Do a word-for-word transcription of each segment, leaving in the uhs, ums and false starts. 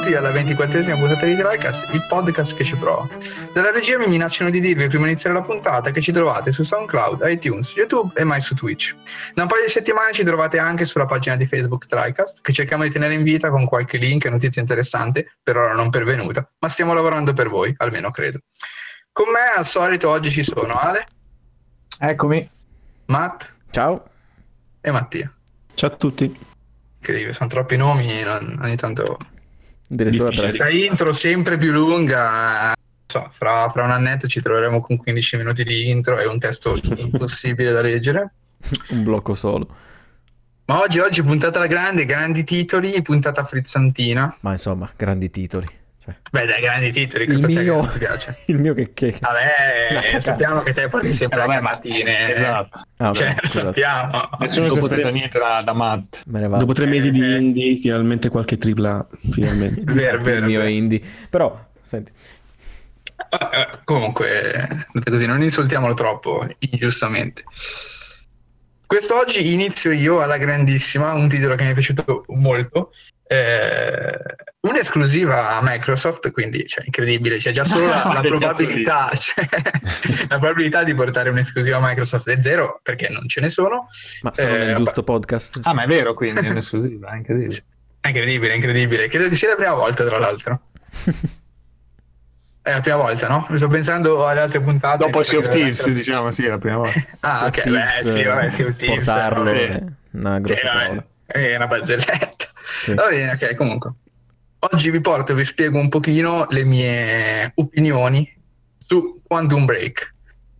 benvenuti alla ventiquattresima puntata di TriCast, il podcast che ci prova. Dalla regia mi minacciano di dirvi prima di iniziare la puntata che ci trovate su SoundCloud, iTunes, YouTube e mai su Twitch. Da un paio di settimane ci trovate anche sulla pagina di Facebook TriCast, che cerchiamo di tenere in vita con qualche link e notizia interessante, per ora non pervenuta, ma stiamo lavorando per voi, almeno credo. Con me al solito oggi ci sono Ale. Eccomi. Matt. Ciao. E Mattia. Ciao a tutti. Incredibile, sono troppi nomi, non, ogni tanto... Questa intro sempre più lunga, so, fra, fra un annetto ci troveremo con quindici minuti di intro e un testo impossibile da leggere. Un blocco solo. Ma oggi, oggi puntata alla grande, grandi titoli, puntata frizzantina. Ma insomma, grandi titoli. Cioè, beh dai, grandi titoli, il mio, ti piace? Il mio che che... Vabbè, sappiamo che te parli sempre eh, a mattine. Esatto. Ah, cioè, vabbè, sappiamo. Nessuno si aspetta tre... niente da, da Matt. Me ne va. Dopo tre mesi di indie, finalmente qualche tripla, finalmente. Vero, vero, il mio vero. indie. Però, senti. Uh, comunque, così, non insultiamolo troppo, ingiustamente. Quest'oggi inizio io alla grandissima, un titolo che mi è piaciuto molto, eh, un'esclusiva a Microsoft, quindi cioè, incredibile, c'è già solo la, la probabilità cioè, la probabilità di portare un'esclusiva a Microsoft è zero, perché non ce ne sono. Ma sono eh, nel giusto podcast. Ah, ma è vero, quindi è un'esclusiva, è incredibile. È incredibile, incredibile, credo che sia la prima volta tra l'altro. È la prima volta, no? Mi sto pensando alle altre puntate. Dopo Sea of Thieves, altre... diciamo, sì, è la prima volta. Ah, Sea of ok, Thieves, beh, sì, vabbè, Sea of Thieves, portarlo vabbè. è una grossa Sì, vabbè, parola. è una barzelletta. Sì. Va bene, ok, comunque. Oggi vi porto e vi spiego un pochino le mie opinioni su Quantum Break.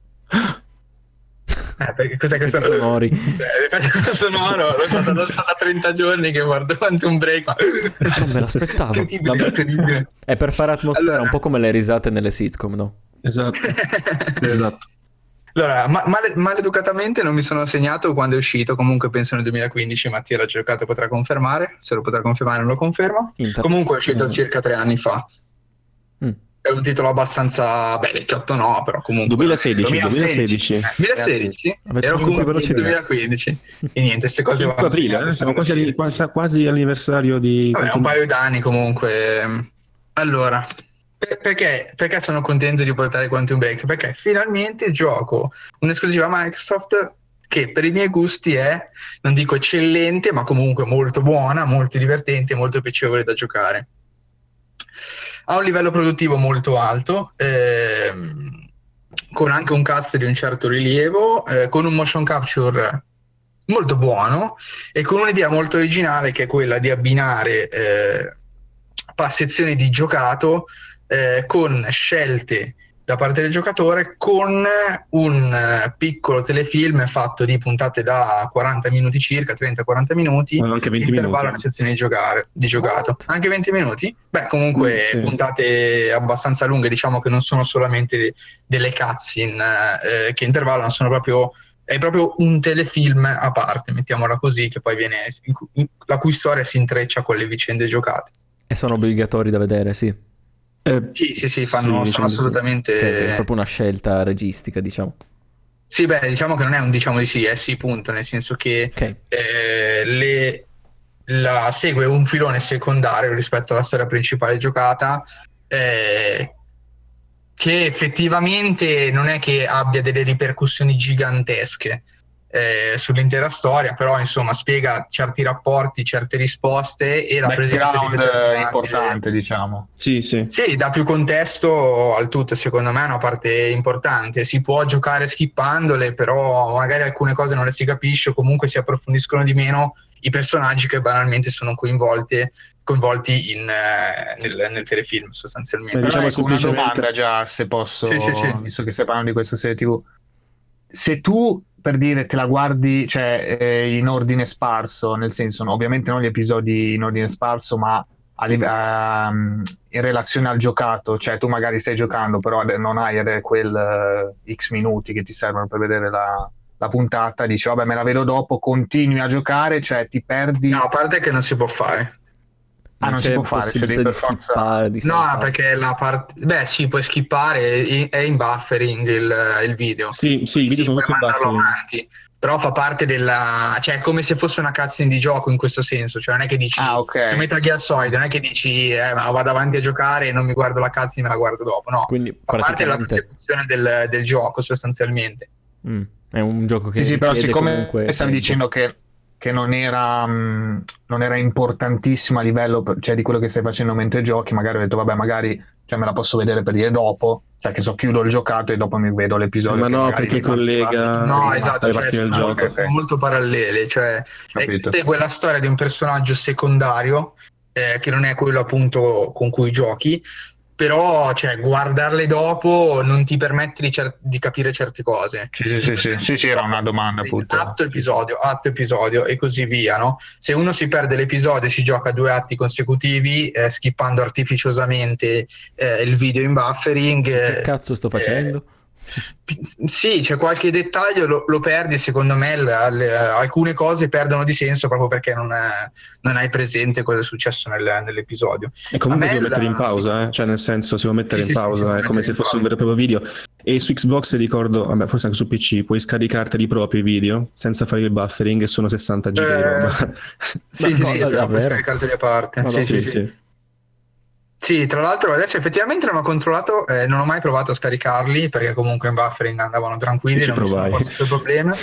Eh, perché cos'è questo? Effetti sonori. Eh, l'effetto sonoro, lo so, lo so da trenta giorni che guardo Quantum Break, ma... Non me l'aspettavo. Incredibile, incredibile. È per fare atmosfera, Allora... un po' come le risate nelle sitcom, no? Esatto. Esatto. Allora, ma- male- maleducatamente non mi sono segnato quando è uscito, comunque penso nel duemilaquindici, Mattia l'ha giocato, potrà confermare, se lo potrà confermare non lo confermo. Inter- Comunque è uscito Mm. circa tre anni fa. Mm. È un titolo abbastanza, beh, vecchiotto no, però comunque... duemilasedici, duemilasedici. Eh, duemilasedici? Avete Ero fatto più comunque veloci nel di me. duemilaquindici. E niente, queste cose cinque vanno aprile, segnate, eh? Siamo stanno quasi, lì. alli- quasi, quasi all'anniversario di... Vabbè, un paio d'anni comunque. Allora, per- perché, perché sono contento di portare Quantum Break? Perché finalmente gioco un'esclusiva Microsoft che per i miei gusti è, non dico eccellente, ma comunque molto buona, molto divertente, molto piacevole da giocare. Ha un livello produttivo molto alto, ehm, con anche un cast di un certo rilievo, eh, con un motion capture molto buono e con un'idea molto originale che è quella di abbinare eh, sezioni di giocato eh, con scelte da parte del giocatore, con un eh, piccolo telefilm fatto di puntate da quaranta minuti circa, trenta quaranta minuti, Ma anche venti intervallo minuti. nelle sezioni di, giocare, di giocato. What? Anche venti minuti? Beh, comunque Mm, sì. puntate abbastanza lunghe, diciamo che non sono solamente delle cutscene eh, che intervallano, sono proprio è proprio un telefilm a parte, mettiamola così, che poi viene in cui- in- la cui storia si intreccia con le vicende giocate. E sono obbligatori da vedere, sì. Eh, Sì, sì, sì, fanno, sono diciamo di sì. assolutamente... Che è proprio una scelta registica, diciamo. Sì, beh, diciamo che non è un diciamo di sì, è sì, punto, nel senso che Ok. eh, le, la segue un filone secondario rispetto alla storia principale giocata, eh, che effettivamente non è che abbia delle ripercussioni gigantesche eh, sull'intera storia, però insomma spiega certi rapporti, certe risposte e la presenza di Background determinate... importante, diciamo. Sì, sì. Sì, dà più contesto al tutto, secondo me è una parte importante. Si può giocare skippandole, però magari alcune cose non le si capisce o comunque si approfondiscono di meno i personaggi che banalmente sono coinvolti, coinvolti in, eh, nel, nel telefilm sostanzialmente. Beh, Però diciamo ecco, una semplicemente- domanda già, se posso, Sì, sì, sì. visto che stai parlando di questa serie tivù. Se tu, per dire, te la guardi, cioè, eh, in ordine sparso, nel senso, no, ovviamente non gli episodi in ordine sparso, ma a live- ehm, in relazione al giocato, cioè tu magari stai giocando, però non hai eh, quel eh, X minuti che ti servono per vedere la, la puntata, dici, vabbè, me la vedo dopo, continui a giocare, cioè ti perdi... No, a parte che non si può fare. Ah, non c'è si può fare, possibilità cioè, di per forza- skippare, di No, saltare. perché la parte... Beh, sì, puoi skippare, è in buffering il, il video. Sì, sì, i video Sì, sono puoi tutti mandarlo buffering. avanti, però fa parte della, cioè è come se fosse una cutscene di gioco in questo senso, cioè non è che dici Ah, ok. su Metal Gear Solid, non è che dici eh, ma vado avanti a giocare e non mi guardo la cutscene, me la guardo dopo, no, Quindi fa parte della praticamente prosecuzione del, del gioco sostanzialmente. mm, è un gioco che Sì, sì, però richiede siccome comunque stanno tempo. dicendo che, che non era mh, non era importantissimo a livello per- cioè, di quello che stai facendo mentre giochi, magari ho detto vabbè, magari cioè, me la posso vedere per dire dopo, cioè che so, chiudo il giocato e dopo mi vedo l'episodio Ma che no, magari perché mi partiva collega No, prima. esatto, le cioè parti del sono, Ah, molto, ok, gioco. sono ok, molto parallele, cioè capito. è quella storia di un personaggio secondario eh, che non è quello appunto con cui giochi, però cioè, guardarle dopo non ti permette di, cer- di capire certe cose. Sì, sì, sì, sì, sì, sì, era una domanda appunto. Atto Sì, sì. episodio, atto episodio e così via, no? Se uno si perde l'episodio e si gioca due atti consecutivi, eh, skippando artificiosamente eh, il video in buffering, Sì, che eh, cazzo sto eh, facendo? sì, c'è qualche dettaglio, lo, lo perdi, secondo me le, le, alcune cose perdono di senso proprio perché non, è, non hai presente cosa è successo nel, nell'episodio. E A comunque me si può la... mettere in pausa, eh? Cioè nel senso si può mettere Sì, in sì, sì, si può pausa, è come mettere se in fosse un pausa. vero e proprio video. E su Xbox ricordo, vabbè, forse anche su P C, puoi scaricarteli proprio i video senza fare il buffering e sono sessanta giga di roba. Eh, sì, Ma sì, no, sì, però puoi davvero? scaricarteli a parte. Sì, Madonna. sì, Sì, sì. sì. Sì, tra l'altro adesso effettivamente non ho controllato, eh, non ho mai provato a scaricarli perché comunque in buffering andavano Io tranquilli, ci non mi sono provai. posto quel problema.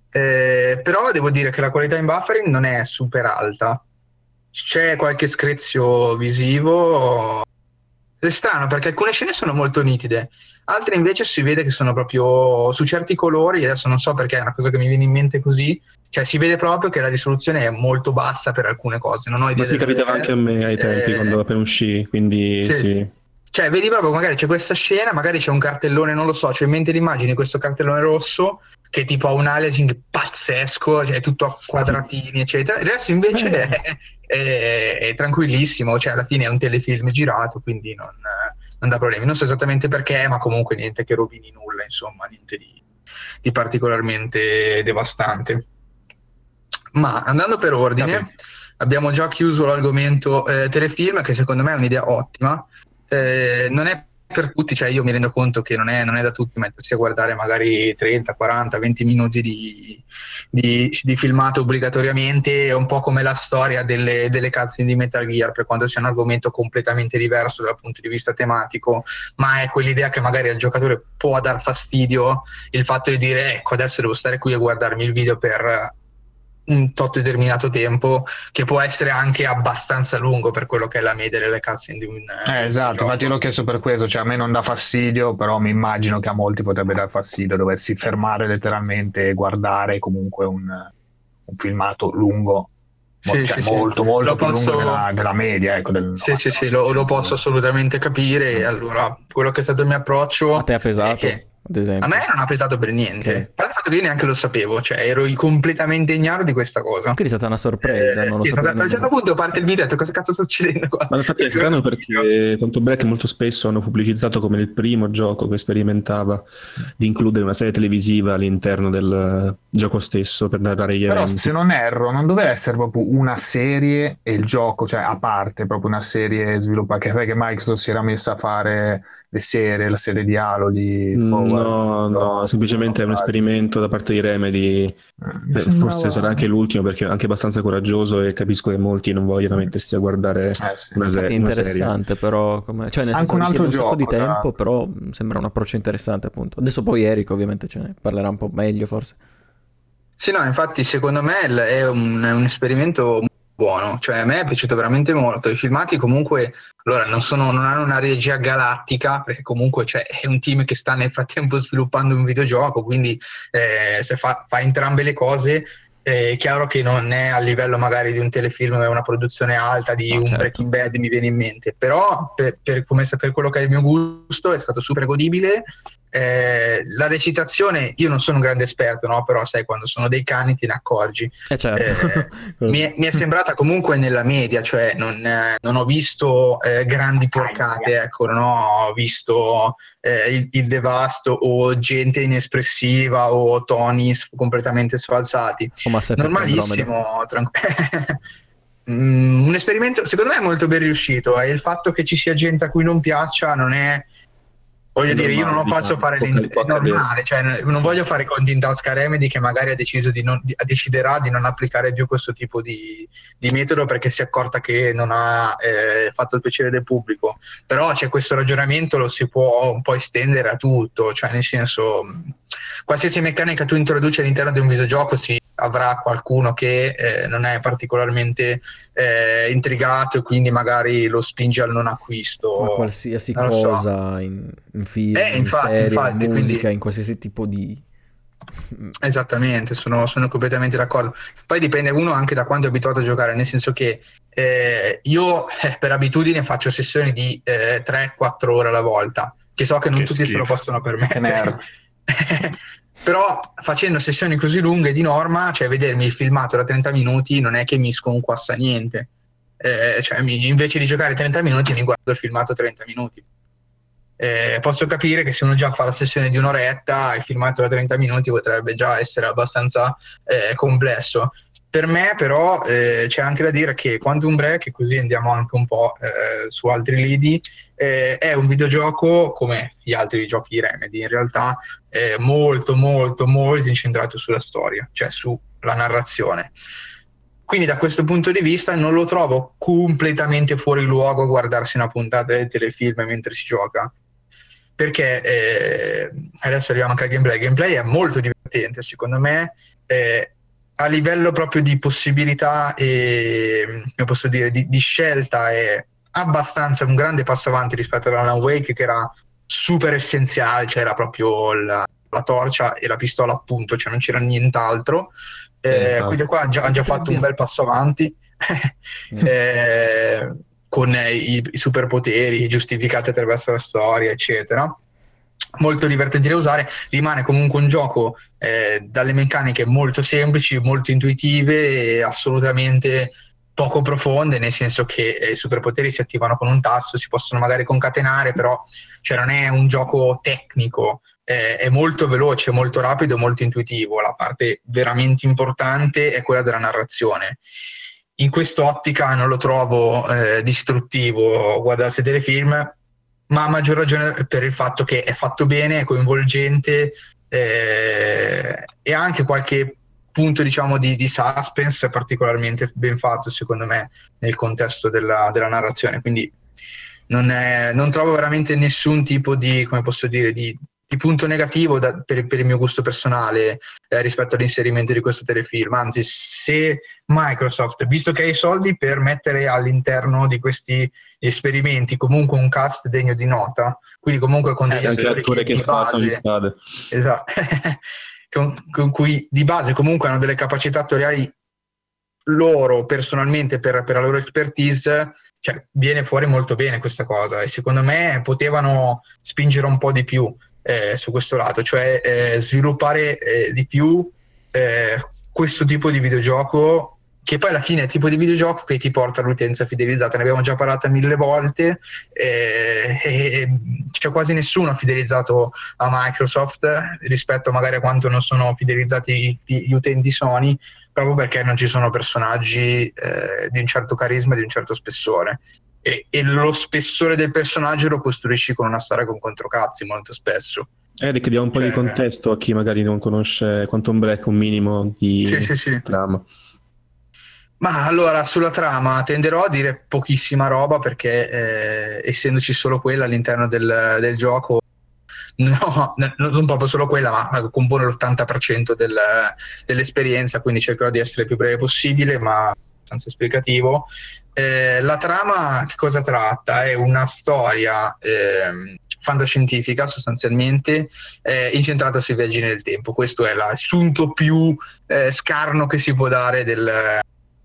Eh, però devo dire che la qualità in buffering non è super alta. C'è qualche screzio visivo. È strano perché alcune scene sono molto nitide, altre invece si vede che sono proprio su certi colori, adesso non so perché è una cosa che mi viene in mente così, cioè si vede proprio che la risoluzione è molto bassa per alcune cose, non ho Ma idea sì, del capitava perché. anche a me ai tempi, quando Eh, appena uscì, quindi sì. sì. Cioè, vedi proprio, magari c'è questa scena, magari c'è un cartellone, non lo so, c'è in mente l'immagine di questo cartellone rosso che tipo ha un aliasing pazzesco, cioè tutto a quadratini, eccetera. Il resto invece Beh. è, è- è tranquillissimo, cioè alla fine è un telefilm girato, quindi non, non dà problemi. Non so esattamente perché, ma comunque niente che rovini nulla, insomma, niente di, di particolarmente devastante. Ma andando per ordine, Capito. abbiamo già chiuso l'argomento eh, telefilm, che secondo me è un'idea ottima. Eh, non è per tutti, cioè io mi rendo conto che non è, non è da tutti mettersi a guardare magari trenta, quaranta, venti minuti di, di, di filmato obbligatoriamente, è un po' come la storia delle, delle cutscene di Metal Gear, per quanto sia un argomento completamente diverso dal punto di vista tematico, ma è quell'idea che magari al giocatore può dar fastidio il fatto di dire ecco adesso devo stare qui a guardarmi il video per un tot determinato tempo, che può essere anche abbastanza lungo per quello che è la media delle cutscene di un, di Eh, un esatto, videogioco. infatti l'ho chiesto per questo, cioè a me non dà fastidio, però mi immagino che a molti potrebbe dar fastidio doversi fermare letteralmente e guardare comunque un, un filmato lungo, mo- Sì, cioè sì, sì. molto Lo molto più lungo posso... della, della media, ecco, del Sì, sì, sì, novantanove lo, lo per cento. posso assolutamente capire. Mm. Allora, quello che è stato il mio A approccio te ha è pesato, che ad a me esempio? non ha pesato per niente. Ok. A parte il fatto che io neanche lo sapevo, cioè ero completamente ignaro di questa cosa. Quindi è stata una sorpresa, Eh, non lo sì, è sapevo stata- a un certo nemmeno. punto parte il video e ho detto cosa cazzo sta succedendo qua? Ma infatti è strano perché Quantum Break molto spesso hanno pubblicizzato come il primo gioco che sperimentava di includere una serie televisiva all'interno del gioco stesso per narrare gli Però eventi. se non erro, non doveva essere proprio una serie e il gioco, cioè a parte, proprio una serie sviluppata, che sai che Microsoft si era messa a fare le serie, la serie di Halo, di Forward. No, no, semplicemente è un esperimento da parte di Remedy. Eh, mi Eh, Forse sembrava... sarà anche l'ultimo perché è anche abbastanza coraggioso e capisco che molti non vogliono mettersi a guardare Eh, sì. una, se- Infatti è una serie. interessante, però, come... cioè nel Anche senso un altro richiede un sacco di gioco, tra tempo, l'altro. però mh, sembra un approccio interessante, appunto. Adesso poi Eric ovviamente ce ne parlerà un po' meglio, forse. Sì, no, infatti secondo me il- è un, è un esperimento buono, cioè a me è piaciuto veramente molto. I filmati comunque, allora, non, sono, non hanno una regia galattica, perché comunque cioè, è un team che sta nel frattempo sviluppando un videogioco, quindi eh, se fa, fa entrambe le cose, eh, è chiaro che non è a livello magari di un telefilm, è una produzione alta, di No, un certo. Breaking Bad mi viene in mente, però per, per, come, per quello che è il mio gusto è stato super godibile. Eh, la recitazione, io non sono un grande esperto, no? Però sai, quando sono dei cani te ne accorgi. Eh certo. Eh, Quello mi, sì. è, mi è sembrata comunque nella media, cioè non, eh, non ho visto eh, grandi porcate, ecco, non ho visto eh, il, il devasto o gente inespressiva o toni s- completamente sfalsati. O Mass Effect Andromeda. Normalissimo, tranquillo. Mm, un esperimento secondo me molto ben riuscito, e il fatto che ci sia gente a cui non piaccia non è Voglio È dire, io non normale, lo faccio diciamo, fare può- l'int- può è normale, accadere. cioè non Sì. voglio fare i conti in tasca a Remedy che magari ha deciso di non, di- deciderà di non applicare più questo tipo di, di metodo perché si è accorta che non ha eh, fatto il piacere del pubblico. Però c'è questo ragionamento, lo si può un po' estendere a tutto, cioè nel senso mh, qualsiasi meccanica tu introduci all'interno di un videogioco si avrà qualcuno che eh, non è particolarmente eh, intrigato e quindi magari lo spinge al non acquisto. Ma qualsiasi Non lo so. cosa in, in film, Eh, in infatti, serie, in infatti, quindi musica, in qualsiasi tipo di... esattamente, sono, sono completamente d'accordo. Poi dipende uno anche da quanto è abituato a giocare, nel senso che eh, io eh, per abitudine faccio sessioni di eh, tre quattro ore alla volta, che so che non Che tutti se lo schifo. possono Che permettere. nerd. Però facendo sessioni così lunghe di norma, cioè vedermi il filmato da trenta minuti non è che mi sconquassa niente. Eh, cioè, mi- invece di giocare trenta minuti mi guardo il filmato trenta minuti. Eh, posso capire che se uno già fa la sessione di un'oretta, il filmato da trenta minuti potrebbe già essere abbastanza eh, complesso. Per me, però, eh, c'è anche da dire che Quantum Break, così andiamo anche un po' eh, su altri lidi, eh, è un videogioco come gli altri giochi di Remedy, in realtà è molto, molto, molto incentrato sulla storia, cioè sulla narrazione. Quindi da questo punto di vista non lo trovo completamente fuori luogo a guardarsi una puntata del telefilm mentre si gioca, perché eh, adesso arriviamo anche al gameplay. Il gameplay è molto divertente, secondo me, eh, a livello proprio di possibilità e, come posso dire, di, di scelta è abbastanza un grande passo avanti rispetto ad Alan Wake, che era super essenziale, cioè era proprio la, la torcia e la pistola appunto, cioè non c'era nient'altro. Eh, Esatto. quindi qua hanno già, han già fatto un bel passo avanti eh, con i, i superpoteri giustificati attraverso la storia, eccetera. Molto divertente da usare, rimane comunque un gioco eh, dalle meccaniche molto semplici, molto intuitive e assolutamente poco profonde, nel senso che eh, i superpoteri si attivano con un tasto, si possono magari concatenare, però cioè, non è un gioco tecnico, eh, è molto veloce, molto rapido, molto intuitivo. La parte veramente importante è quella della narrazione. In quest'ottica non lo trovo eh, distruttivo guardarsi dei telefilm, ma a maggior ragione per il fatto che è fatto bene, è coinvolgente eh, e ha anche qualche punto diciamo di, di suspense particolarmente ben fatto secondo me nel contesto della, della narrazione, quindi non, è, non trovo veramente nessun tipo di, come posso dire, di, di punto negativo da, per, per il mio gusto personale eh, rispetto all'inserimento di questo telefilm. Anzi, se Microsoft, visto che ha i soldi per mettere all'interno di questi esperimenti comunque un cast degno di nota, quindi comunque con degli Eh, anche attori attore che che di fa Tony base Spade. esatto, con, con cui di base comunque hanno delle capacità attoriali loro personalmente per, per la loro expertise, cioè viene fuori molto bene questa cosa e secondo me potevano spingere un po' di più eh, su questo lato, cioè eh, sviluppare eh, di più eh, questo tipo di videogioco, che poi alla fine è il tipo di videogioco che ti porta all'utenza fidelizzata. Ne abbiamo già parlato mille volte eh, e c'è quasi nessuno fidelizzato a Microsoft rispetto magari a quanto non sono fidelizzati gli utenti Sony, proprio perché non ci sono personaggi eh, di un certo carisma e di un certo spessore. E, e lo spessore del personaggio lo costruisci con una storia con controcazzi molto spesso. Eric, diamo un po' Cioè, di contesto a chi magari non conosce Quantum Break, un minimo di sì, sì, sì. trama. Ma allora sulla trama tenderò a dire pochissima roba perché eh, essendoci solo quella all'interno del, del gioco, no, non proprio solo quella, ma compone l'ottanta per cento del, dell'esperienza, quindi cercherò di essere il più breve possibile, ma abbastanza esplicativo. Eh, la trama che cosa tratta? È una storia eh, fantascientifica sostanzialmente eh, incentrata sui viaggi nel tempo. Questo è l'assunto più eh, scarno che si può dare del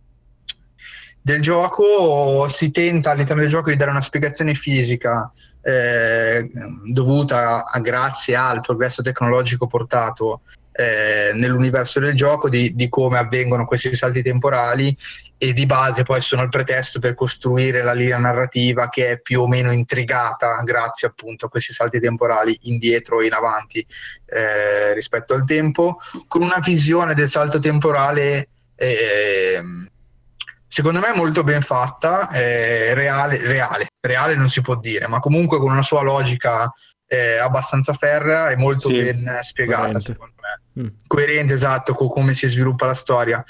del gioco. Si tenta all'interno del gioco di dare una spiegazione fisica eh, dovuta a grazie al progresso tecnologico portato eh, nell'universo del gioco di, di come avvengono questi salti temporali, e di base poi sono il pretesto per costruire la linea narrativa che è più o meno intrigata grazie appunto a questi salti temporali indietro e in avanti eh, rispetto al tempo, con una visione del salto temporale eh, secondo me molto ben fatta, eh, reale, reale, reale non si può dire, ma comunque con una sua logica è abbastanza ferrea e molto Sì, ben spiegata, coerente. secondo me. Mm. Coerente, esatto, con come si sviluppa la storia.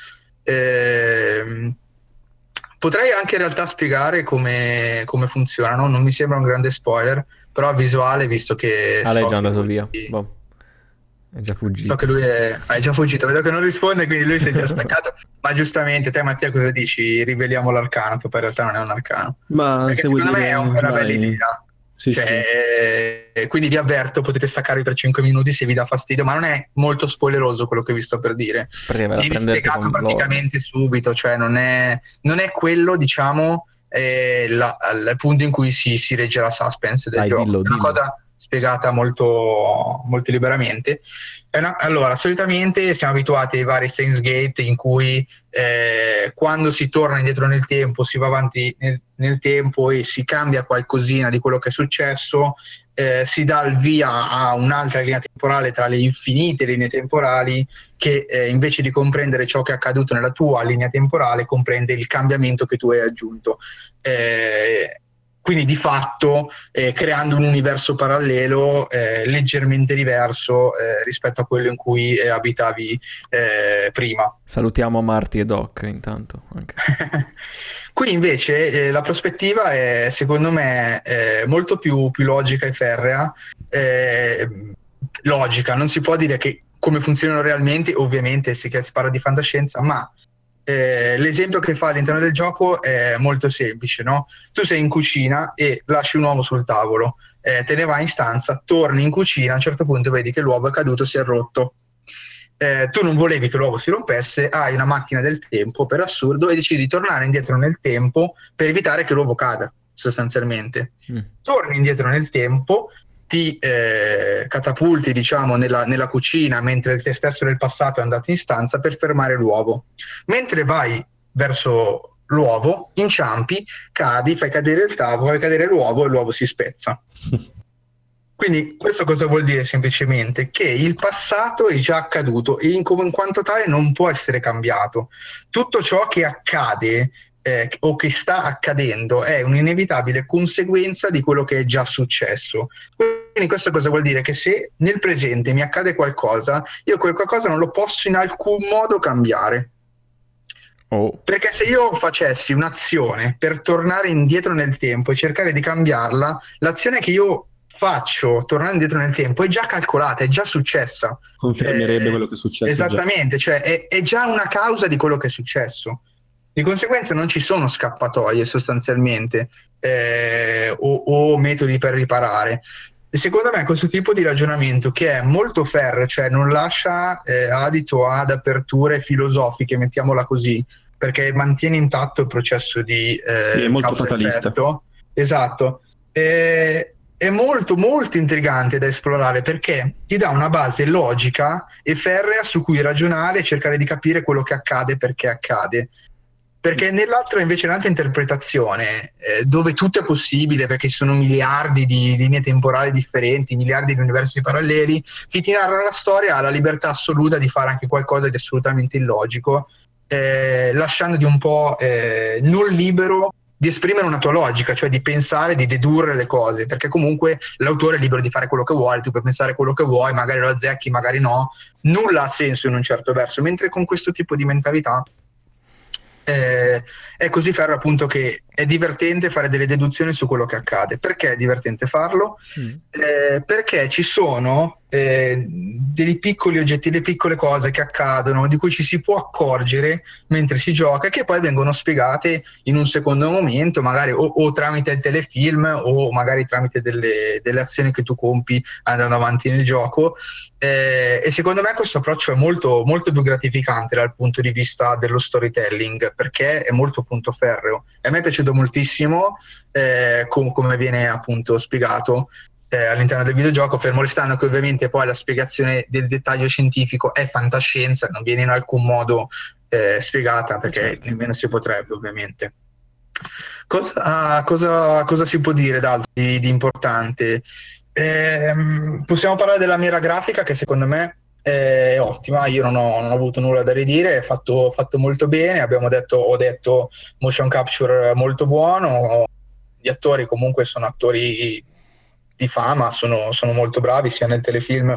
Ehm, potrei anche in realtà spiegare come, come funzionano, non mi sembra un grande spoiler, però a visuale, visto che Ah, lei è so già che andato lui, via. Boh. È già so fuggito. che lui è, ah, è già fuggito, vedo che non risponde, quindi lui si è già staccato. Ma giustamente, te Mattia cosa dici? Riveliamo l'arcano, poi in realtà non è un arcano. Ma Perché se vuoi secondo me dire, è, un- è una bella vai. idea. Sì, sì. Cioè, eh, quindi vi avverto, potete staccarvi per cinque minuti se vi dà fastidio, ma non è molto spoileroso quello che vi sto per dire. Perché vai a Viene prenderti spiegato con loro. praticamente subito, cioè non è, non è quello, diciamo, eh, la- il punto in cui si, si regge la suspense del Dai, gioco. dillo, È una dillo. cosa spiegata molto, molto liberamente. È una- allora, solitamente siamo abituati ai vari Saints Gate in cui eh, quando si torna indietro nel tempo, si va avanti nel, nel tempo e si cambia qualcosina di quello che è successo, eh, si dà il via a un'altra linea temporale tra le infinite linee temporali che eh, invece di comprendere ciò che è accaduto nella tua linea temporale comprende il cambiamento che tu hai aggiunto. Eh, quindi di fatto eh, creando un universo parallelo eh, leggermente diverso eh, rispetto a quello in cui eh, abitavi eh, prima. Salutiamo Marty e Doc intanto anche. Qui invece eh, la prospettiva è secondo me eh, molto più, più logica e ferrea. Eh, logica, non si può dire che come funzionano realmente, ovviamente si, che si parla di fantascienza, ma eh, l'esempio che fa all'interno del gioco è molto semplice, no? Tu sei in cucina e lasci un uovo sul tavolo, eh, te ne vai in stanza, torni in cucina, a un certo punto vedi che l'uovo è caduto, si è rotto. Eh, tu non volevi che l'uovo si rompesse, hai una macchina del tempo per assurdo e decidi di tornare indietro nel tempo per evitare che l'uovo cada, sostanzialmente. Mm. Torni indietro nel tempo, ti eh, catapulti, diciamo, nella, nella cucina mentre te stesso del passato è andato in stanza per fermare l'uovo. Mentre vai verso l'uovo, inciampi, cadi, fai cadere il tavolo, fai cadere l'uovo e l'uovo si spezza. Quindi questo cosa vuol dire semplicemente? Che il passato è già accaduto e in, in quanto tale non può essere cambiato. Tutto ciò che accade eh, o che sta accadendo è un'inevitabile conseguenza di quello che è già successo. Quindi questo cosa vuol dire? Che se nel presente mi accade qualcosa, io quel qualcosa non lo posso in alcun modo cambiare. Oh. Perché se io facessi un'azione per tornare indietro nel tempo e cercare di cambiarla, l'azione che io faccio tornando indietro nel tempo è già calcolata, è già successa. Confermerebbe Eh, quello che è successo esattamente, cioè è, è già una causa di quello che è successo. Di conseguenza non ci sono scappatoie sostanzialmente eh, o, o metodi per riparare. E secondo me questo tipo di ragionamento, che è molto ferreo, cioè non lascia eh, adito ad aperture filosofiche, mettiamola così, perché mantiene intatto il processo di eh, Sì, è molto causa-effetto. Esatto. E, è molto molto intrigante da esplorare perché ti dà una base logica e ferrea su cui ragionare e cercare di capire quello che accade perché accade. Perché nell'altra invece un'altra interpretazione eh, dove tutto è possibile perché ci sono miliardi di linee temporali differenti, miliardi di universi paralleli, chi ti narra la storia ha la libertà assoluta di fare anche qualcosa di assolutamente illogico, eh, lasciandoti un po' eh, non libero di esprimere una tua logica, cioè di pensare, di dedurre le cose, perché comunque l'autore è libero di fare quello che vuole, tu puoi pensare quello che vuoi, magari lo azzecchi, magari no, nulla ha senso in un certo verso, mentre con questo tipo di mentalità eh, è così ferro appunto che è divertente fare delle deduzioni su quello che accade. Perché è divertente farlo? Mm. Eh, perché ci sono eh, dei piccoli oggetti, delle piccole cose che accadono di cui ci si può accorgere mentre si gioca e che poi vengono spiegate in un secondo momento, magari o, o tramite il telefilm o magari tramite delle, delle azioni che tu compi andando avanti nel gioco. Eh, e secondo me questo approccio è molto, molto più gratificante dal punto di vista dello storytelling, perché è molto punto ferreo. E a me è piaciuto moltissimo eh, com- come viene appunto spiegato eh, all'interno del videogioco, fermo restando che ovviamente poi la spiegazione del dettaglio scientifico è fantascienza, non viene in alcun modo eh, spiegata, perché certo. nemmeno si potrebbe ovviamente. Cosa, cosa, cosa si può dire d'altro di, di importante? Ehm, possiamo parlare della mira grafica, che secondo me è ottima. Io non ho, non ho avuto nulla da ridire, è fatto, fatto molto bene. Abbiamo detto, ho detto motion capture molto buono. Gli attori comunque sono attori di fama, sono, sono molto bravi sia nel telefilm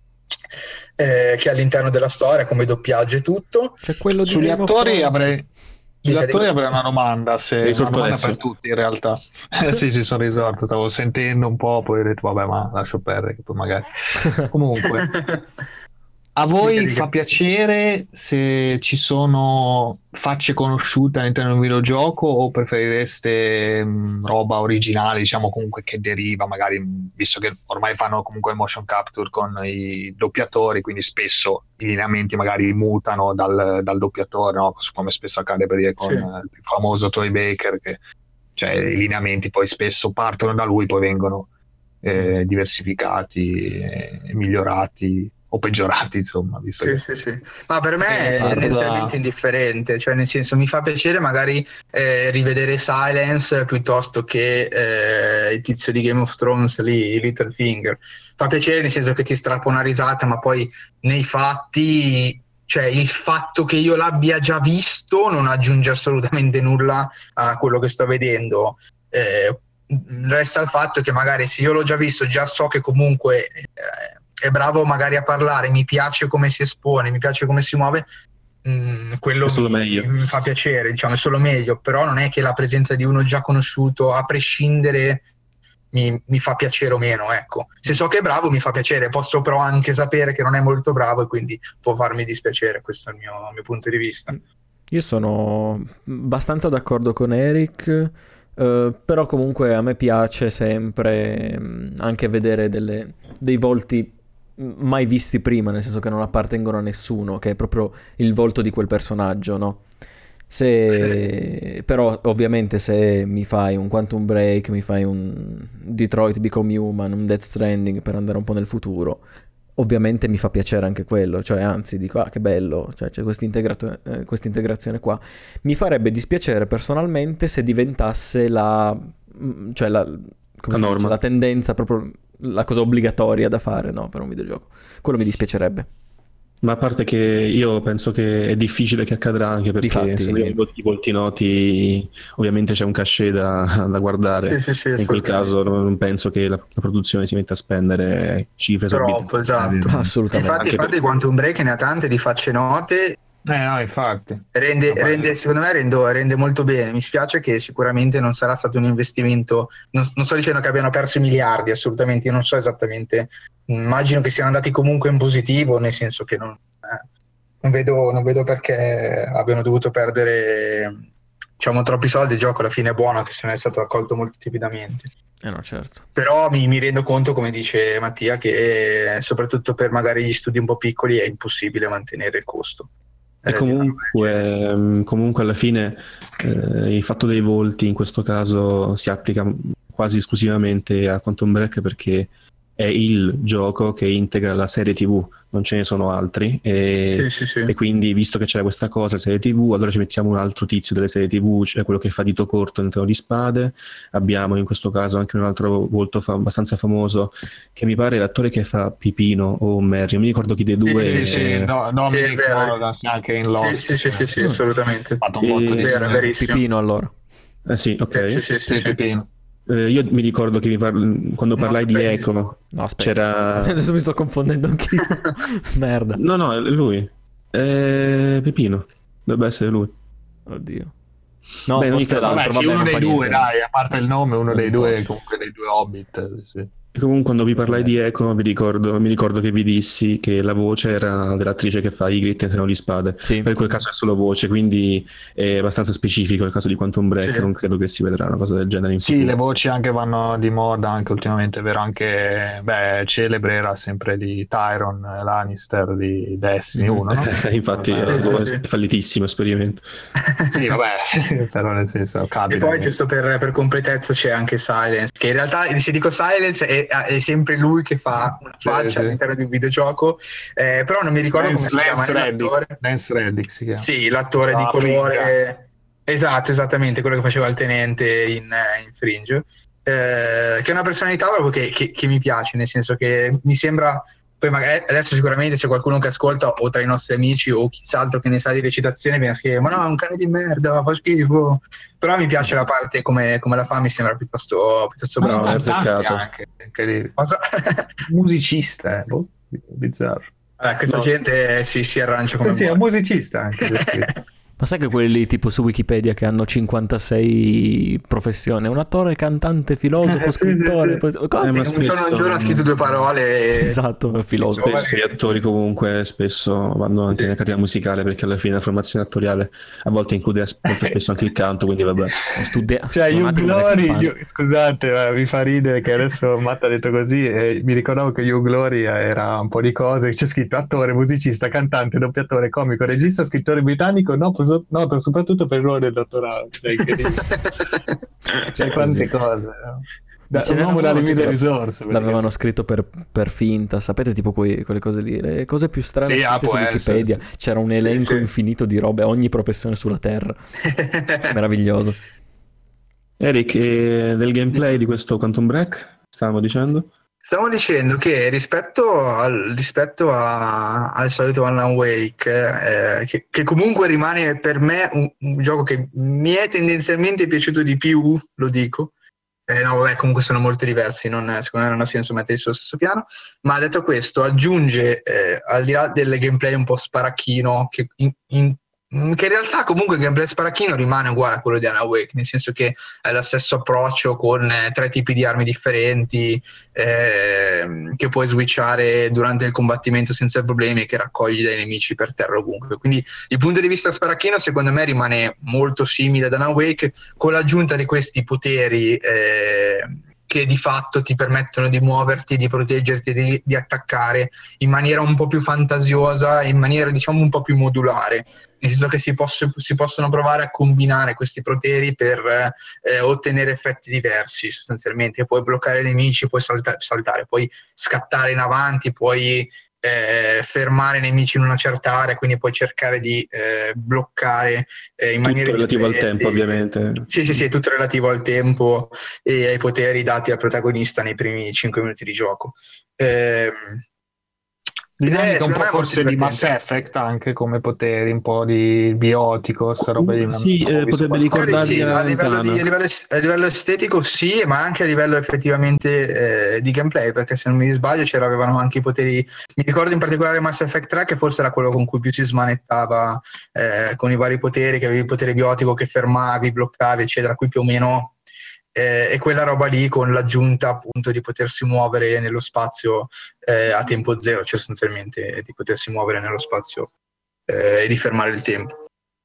eh, che all'interno della storia, come doppiaggio e tutto. C'è quello di Sugli Game of attori Thrones. avrei sugli Dica, attori dica. avrei una domanda, se Sei una sorto domanda adesso? per tutti in realtà. Eh, sì, sì, sono risorto, stavo sentendo un po', poi ho detto vabbè, ma lascio perdere, che poi magari. Comunque, a voi Dica, dica. fa piacere se ci sono facce conosciute all'interno di un videogioco o preferireste mh, roba originale, diciamo comunque che deriva, magari mh, visto che ormai fanno comunque il motion capture con i doppiatori, quindi spesso i lineamenti magari mutano dal, dal doppiatore, no? Come spesso accade per dire con Sì. eh, il famoso Troy Baker, che cioè i lineamenti poi spesso partono da lui, poi vengono eh, diversificati, eh, migliorati o peggiorati, insomma, visto Sì, che sì, sì. Ma per me Eh, è cosa- tendenzialmente indifferente, cioè nel senso mi fa piacere magari eh, rivedere Silence piuttosto che eh, il tizio di Game of Thrones lì, Littlefinger. Fa piacere nel senso che ti strappa una risata, ma poi nei fatti, cioè il fatto che io l'abbia già visto non aggiunge assolutamente nulla a quello che sto vedendo. Eh, resta il fatto che magari se io l'ho già visto, già so che comunque eh, è bravo magari a parlare, mi piace come si espone, mi piace come si muove, mh, quello È solo mi, meglio. mi fa piacere, diciamo, è solo meglio, però non è che la presenza di uno già conosciuto, a prescindere, mi, mi fa piacere o meno, ecco. Se so che è bravo mi fa piacere, posso però anche sapere che non è molto bravo e quindi può farmi dispiacere, questo è il mio, il mio punto di vista. Io sono abbastanza d'accordo con Eric, eh, però comunque a me piace sempre mh, anche vedere delle- dei volti mh, mai visti prima, nel senso che non appartengono a nessuno, che è proprio il volto di quel personaggio, no? Se... Però ovviamente se mi fai un Quantum Break, mi fai un Detroit Become Human, un Death Stranding per andare un po' nel futuro, ovviamente mi fa piacere anche quello, cioè anzi dico ah che bello, cioè c'è questa eh, questa integrazione qua. Mi farebbe dispiacere personalmente se diventasse la mm, cioè la, come La si dice, norma. la tendenza, proprio la cosa obbligatoria da fare, no, per un videogioco. Quello mi dispiacerebbe. Ma a parte che io penso che è difficile che accadrà, anche perché Difatti- se vediamo i volti- i volti noti, ovviamente c'è un cachet da, da guardare. Sì, sì, sì, E in quel assolutamente. caso non non penso che la, la produzione si metta a spendere cifre esorbitanti. Troppo, esatto. Assolutamente. Infatti, Anche infatti per- Quantum Break ne ha tante di facce note. Eh no, infatti. Rende, Vabbè. rende- secondo me rende, rende molto bene. Mi spiace che sicuramente non sarà stato un investimento. Non, non sto dicendo che abbiano perso i miliardi, assolutamente. Io non so esattamente. Immagino che siano andati comunque in positivo, nel senso che non, eh, non vedo, non vedo perché abbiano dovuto perdere, diciamo, troppi soldi. Il gioco alla fine è buono, che se ne è stato accolto molto tepidamente. Eh no, certo. Però mi, mi rendo conto, come dice Mattia, che eh, soprattutto per magari gli studi un po' piccoli è impossibile mantenere il costo. E eh, di una roba del genere. comunque, mm, comunque alla fine eh, il fatto dei volti in questo caso si applica quasi esclusivamente a Quantum Break, perché è il gioco che integra la serie tivù, non ce ne sono altri, e, Sì, sì, sì. e quindi visto che c'è questa cosa serie tivù, allora ci mettiamo un altro tizio delle serie tivù, cioè quello che fa dito corto in Trono di Spade. Abbiamo in questo caso anche un altro volto fa- abbastanza famoso, che mi pare è l'attore che fa Pipino o Merry, non mi ricordo chi dei due. Sì, sì, sì, eh, no, Sì, è Dominic vero. Monaghan, sì, anche in Sì, Lost. sì, sì, sì, sì, eh, assolutamente. ha fatto un E- botto di Vero, film. verissimo. Pipino allora. eh sì, ok. Sì, sì, sì, Sì, sì. Pipino. Eh, io mi ricordo che mi par- quando parlai Molto di bellissimo. Echo No, aspetta. c'era... Adesso mi sto confondendo anch'io. Merda. No, no, è lui. È Pepino. Dovrebbe essere lui. Oddio. No, Beh, in ogni forse è caso- l'altro, Vabbè, sì, vabbè, uno non fa dei due, niente. dai, a parte il nome, uno Non dei due, importa. comunque dei due Hobbit, sì. E comunque quando vi Questo parlai di merda. Echo mi ricordo, mi ricordo che vi dissi che la voce era dell'attrice che fa Ygritte e Trono di Spade. Sì. Per quel caso è solo voce, quindi è abbastanza specifico il caso di Quantum Break. Sì. Non credo che si vedrà una cosa del genere in Sì, futuro. le voci anche vanno di moda anche ultimamente, è vero, anche, beh, celebre era sempre di Tyron Lannister di Destiny Mhm. uno, no? Infatti Eh, Sì, è sì, sì. è fallitissimo esperimento. Sì, vabbè, però nel senso E capita. poi, che- giusto per, per completezza, c'è anche Silence, che in realtà, se dico Silence, è, è sempre lui che fa una Sì, faccia sì. all'interno di un videogioco, eh, però non mi ricordo Lance, come si chiama Lance né Reddick, l'attore. Lance Reddick si chiama. Sì, l'attore di Ah, Fringe. colore. Esatto, esattamente, quello che faceva il tenente in, in Fringe. Eh, che è una personalità proprio che, che, che mi piace, nel senso che mi sembra poi magari adesso sicuramente c'è qualcuno che ascolta o tra i nostri amici o chissà altro che ne sa di recitazione viene a scrivere ma no è un cane di merda fa schifo, però mi piace la parte come, come la fa, mi sembra piuttosto, piuttosto Ma bravo. è è cantante azzeccato. anche, incredibile. Cosa? Musicista, eh, boh, bizzarro. Eh, questa No. gente si, si arrancia come Eh sì, è un vuole. musicista anche descritto. Ma sai che quelli lì, tipo su Wikipedia, che hanno cinquantasei professioni? Un attore, cantante, filosofo, Eh, sì, sì, scrittore. sì. pos- Cosa? Eh, ma Un giorno, un spesso- giorno ha scritto due parole e... Sì, esatto, filosofo. Spesso gli attori comunque spesso vanno anche Sì. nella carriera musicale perché alla fine la formazione attoriale a volte include as- molto spesso anche il canto, quindi vabbè. Studia- Cioè, Hugh suonati come le Glory, campane. Hugh- scusate, ma mi fa ridere che adesso Matt ha detto così e mi ricordavo che Hugh Glory era un po' di cose, c'è scritto attore, musicista, cantante, doppiatore, comico, regista, scrittore britannico, no, per- no, per- soprattutto per il ruolo del dottorato, cioè, incredibile. Cioè, quante Sì. cose, no? Da, Ce un n'era uomo uno dalle che mille la- risorse. L'avevano scritto per, per finta, sapete, tipo quei- quelle cose lì, le cose più strane Sì, ah, scritte su può essere, Wikipedia. sì. C'era un elenco sì. infinito di robe, ogni professione sulla Terra. Meraviglioso. Eric, e del gameplay di questo Quantum Break stavamo dicendo? Stavo dicendo che rispetto al, rispetto a- al solito Alan Wake, eh, che, che comunque rimane per me un, un gioco che mi è tendenzialmente piaciuto di più, lo dico. Eh, no, vabbè, comunque sono molto diversi, non, secondo me non ha senso metterli sullo stesso piano. Ma detto questo, aggiunge, eh, al di là del gameplay un po' sparacchino, che in, in- che in realtà comunque il gameplay sparacchino rimane uguale a quello di Alan Wake, nel senso che è lo stesso approccio con eh, tre tipi di armi differenti, ehm, che puoi switchare durante il combattimento senza problemi e che raccogli dai nemici per terra ovunque. Quindi il punto di vista sparacchino secondo me rimane molto simile ad Alan Wake, con l'aggiunta di questi poteri eh, che di fatto ti permettono di muoverti, di proteggerti, di, di attaccare in maniera un po' più fantasiosa, in maniera diciamo un po' più modulare, nel senso che si, posso, si possono provare a combinare questi poteri per eh, ottenere effetti diversi sostanzialmente. Puoi bloccare i nemici, puoi salta- saltare, puoi scattare in avanti, puoi eh, fermare i nemici in una certa area, quindi puoi cercare di eh, bloccare eh, in Tutto maniere relativo al differenti. tempo, ovviamente. Sì, sì, sì, è tutto relativo al tempo e ai poteri dati al protagonista nei primi cinque minuti di gioco. Ehm, ed è, Dinamica un secondo po' me, molto forse di Mass divertente. Effect anche come poteri, un po' di biotico, sta roba di una Sì, eh, potrebbe ricordarmi Sì, alla a livello, di, lontana. a, livello, a livello estetico sì, ma anche a livello effettivamente eh, di gameplay, perché se non mi sbaglio c'erano anche i poteri, mi ricordo in particolare Mass Effect tre che forse era quello con cui più si smanettava eh, con i vari poteri, che avevi il potere biotico che fermavi, bloccavi eccetera, qui più o meno eh, e quella roba lì con l'aggiunta appunto di potersi muovere nello spazio eh, a tempo zero, cioè sostanzialmente di potersi muovere nello spazio eh, e di fermare il tempo.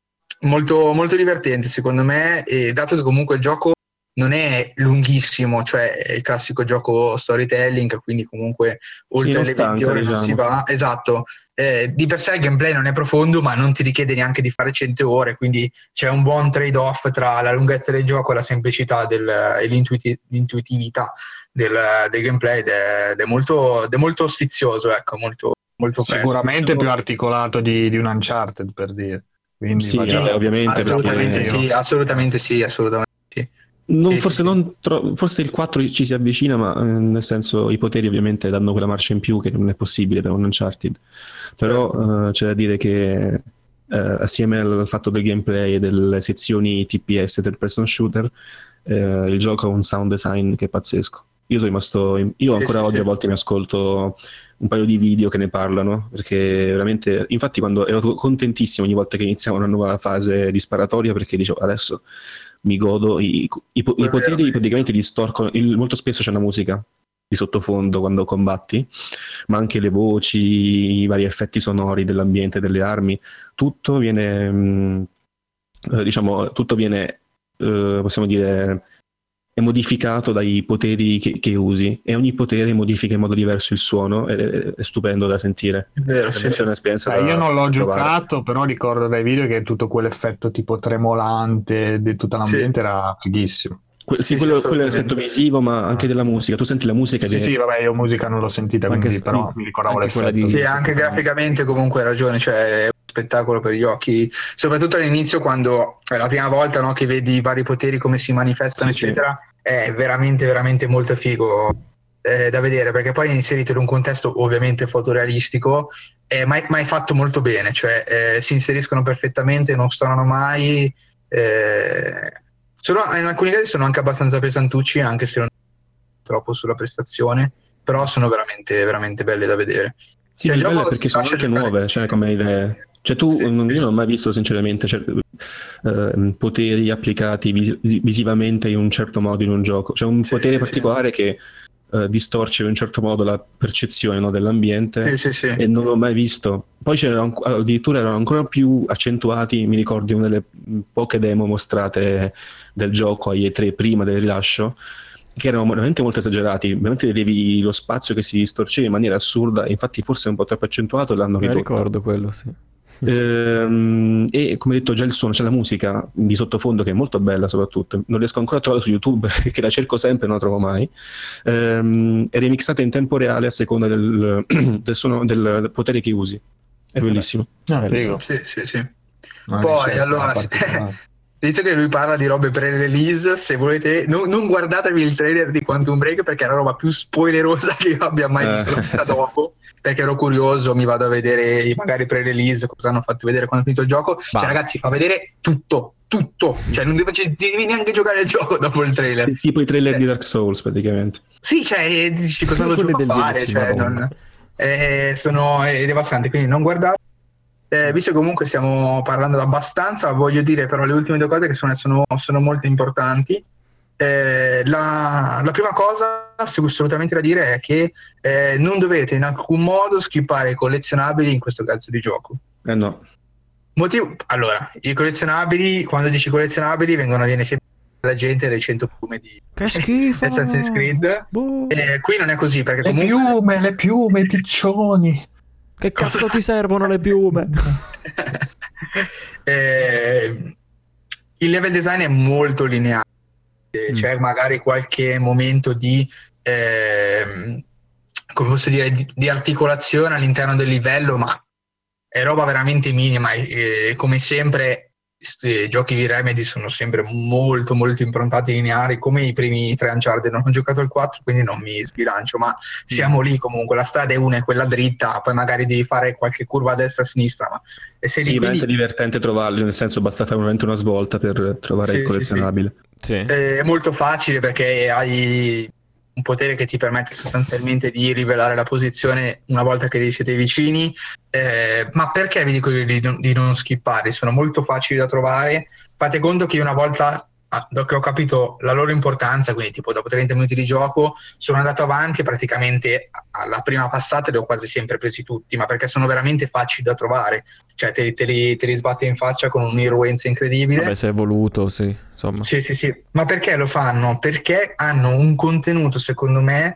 Molto, molto divertente secondo me, e dato che comunque il gioco non è lunghissimo, cioè è il classico gioco storytelling, quindi comunque oltre Sì, non alle venti stanca, ore non si diciamo. va, esatto, eh, di per sé il gameplay non è profondo ma non ti richiede neanche di fare cento ore, quindi c'è un buon trade-off tra la lunghezza del gioco e la semplicità del, e l'intuiti- l'intuitività del, del gameplay ed è, ed è molto, ed è molto sfizioso, ecco, molto, molto fresco. sicuramente più articolato di, di un Uncharted, per dire. Quindi Sì, va già- vabbè, ovviamente, Assolutamente perché sì, assolutamente sì, assolutamente sì. non, Sì, forse, sì, sì. non tro- forse il quattro ci si avvicina, ma eh, nel senso i poteri ovviamente danno quella marcia in più che non è possibile per un Uncharted. Però eh, c'è da dire che eh, assieme al fatto del gameplay e delle sezioni T P S del person shooter, eh, il gioco ha un sound design che è pazzesco. Io sono rimasto, in- io Sì, ancora sì, oggi sì. a volte mi ascolto un paio di video che ne parlano, perché veramente, infatti quando ero contentissimo ogni volta che iniziava una nuova fase di sparatoria, perché dicevo adesso mi godo i, i, po- i Quello poteri vero, praticamente distorcono, il- molto spesso c'è una musica di sottofondo quando combatti, ma anche le voci, i vari effetti sonori dell'ambiente, delle armi, tutto viene mh, eh, diciamo, tutto viene eh, possiamo dire è modificato dai poteri che, che usi, e ogni potere modifica in modo diverso il suono, ed è, è stupendo da sentire. È vero, È sì, veramente sì. un'esperienza Eh, da, io non l'ho da provare. giocato, però ricordo dai video che tutto quell'effetto tipo tremolante di tutto l'ambiente Sì. era fighissimo. Que- sì, Sì, sì, quello, quello è assolutamente. l'aspetto visivo, ma anche della musica. Tu senti la musica e Sì, viene- sì, vabbè, io musica non l'ho sentita, Ma anche, quindi, però sì, mi ricordavo anche quella l'effetto. di Sì, anche sottofondo. graficamente comunque hai ragione, cioè è un spettacolo per gli occhi, soprattutto all'inizio quando è la prima volta, no, che vedi i vari poteri come si manifestano, Sì, sì. eccetera, è veramente veramente molto figo eh, da vedere, perché poi è inserito in un contesto ovviamente fotorealistico, eh, ma, è, ma è fatto molto bene, cioè eh, si inseriscono perfettamente, non stonano mai, eh, sono, in alcuni casi sono anche abbastanza pesantucci, anche se non troppo sulla prestazione, però sono veramente, veramente belle da vedere. Sì, Cioè, il belle gioco perché si sono lascia anche giocare. nuove, cioè come idee. Cioè tu, Sì, non- sì. io non ho mai visto sinceramente cioè, eh, poteri applicati vis- visivamente in un certo modo in un gioco. C'è un Sì, potere sì, particolare che eh, distorce in un certo modo la percezione, no, dell'ambiente, sì, sì, sì. e non l'ho mai visto. Poi c'erano anc- addirittura erano ancora più accentuati, mi ricordo una delle poche demo mostrate del gioco ai E tre prima del rilascio, che erano veramente molto esagerati, veramente vedevi lo spazio che si distorceva in maniera assurda, infatti forse un po' troppo accentuato e l'hanno Me ridotto. ricordo quello, sì. Ehm, e come detto già il suono, c'è la musica di sottofondo che è molto bella, soprattutto non riesco ancora a trovarla su YouTube perché la cerco sempre e non la trovo mai. Ehm, è remixata in tempo reale a seconda del, del, suono, del potere che usi, è bellissimo. No, figo. Sì, sì, sì. Non Poi c'è allora, una particolare. visto che lui parla di robe pre-release, se volete, non, non guardatevi il trailer di Quantum Break perché è la roba più spoilerosa che io abbia mai Eh. visto la vita dopo, perché ero curioso, mi vado a vedere i magari pre-release, cosa hanno fatto vedere quando ho finito il gioco. Bah. Cioè ragazzi, fa vedere tutto, tutto, cioè non devi, devi neanche giocare il gioco dopo il trailer. Sì, tipo i trailer Cioè, di Dark Souls praticamente. sì, cioè, dici cosa lo Quelli gioco a del fare, D L C, cioè, Madonna. non, eh, sono è devastante, quindi non guardate. Eh, visto che comunque stiamo parlando abbastanza, voglio dire però le ultime due cose che sono, sono, sono molto importanti. Eh, la, la prima cosa assolutamente da dire è che eh, non dovete in alcun modo skippare i collezionabili in questo cazzo di gioco. Eh no. Motivo, allora, i collezionabili, quando dici collezionabili, vengono, viene sempre la gente dei cento piume di Che schifo! Assassin's Creed. Boh. Eh, qui non è così, perché Le comunque... piume, le piume, i piccioni. Che cazzo ti servono le piume? eh, il level design è molto lineare, Mm. c'è magari qualche momento di ehm, come posso dire di, di articolazione all'interno del livello, ma è roba veramente minima e, e come sempre questi giochi di Remedy sono sempre molto molto improntati lineari, come i primi tre Uncharted. Non ho giocato il quattro, quindi non mi sbilancio, ma siamo lì comunque, la strada è una, è quella dritta, poi magari devi fare qualche curva a destra e a sinistra, ma e sei Sì, lì, veramente quindi divertente trovarli, nel senso basta fare veramente una svolta per trovare sì, il sì, collezionabile. Sì. è molto facile perché hai un potere che ti permette sostanzialmente di rivelare la posizione una volta che vi siete vicini. Eh, ma perché vi dico di, di non skippare? Sono molto facili da trovare. Fate conto che io una volta ah, che ho capito la loro importanza, quindi tipo dopo trenta minuti di gioco sono andato avanti e praticamente alla prima passata li ho quasi sempre presi tutti, ma perché sono veramente facili da trovare, cioè te, te, li, te li sbatte in faccia con un'irruenza incredibile. Vabbè, se è voluto, sì, insomma. Sì, sì, sì, ma perché lo fanno? Perché hanno un contenuto, secondo me,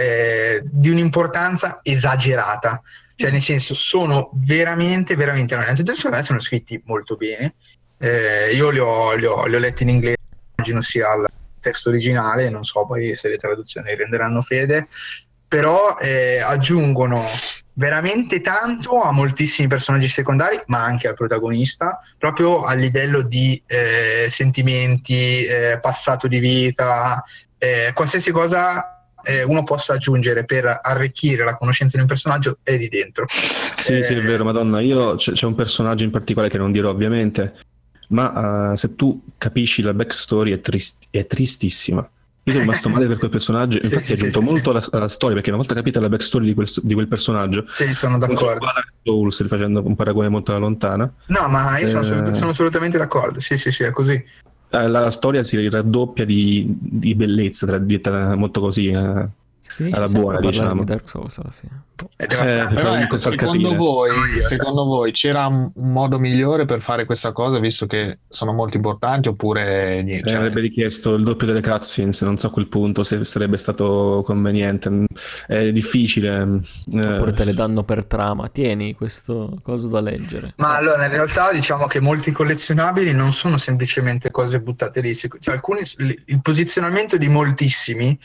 eh, di un'importanza esagerata. Cioè, nel senso, sono veramente, veramente... No, innanzitutto, secondo me sono scritti molto bene. Eh, io li ho, li, ho, li ho letti in inglese, immagino sia il testo originale, non so poi se le traduzioni renderanno fede, però eh, aggiungono veramente tanto a moltissimi personaggi secondari, ma anche al protagonista, proprio a livello di eh, sentimenti, eh, passato di vita, eh, qualsiasi cosa eh, uno possa aggiungere per arricchire la conoscenza di un personaggio è di dentro. Sì, eh, sì, è vero, Madonna. Io c'è, c'è un personaggio in particolare che non dirò ovviamente, ma uh, se tu capisci la backstory è, trist- è tristissima. Io sono rimasto male per quel personaggio, Sì, infatti sì, ha aggiunto sì, sì, molto sì. alla, alla storia, perché una volta capita la backstory di quel, di quel personaggio, Sì, sono d'accordo. Dark Souls, facendo un paragone molto alla lontana. No, ma io sono, Eh, assolut- sono assolutamente d'accordo. Sì, sì, sì, è così. La, la storia si raddoppia di, di bellezza, tra, diventa molto così eh, Si finisce alla sempre buona, a parlare diciamo. di Dark Souls alla fine. Boh. È Eh, devastante. Però per ecco, far secondo capire. voi, secondo voi c'era un un modo migliore per fare questa cosa, visto che sono molto importanti, oppure niente? Mi Cioè, avrebbe richiesto il doppio delle cutscenes, non so a quel punto se sarebbe stato conveniente. È difficile. Oppure eh, te le danno per trama. Tieni questo coso da leggere. Ma No. allora, in realtà diciamo che molti collezionabili non sono semplicemente cose buttate lì. Cioè, alcuni, il posizionamento di moltissimi,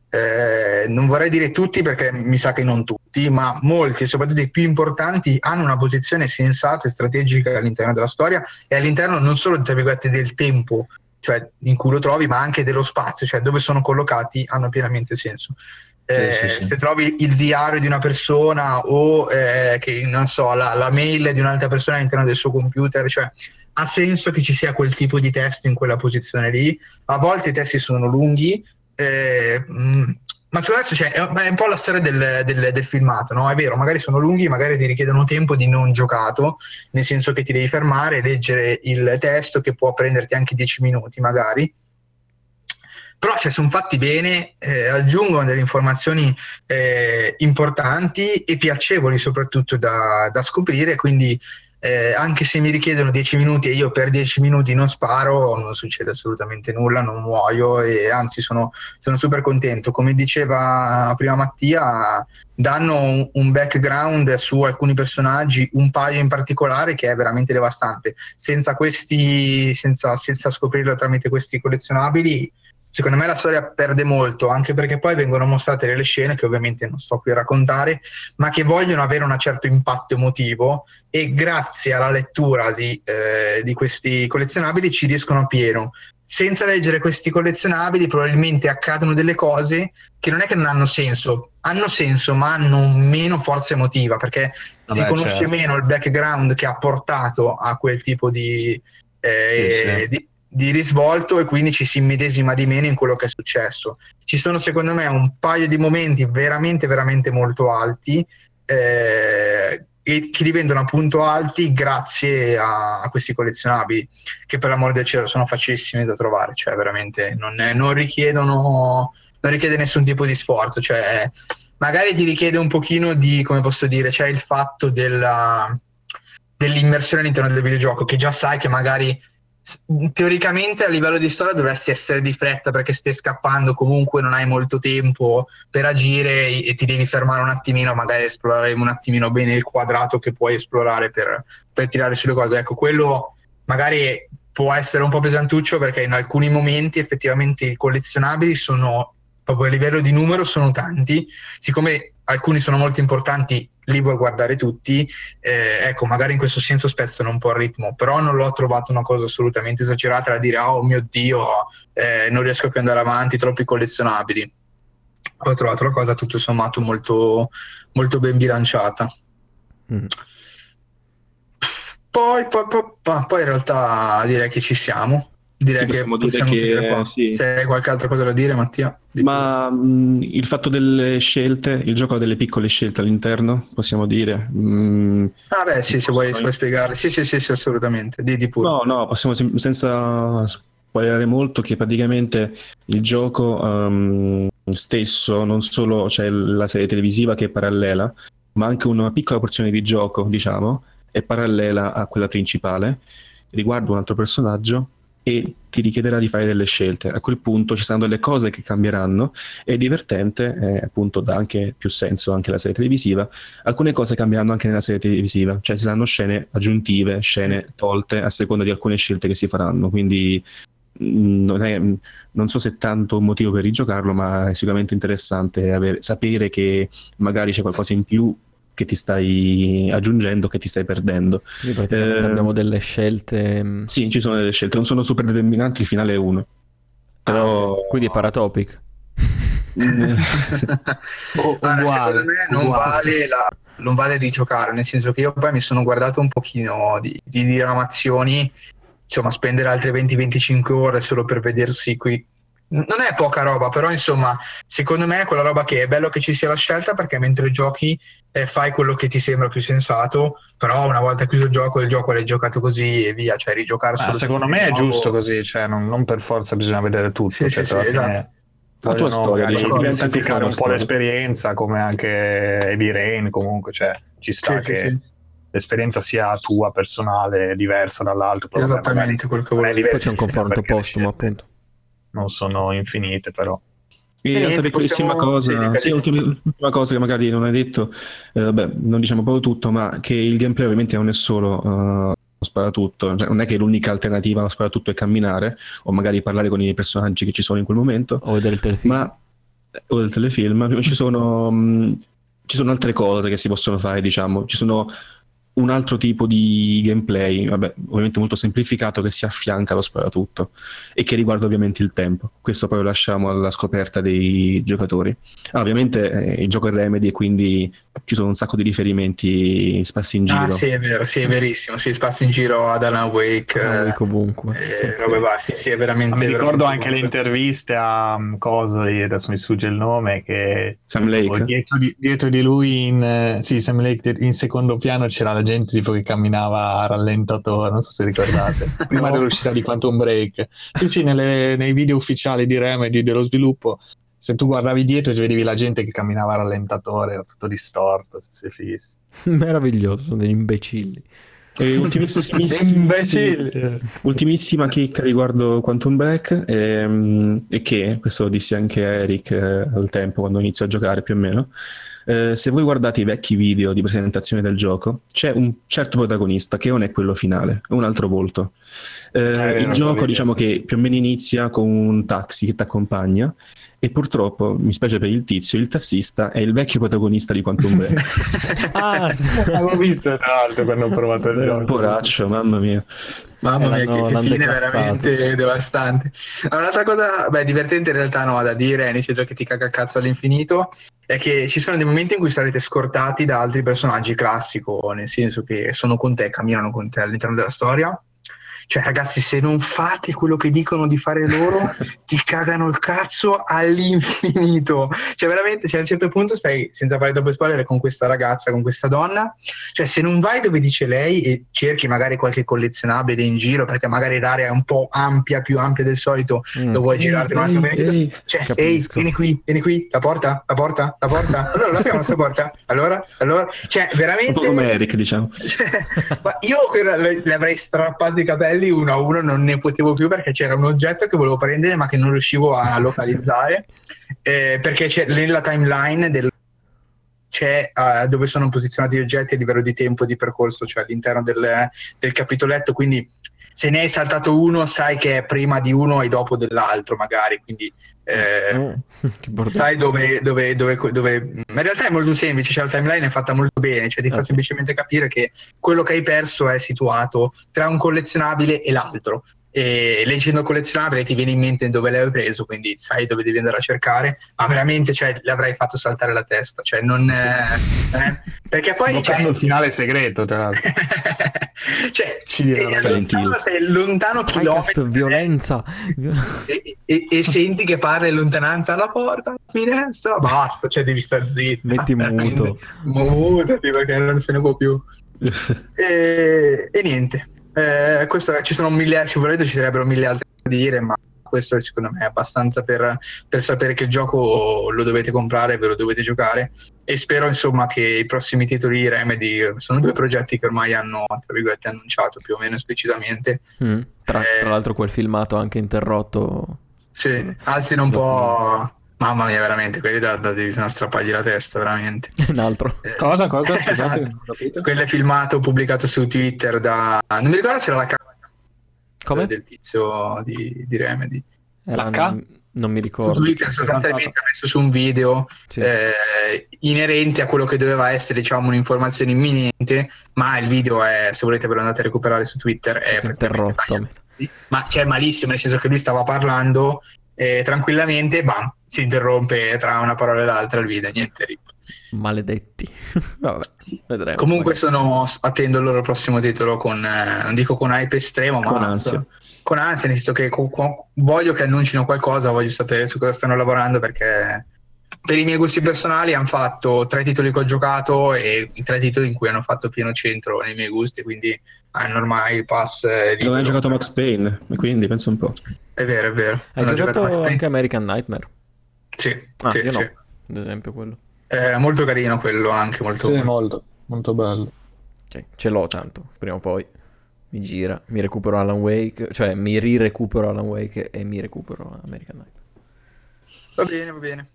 eh, non vorrei dire tutti perché mi sa che non tutti, ma molti, soprattutto i più importanti, hanno una posizione sensata e strategica all'interno della storia e all'interno non solo tra virgolette del tempo, cioè in cui lo trovi, ma anche dello spazio, cioè dove sono collocati hanno pienamente senso. eh, Sì, sì, sì. se trovi il diario di una persona o eh, che non so, la, la mail di un'altra persona all'interno del suo computer, cioè ha senso che ci sia quel tipo di testo in quella posizione lì. A volte i testi sono lunghi, eh, mh, ma secondo me cioè, è un è un po' la storia del, del- del filmato, no? È vero, magari sono lunghi, magari ti richiedono tempo di non giocato, nel senso che ti devi fermare, leggere il testo che può prenderti anche dieci minuti magari, però se sono fatti bene, eh, aggiungono delle informazioni eh, importanti e piacevoli soprattutto da, da scoprire, quindi eh, anche se mi richiedono dieci minuti e io per dieci minuti non sparo, non succede assolutamente nulla, non muoio e anzi sono, sono super contento. Come diceva prima Mattia, danno un, un background su alcuni personaggi, un paio in particolare, che è veramente devastante. Senza questi, senza, senza scoprirlo tramite questi collezionabili, secondo me la storia perde molto, anche perché poi vengono mostrate delle scene che ovviamente non sto qui a raccontare, ma che vogliono avere un certo impatto emotivo e grazie alla lettura di, eh, di questi collezionabili ci riescono a pieno. Senza leggere questi collezionabili probabilmente accadono delle cose che non è che non hanno senso, hanno senso ma hanno meno forza emotiva, perché si Vabbè, conosce certo. meno il background che ha portato a quel tipo di, eh, Sì, sì. di, di risvolto, e quindi ci si immedesima di meno in quello che è successo. Ci sono secondo me un paio di momenti veramente veramente molto alti, eh, e che diventano appunto alti grazie a, a questi collezionabili, che per l'amor del cielo sono facilissimi da trovare, cioè veramente non, è- non richiedono non richiede nessun tipo di sforzo, cioè magari ti richiede un pochino di, come posso dire, c'è il fatto della, dell'immersione all'interno del videogioco, che già sai che magari s- teoricamente a livello di storia dovresti essere di fretta perché stai scappando, comunque non hai molto tempo per agire e e ti devi fermare un attimino, magari esplorare un attimino bene il quadrato che puoi esplorare per, per tirare sulle cose. Ecco, quello magari può essere un po' pesantuccio perché in alcuni momenti effettivamente i collezionabili sono proprio a livello di numero sono tanti, siccome alcuni sono molto importanti li vuoi guardare tutti, eh, ecco magari in questo senso spezzano un po' il ritmo, però non l'ho trovato una cosa assolutamente esagerata da dire oh mio Dio, eh, non riesco più ad andare avanti, troppi collezionabili. Ho trovato la cosa tutto sommato molto, molto ben bilanciata. Mm. Poi, poi, poi, poi- poi in realtà direi che ci siamo. Direi Sì, che possiamo dire possiamo chiudere che qua. sì. Se hai qualche altra cosa da dire, Mattia, di pure. Ma mh, il fatto delle scelte, il gioco ha delle piccole scelte all'interno, possiamo dire. Mh, Ah, beh, che sì, se vuoi, se possono- vuoi spiegare. Sì, sì, sì, sì, assolutamente. Di, di pure. No, no, possiamo sem- senza spoilerare molto che praticamente il gioco ehm, stesso, non solo c'è la serie televisiva che è parallela, ma anche una piccola porzione di gioco, diciamo, è parallela a quella principale, riguarda un altro personaggio e ti richiederà di fare delle scelte. A quel punto ci saranno delle cose che cambieranno, è divertente, eh, appunto dà anche più senso anche la serie televisiva. Alcune cose cambieranno anche nella serie televisiva, cioè ci saranno scene aggiuntive, scene Sì. tolte a seconda di alcune scelte che si faranno, quindi mh, non, è, non so se è tanto un motivo per rigiocarlo, ma è sicuramente interessante avere- sapere che magari c'è qualcosa in più che ti stai aggiungendo, che ti stai perdendo. Quindi praticamente Eh, abbiamo delle scelte. mm, sì, ci sono delle scelte, non sono super determinanti, il finale è uno. Ah, Però ok. Quindi è paratopic. Mm, U- Allora, secondo uguale, me non uguale. vale, la, non vale rigiocare, nel senso che io poi mi sono guardato un pochino di, di diramazioni, insomma, spendere altre venti venticinque ore solo per vedersi qui. Non è poca roba, però insomma, secondo me è quella roba che è bello che ci sia la scelta perché mentre giochi eh, fai quello che ti sembra più sensato, però una volta chiuso il gioco, il gioco l'hai giocato così e via, cioè rigiocare Ma solo secondo tutto me di è giusto nuovo. così, cioè non, non per forza bisogna vedere tutto, Sì, cioè sì, se sì, alla esatto. fine la tua vogliono storia, magari diciamo, diventa anche un po' diversificare una un po' storia. l'esperienza, come anche Heavy Rain, comunque, cioè ci sta Sì, sì, che sì, l'esperienza sia tua, personale, diversa dall'altro, però vabbè, magari esattamente quello che non è volevo dire. Poi c'è un diversissima confronto perché le postumo, scelte appunto. non sono infinite, però. E E altra niente, piccolissima possiamo... Sì, cosa, dica, sì, dica. ultima, ultima cosa che magari non hai detto, eh, vabbè, non diciamo proprio tutto, ma che il gameplay ovviamente non è solo uh, sparatutto, cioè non è che l'unica alternativa allo sparatutto è camminare o magari parlare con i personaggi che ci sono in quel momento, O vedere il telefilm. ma o del telefilm, ci sono, mh, ci sono altre cose che si possono fare, diciamo, ci sono un altro tipo di gameplay, vabbè, ovviamente molto semplificato, che si affianca allo sparatutto e che riguarda ovviamente il tempo. Questo poi lo lasciamo alla scoperta dei giocatori. Ah, ovviamente eh, il gioco è Remedy e quindi ci sono un sacco di riferimenti sparsi in giro. Ah, sì, è vero, sì, è verissimo. Si spazio in giro ad Alan Wake, Alan eh, Wake ovunque. eh, Ok. robe varie. Sì, sì, è veramente. Ma mi ricordo veramente anche le ovunque. interviste a um, Coso, e adesso mi sfugge il nome, che Sam Lake. oh, dietro, di, dietro di lui in, eh, sì, Sam Lake, in secondo piano c'era la gente tipo che camminava a rallentatore, non so se ricordate, prima No. dell'uscita di Quantum Break. Sì, sì, nelle- nei video ufficiali di Remedy dello sviluppo, se tu guardavi dietro ci vedevi la gente che camminava a rallentatore, era tutto distorto, sì, fighissimo. Meraviglioso, sono degli imbecilli. E ultimissimissimi- Imbecille. ultimissima chicca riguardo Quantum Break ehm, e che, questo lo dissi anche a Eric eh, al tempo quando inizio a giocare più o meno, eh, se voi guardate i vecchi video di presentazione del gioco c'è un certo protagonista che non è quello finale, è un altro volto. Eh, vero, il lo gioco vedo. diciamo che più o meno inizia con un taxi che ti accompagna e purtroppo, mi spiace per il tizio, il tassista è il vecchio protagonista di Quantum Break. Ah, sì. L'avevo visto tra l'altro quando ho provato il Vero. gioco. Poraccio, mamma mia. Mamma Eh, mia, l'hanno- che, che l'hanno fine declassato. veramente devastante. Allora, un'altra cosa, beh, divertente in realtà no, da dire, nel senso che ti caga cazzo all'infinito, è che ci sono dei momenti in cui sarete scortati da altri personaggi classico, nel senso che sono con te, camminano con te all'interno della storia. Cioè, ragazzi, se non fate quello che dicono di fare loro, ti cagano il cazzo all'infinito. Cioè, veramente, cioè, a un certo punto stai, senza fare troppo spoiler, con questa ragazza, con questa donna. Cioè, se non vai dove dice lei e cerchi magari qualche collezionabile in giro, perché magari l'area è un po' ampia, più ampia del solito, Mm. lo vuoi Ehi, girarti un attimo. ehi, ehi. Cioè, ehi, Capisco. vieni qui, vieni qui, la porta, la porta, la porta. Allora, la apriamo sta porta. Allora, allora. Cioè, veramente. Un po' come Eric, diciamo. Cioè, ma io quella- le, le avrei strappato i capelli uno a uno, non ne potevo più perché c'era un oggetto che volevo prendere ma che non riuscivo a localizzare, eh, perché c'è nella timeline del c'è uh, dove sono posizionati gli oggetti a livello di tempo di percorso, cioè all'interno del, del capitoletto, quindi se ne hai saltato uno sai che è prima di uno e dopo dell'altro magari, quindi eh, Mm. Che bordello. sai dove, dove, dove, dove in realtà è molto semplice, cioè la timeline è fatta molto bene, cioè ti fa Ok. semplicemente capire che quello che hai perso è situato tra un collezionabile e l'altro, e leggendo il collezionabile ti viene in mente dove l'hai preso, quindi sai dove devi andare a cercare, ma veramente cioè, l'avrei fatto saltare la testa, cioè non è, eh, perché poi Sbloccando cioè, il finale segreto, tra l'altro. cioè, Ci dirà, sei Silent lontano, Hill. sei lontano Tricast, chilometri violenza. e, e, e senti che parla in lontananza alla porta, alla finestra, basta, cioè devi star zitto. Metti muto. Mutati perché non se ne può più. E, e niente, eh, questo, ci sono mille, ci volete, ci sarebbero mille altre da dire, ma questo è, secondo me è abbastanza per, per sapere che il gioco lo dovete comprare, ve lo dovete giocare, e spero insomma che i prossimi titoli Remedy, sono due progetti che ormai hanno tra virgolette annunciato più o meno esplicitamente. Mm. Tra, Eh, tra l'altro quel filmato anche interrotto. sì, sulla- alzino un sulla po'. Mamma mia, veramente, quelli da, da devi strappargli la testa, veramente. fine. Un altro. Eh, Cosa, cosa? Scusate, non ho capito. quello è filmato, pubblicato su Twitter da. Non mi ricordo se era la K Come? del tizio di, di Remedy. Era- La K? non, non mi Su ricordo. Twitter sostanzialmente ha messo su un video Sì. eh, inerente a quello che doveva essere, diciamo, un'informazione imminente, ma il video è, se volete ve lo andate a recuperare su Twitter, È stato praticamente interrotto. tagliato. Ma c'è malissimo, nel senso che lui stava parlando eh, tranquillamente, bam, si interrompe tra una parola e l'altra il video, niente. rip. Maledetti. Vabbè, vedremo. Comunque magari. sono attendo il loro prossimo titolo con, eh, non dico con hype estremo, ma Con ansia. con ansia, nel senso che co- co- voglio che annuncino qualcosa, voglio sapere su cosa stanno lavorando, perché per i miei gusti personali hanno fatto tre titoli che ho giocato e i tre titoli in cui hanno fatto pieno centro nei miei gusti, quindi hanno ormai il pass eh, Non hai libero. giocato Max Payne, e quindi pensa un po'. È vero, è vero. Hai Non ho giocato Max Payne. anche American Nightmare? Sì, Ah, sì, io sì. no, ad esempio quello. È molto carino quello, anche molto. Sì, molto, molto bello. Ok, ce l'ho tanto, prima o poi mi gira, mi recupero Alan Wake, cioè mi rirecupero Alan Wake e mi recupero American Nightmare. Va bene, va bene.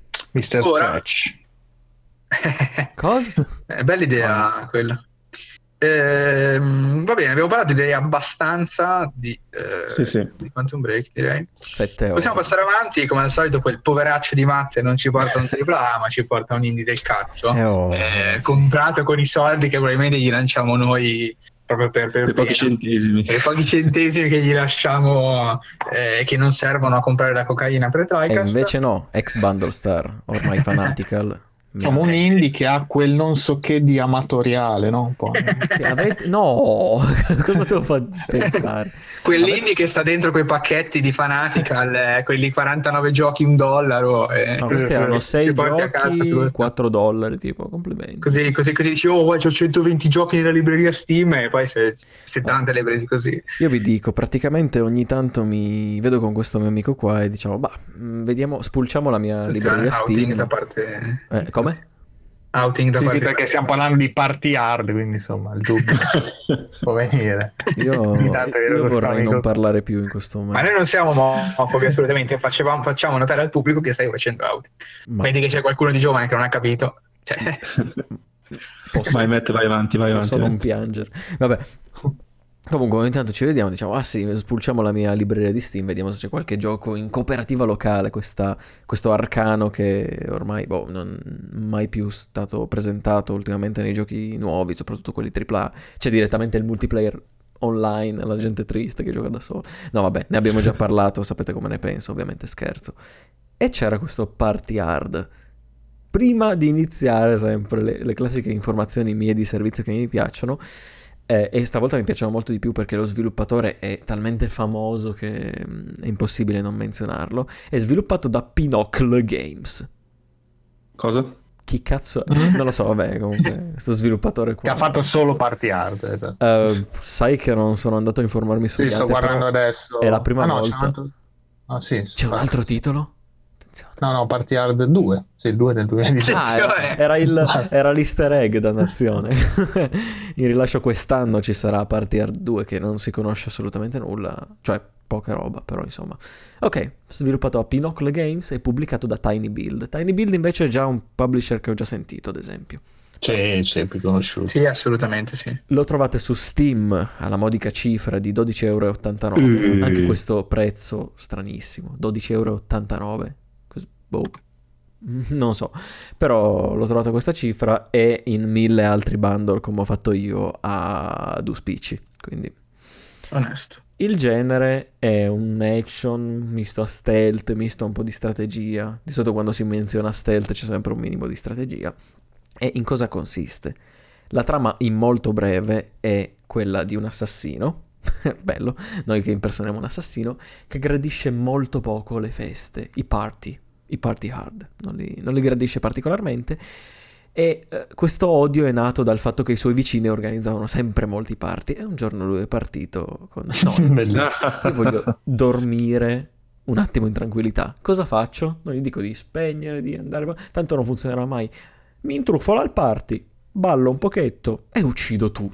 mister Ora- Scratch. Cosa? È bella idea quella. Ehm, va bene, abbiamo parlato direi abbastanza di, eh, Sì, sì. di Quantum Break, direi. Sette ore. Possiamo passare avanti, come al solito quel poveraccio di Matte non ci porta un tripla A, ma ci porta un indie del cazzo, Eh, oh, eh, ragazzi. comprato con i soldi che probabilmente gli lanciamo noi proprio per, per Quei pochi pena. centesimi. E i pochi centesimi che gli lasciamo, eh, che non servono a comprare la cocaina per E TriCast. invece no, ex Bundle Star, ormai fanatical. Insomma, un indie che ha quel non so che di amatoriale, no? Un po'. Sì, avete... No, cosa te lo fa pensare? Quell'indie che sta dentro quei pacchetti di Fanatical, eh, quelli quarantanove giochi, un dollaro. Eh, No, questi erano sei ti porti a casa, ti giochi, costa- quattro dollari, tipo, complimenti. Così, così, così dici, oh, c'ho centoventi giochi nella libreria Steam e poi se, settanta le hai presi così. Io vi dico, praticamente ogni tanto mi vedo con questo mio amico qua e diciamo, bah, mh, vediamo, spulciamo la mia libreria Outing da Steam. parte... Eh, come? Outing da Sì, parte sì, perché stiamo parlando di party hard, quindi insomma il dubbio può venire. Io, Ogni tanto vedo io questo vorrei amico- non parlare più in questo Ma momento. noi non siamo omofobi assolutamente, facevamo- facciamo notare al pubblico che stai facendo outing. Ma Vedi che c'è qualcuno di giovane che non ha capito. Cioè, posso, Vai, Matt, vai avanti, vai posso avanti. non piangere. Vabbè. Comunque ogni tanto ci vediamo, diciamo, ah sì, spulciamo la mia libreria di Steam, vediamo se c'è qualche gioco in cooperativa locale, questa, questo arcano che ormai, boh, non è mai più stato presentato ultimamente nei giochi nuovi, soprattutto quelli tripla A. C'è direttamente il multiplayer online, la gente triste che gioca da sola. No vabbè, ne abbiamo già parlato, sapete come ne penso, ovviamente scherzo. E c'era questo party hard. Prima di iniziare sempre le, le classiche informazioni mie di servizio che mi piacciono, eh, e stavolta mi piacciono molto di più perché lo sviluppatore è talmente famoso che mh, è impossibile non menzionarlo. È sviluppato da Pinocchio Games. Cosa? Chi cazzo è? Non lo so, vabbè, comunque, questo sviluppatore qua. Che ha fatto solo party hard, esatto. Eh, sai che non sono andato a informarmi Sì, sugli sto altri, guardando però adesso. è la prima ah, no, volta. C'è un altro, ah, sì, C'è un altro titolo? Attenzione. No, no, Party Hard due. Sì, il due del duemiladiciotto. Ah, era, era, il, era l'easter egg, dannazione. In rilascio quest'anno ci sarà Party Hard due che non si conosce assolutamente nulla, cioè poca roba, però insomma. Ok, sviluppato a Pinocchio Games e pubblicato da Tiny Build. Tiny Build invece è già un publisher che ho già sentito, ad esempio. Sì, sì, più conosciuto. sì, assolutamente sì. Lo trovate su Steam alla modica cifra di dodici e ottantanove euro. Mm. Anche questo prezzo stranissimo, dodici e ottantanove euro. Boh. Non so, però l'ho trovato a questa cifra e in mille altri bundle come ho fatto io a due spicci, quindi Onesto. il genere è un action misto a stealth, misto a un po' di strategia. Di solito quando si menziona stealth c'è sempre un minimo di strategia. E in cosa consiste? La trama in molto breve è quella di un assassino, bello, noi che impersoniamo un assassino, che gradisce molto poco le feste, i party. I party hard, non li, non li gradisce particolarmente e eh, questo odio è nato dal fatto che i suoi vicini organizzavano sempre molti party e un giorno lui è partito con no, Bellissimo. io voglio dormire un attimo in tranquillità, cosa faccio? Non gli dico di spegnere, di andare, tanto non funzionerà mai, mi intrufolo al party, ballo un pochetto e uccido tutti.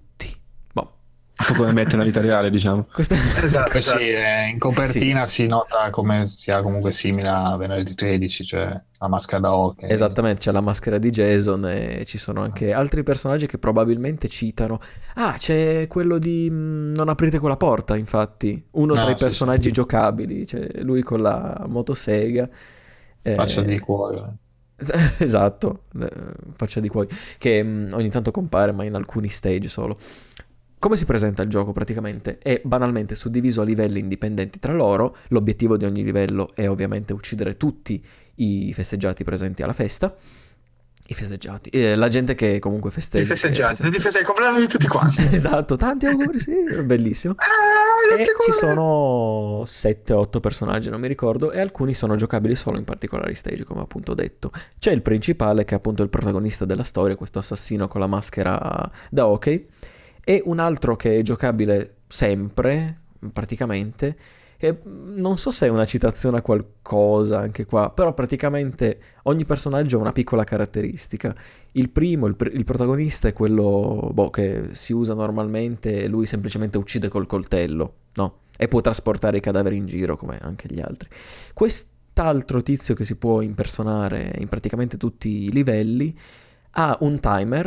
Un po' come mette nella vita reale, diciamo. Questa... Esatto, Poi esatto. sì, eh, in copertina si nota come sia comunque simile a Venerdì tredici, cioè la maschera da hockey. Esattamente, c'è la maschera di Jason e ci sono anche altri personaggi che probabilmente citano. Ah, c'è quello di mh, Non aprite quella porta, infatti. Uno No, tra i sì, personaggi sì. giocabili, cioè lui con la motosega. Eh, Faccia di cuore. Esatto, eh, faccia di cuori, che mh, ogni tanto compare, ma in alcuni stage solo. Come si presenta il gioco praticamente? È banalmente suddiviso a livelli indipendenti tra loro, l'obiettivo di ogni livello è ovviamente uccidere tutti i festeggiati presenti alla festa, i festeggiati, eh, la gente che comunque festeggia. I festeggiati, tutti i festeggiati, il compleanno di tutti quanti. Esatto, tanti auguri, sì, bellissimo. Ah, E ci sono sette otto personaggi, non mi ricordo, e alcuni sono giocabili solo in particolari stage, come appunto detto. C'è il principale, che è appunto il protagonista della storia, questo assassino con la maschera da hockey, e un altro che è giocabile sempre, praticamente, e non so se è una citazione a qualcosa anche qua, però praticamente ogni personaggio ha una piccola caratteristica. Il primo, il, pr- il protagonista è quello boh, che si usa normalmente, lui semplicemente uccide col coltello, no? E può trasportare i cadaveri in giro come anche gli altri. Quest'altro tizio che si può impersonare in praticamente tutti i livelli ha un timer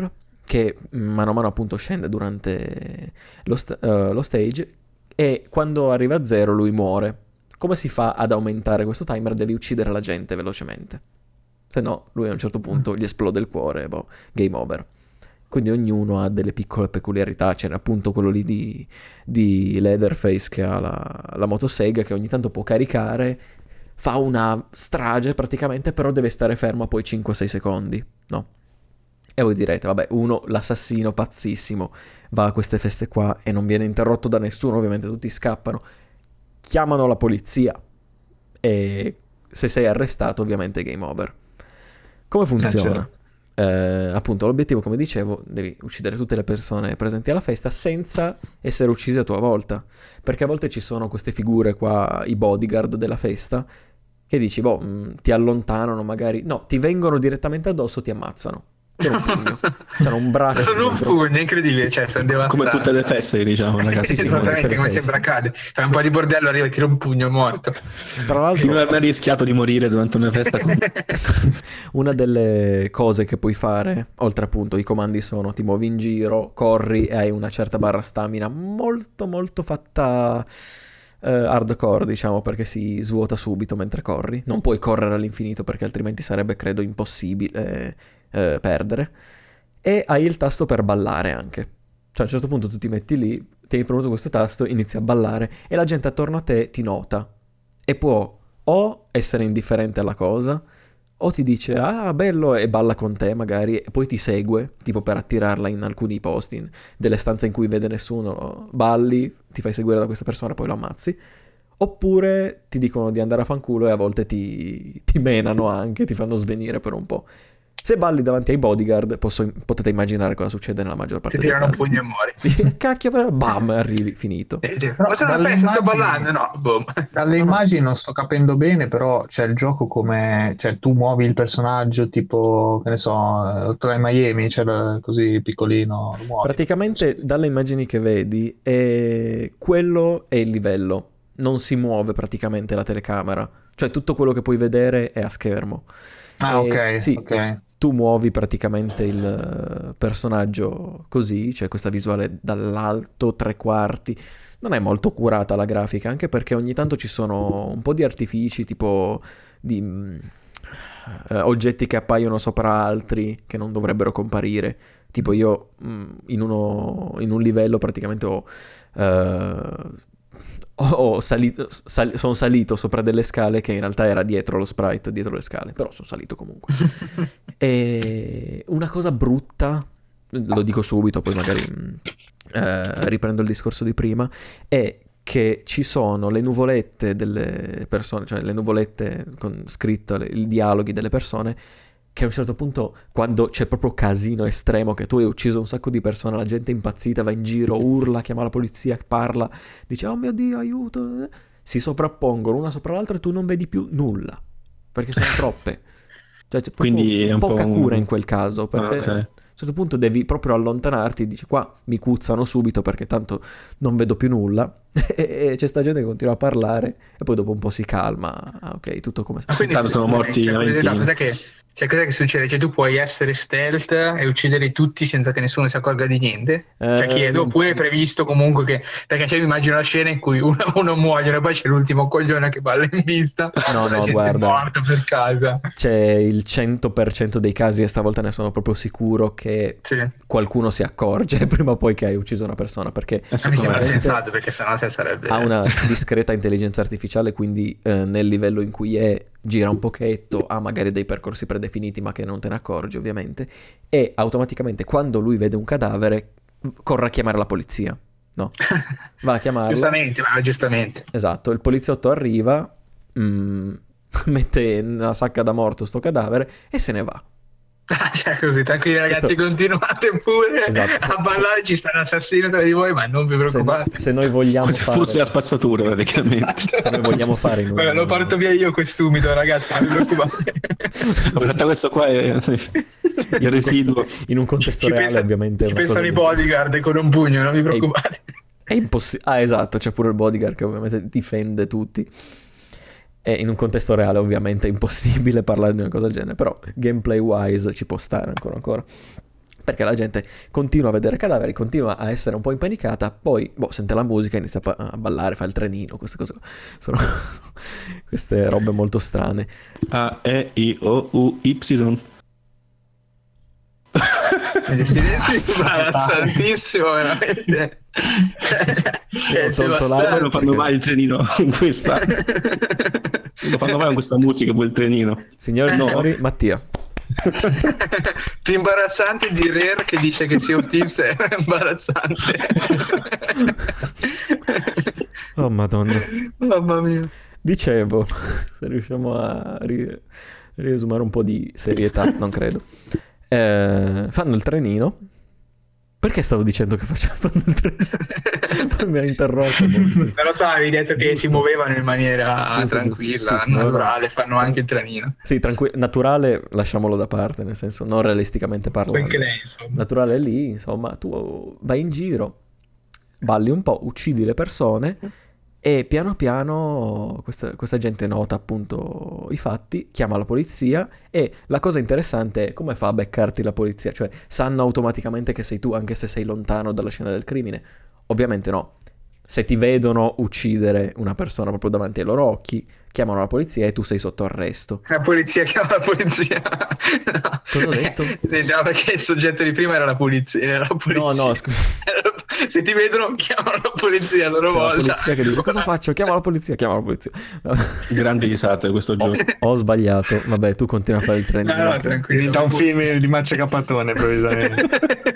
che mano a mano appunto scende durante lo, st- uh, lo stage, e quando arriva a zero lui muore. Come si fa ad aumentare questo timer? Devi uccidere la gente velocemente, se no lui a un certo punto gli esplode il cuore, boh, game over. Quindi ognuno ha delle piccole peculiarità. C'era appunto quello lì di, di Leatherface che ha la, la motosega, che ogni tanto può caricare, fa una strage praticamente, però deve stare fermo poi cinque sei secondi, no? E voi direte, vabbè, uno, l'assassino pazzissimo, va a queste feste qua e non viene interrotto da nessuno, ovviamente tutti scappano, chiamano la polizia e se sei arrestato ovviamente game over. Come funziona? Eh, certo. Eh, appunto l'obiettivo, come dicevo, devi uccidere tutte le persone presenti alla festa senza essere uccise a tua volta, perché a volte ci sono queste figure qua, i bodyguard della festa, che dici, boh, mh, ti allontanano magari, no, ti vengono direttamente addosso, ti ammazzano. C'è un pugno, c'è un braccio. Sono un pugno, incredibile, cioè sono devastato. Come tutte le feste, diciamo, ragazzi. Sì, sì, esattamente, come feste. sempre accade. Fai un po' di bordello, arriva e tira un pugno, morto. Tra l'altro, Chi non ha mai rischiato di morire durante una festa con... una delle cose che puoi fare, oltre appunto i comandi, sono ti muovi in giro, corri e hai una certa barra stamina molto molto fatta eh, hardcore, diciamo, perché si svuota subito mentre corri. Non puoi correre all'infinito perché altrimenti sarebbe, credo, impossibile eh, perdere. E hai il tasto per ballare anche. Cioè a un certo punto tu ti metti lì, ti hai premuto questo tasto, inizi a ballare e la gente attorno a te ti nota e può o essere indifferente alla cosa, o ti dice ah bello e balla con te magari, e poi ti segue tipo per attirarla in alcuni posti, in delle stanze in cui vede nessuno, balli, ti fai seguire da questa persona e poi lo ammazzi. Oppure ti dicono di andare a fanculo e a volte ti, ti menano anche, ti fanno svenire per un po'. Se balli davanti ai bodyguard, posso, potete immaginare cosa succede nella maggior parte Ti dei tirano un casi. pugno e muori. Cacchio, bam, arrivi, finito. Eh, ma se una festa sto ballando, no, boom. Dalle immagini non sto capendo bene, però c'è il gioco come, cioè tu muovi il personaggio tipo, che ne so, tra i Miami, cioè così piccolino, lo muovi. Praticamente dalle immagini che vedi, è... quello è il livello. Non si muove praticamente la telecamera. Cioè tutto quello che puoi vedere è a schermo. Ah, E ok, sì, ok. tu muovi praticamente il personaggio così, cioè questa visuale dall'alto, tre quarti. Non è molto curata la grafica, anche perché ogni tanto ci sono un po' di artifici, tipo di mh, eh, oggetti che appaiono sopra altri che non dovrebbero comparire. Tipo io mh, in, uno, in un livello praticamente ho... Uh, ho salito, sal, sono salito sopra delle scale che in realtà era dietro lo sprite, dietro le scale, però sono salito comunque. E una cosa brutta, lo dico subito, poi magari eh, riprendo il discorso di prima, è che ci sono le nuvolette delle persone, cioè le nuvolette con scritto le, i dialoghi delle persone, che a un certo punto, quando c'è proprio casino estremo, che tu hai ucciso un sacco di persone, la gente è impazzita, va in giro, urla, chiama la polizia, parla, dice oh mio Dio aiuto, si sovrappongono una sopra l'altra e tu non vedi più nulla, perché sono troppe. Cioè c'è Quindi è un poca po' un... cura in quel caso, perché Ah, okay. a un certo punto devi proprio allontanarti, dici qua mi cuzzano subito perché tanto non vedo più nulla, e c'è sta gente che continua a parlare e poi dopo un po' si calma, ah, ok, tutto come Ma quindi Tanto sono morti cioè, curiosità, venti. cos'è che, cioè, cos'è che succede? Cioè tu puoi essere stealth e uccidere tutti senza che nessuno si accorga di niente? Cioè chiedo, Ehm, oppure è previsto comunque che... Perché cioè, mi immagino la scena in cui uno, uno muoiono e poi c'è l'ultimo coglione che balla in vista, No, la no, gente guarda. è morta per casa. C'è il cento per cento dei casi, e stavolta ne sono proprio sicuro, che Sì. qualcuno si accorge prima o poi che hai ucciso una persona, perché Eh, Ma mi sembra sicuramente sensato, perché sennò se sarebbe... ha una discreta intelligenza artificiale, quindi eh, nel livello in cui è gira un pochetto, ha magari dei percorsi predefiniti ma che non te ne accorgi ovviamente, e automaticamente quando lui vede un cadavere corre a chiamare la polizia, no? Va a chiamarla. Giustamente, ma giustamente. Esatto, il poliziotto arriva, mm, mette nella sacca da morto sto cadavere e se ne va. Cioè così, tranquilli ragazzi, Questo- continuate pure Esatto, a ballare, ci sta l'assassino tra di voi, ma non vi Se, preoccupate. se noi vogliamo Come se fare, fosse la spazzatura praticamente. se noi vogliamo fare in un- Vabbè, lo porto via io quest'umido, ragazzi, non vi preoccupate. In realtà questo qua è sì, il residuo. in un contesto Ci reale pensa- ovviamente è ci una cosa pensano i di- bodyguard con un pugno, non vi preoccupate. È impossibile. Ah, esatto, c'è pure il bodyguard che ovviamente difende tutti. E in un contesto reale ovviamente è impossibile parlare di una cosa del genere, però gameplay wise ci può stare ancora ancora. perché la gente continua a vedere cadaveri, continua a essere un po' impanicata, poi boh, sente la musica, inizia a, a ballare, fa il trenino, queste cose sono queste robe molto strane. A, E, I, O, U, Y. Imbarazzantissimo, veramente. Ho tolto l'audio Non fanno mai il trenino con questa. Non fanno mai con questa musica quel trenino. Signore e No. signori, Mattia. Più imbarazzante di Rare che dice che Sea of Thieves è imbarazzante. Oh madonna. Mamma mia. Dicevo, se riusciamo a ri- riesumare un po' di serietà, non credo. Eh, fanno il trenino. Perché stavo dicendo che facevano il trenino? Poi mi ha interrotto. Non lo so, avevi detto che Giusto. si muovevano in maniera Giusto, tranquilla, giusto. Sì, si muovono. naturale, fanno anche il trenino. Sì, tranqui- naturale lasciamolo da parte, nel senso non realisticamente parlando. Anche lei, insomma. Naturale è lì, insomma, tu vai in giro, balli un po', uccidi le persone e piano piano questa, questa gente nota appunto i fatti, chiama la polizia e la cosa interessante è come fa a beccarti la polizia, cioè sanno automaticamente che sei tu anche se sei lontano dalla scena del crimine? Ovviamente no. Se ti vedono uccidere una persona proprio davanti ai loro occhi, chiamano la polizia e tu sei sotto arresto. La polizia chiama la polizia. No. Cosa ho detto? No, perché il soggetto di prima era la polizia. Era la polizia. No, no, scusa. Se ti vedono, chiamano la polizia a loro C'è la volta. polizia che dice cosa faccio? Chiamo la polizia, chiamo la polizia. Grandi risate questo gioco. Ho sbagliato. Vabbè, tu continua a fare il trenino. No, no, tranquillo. Da un film di Maccia Capatone, improvvisamente.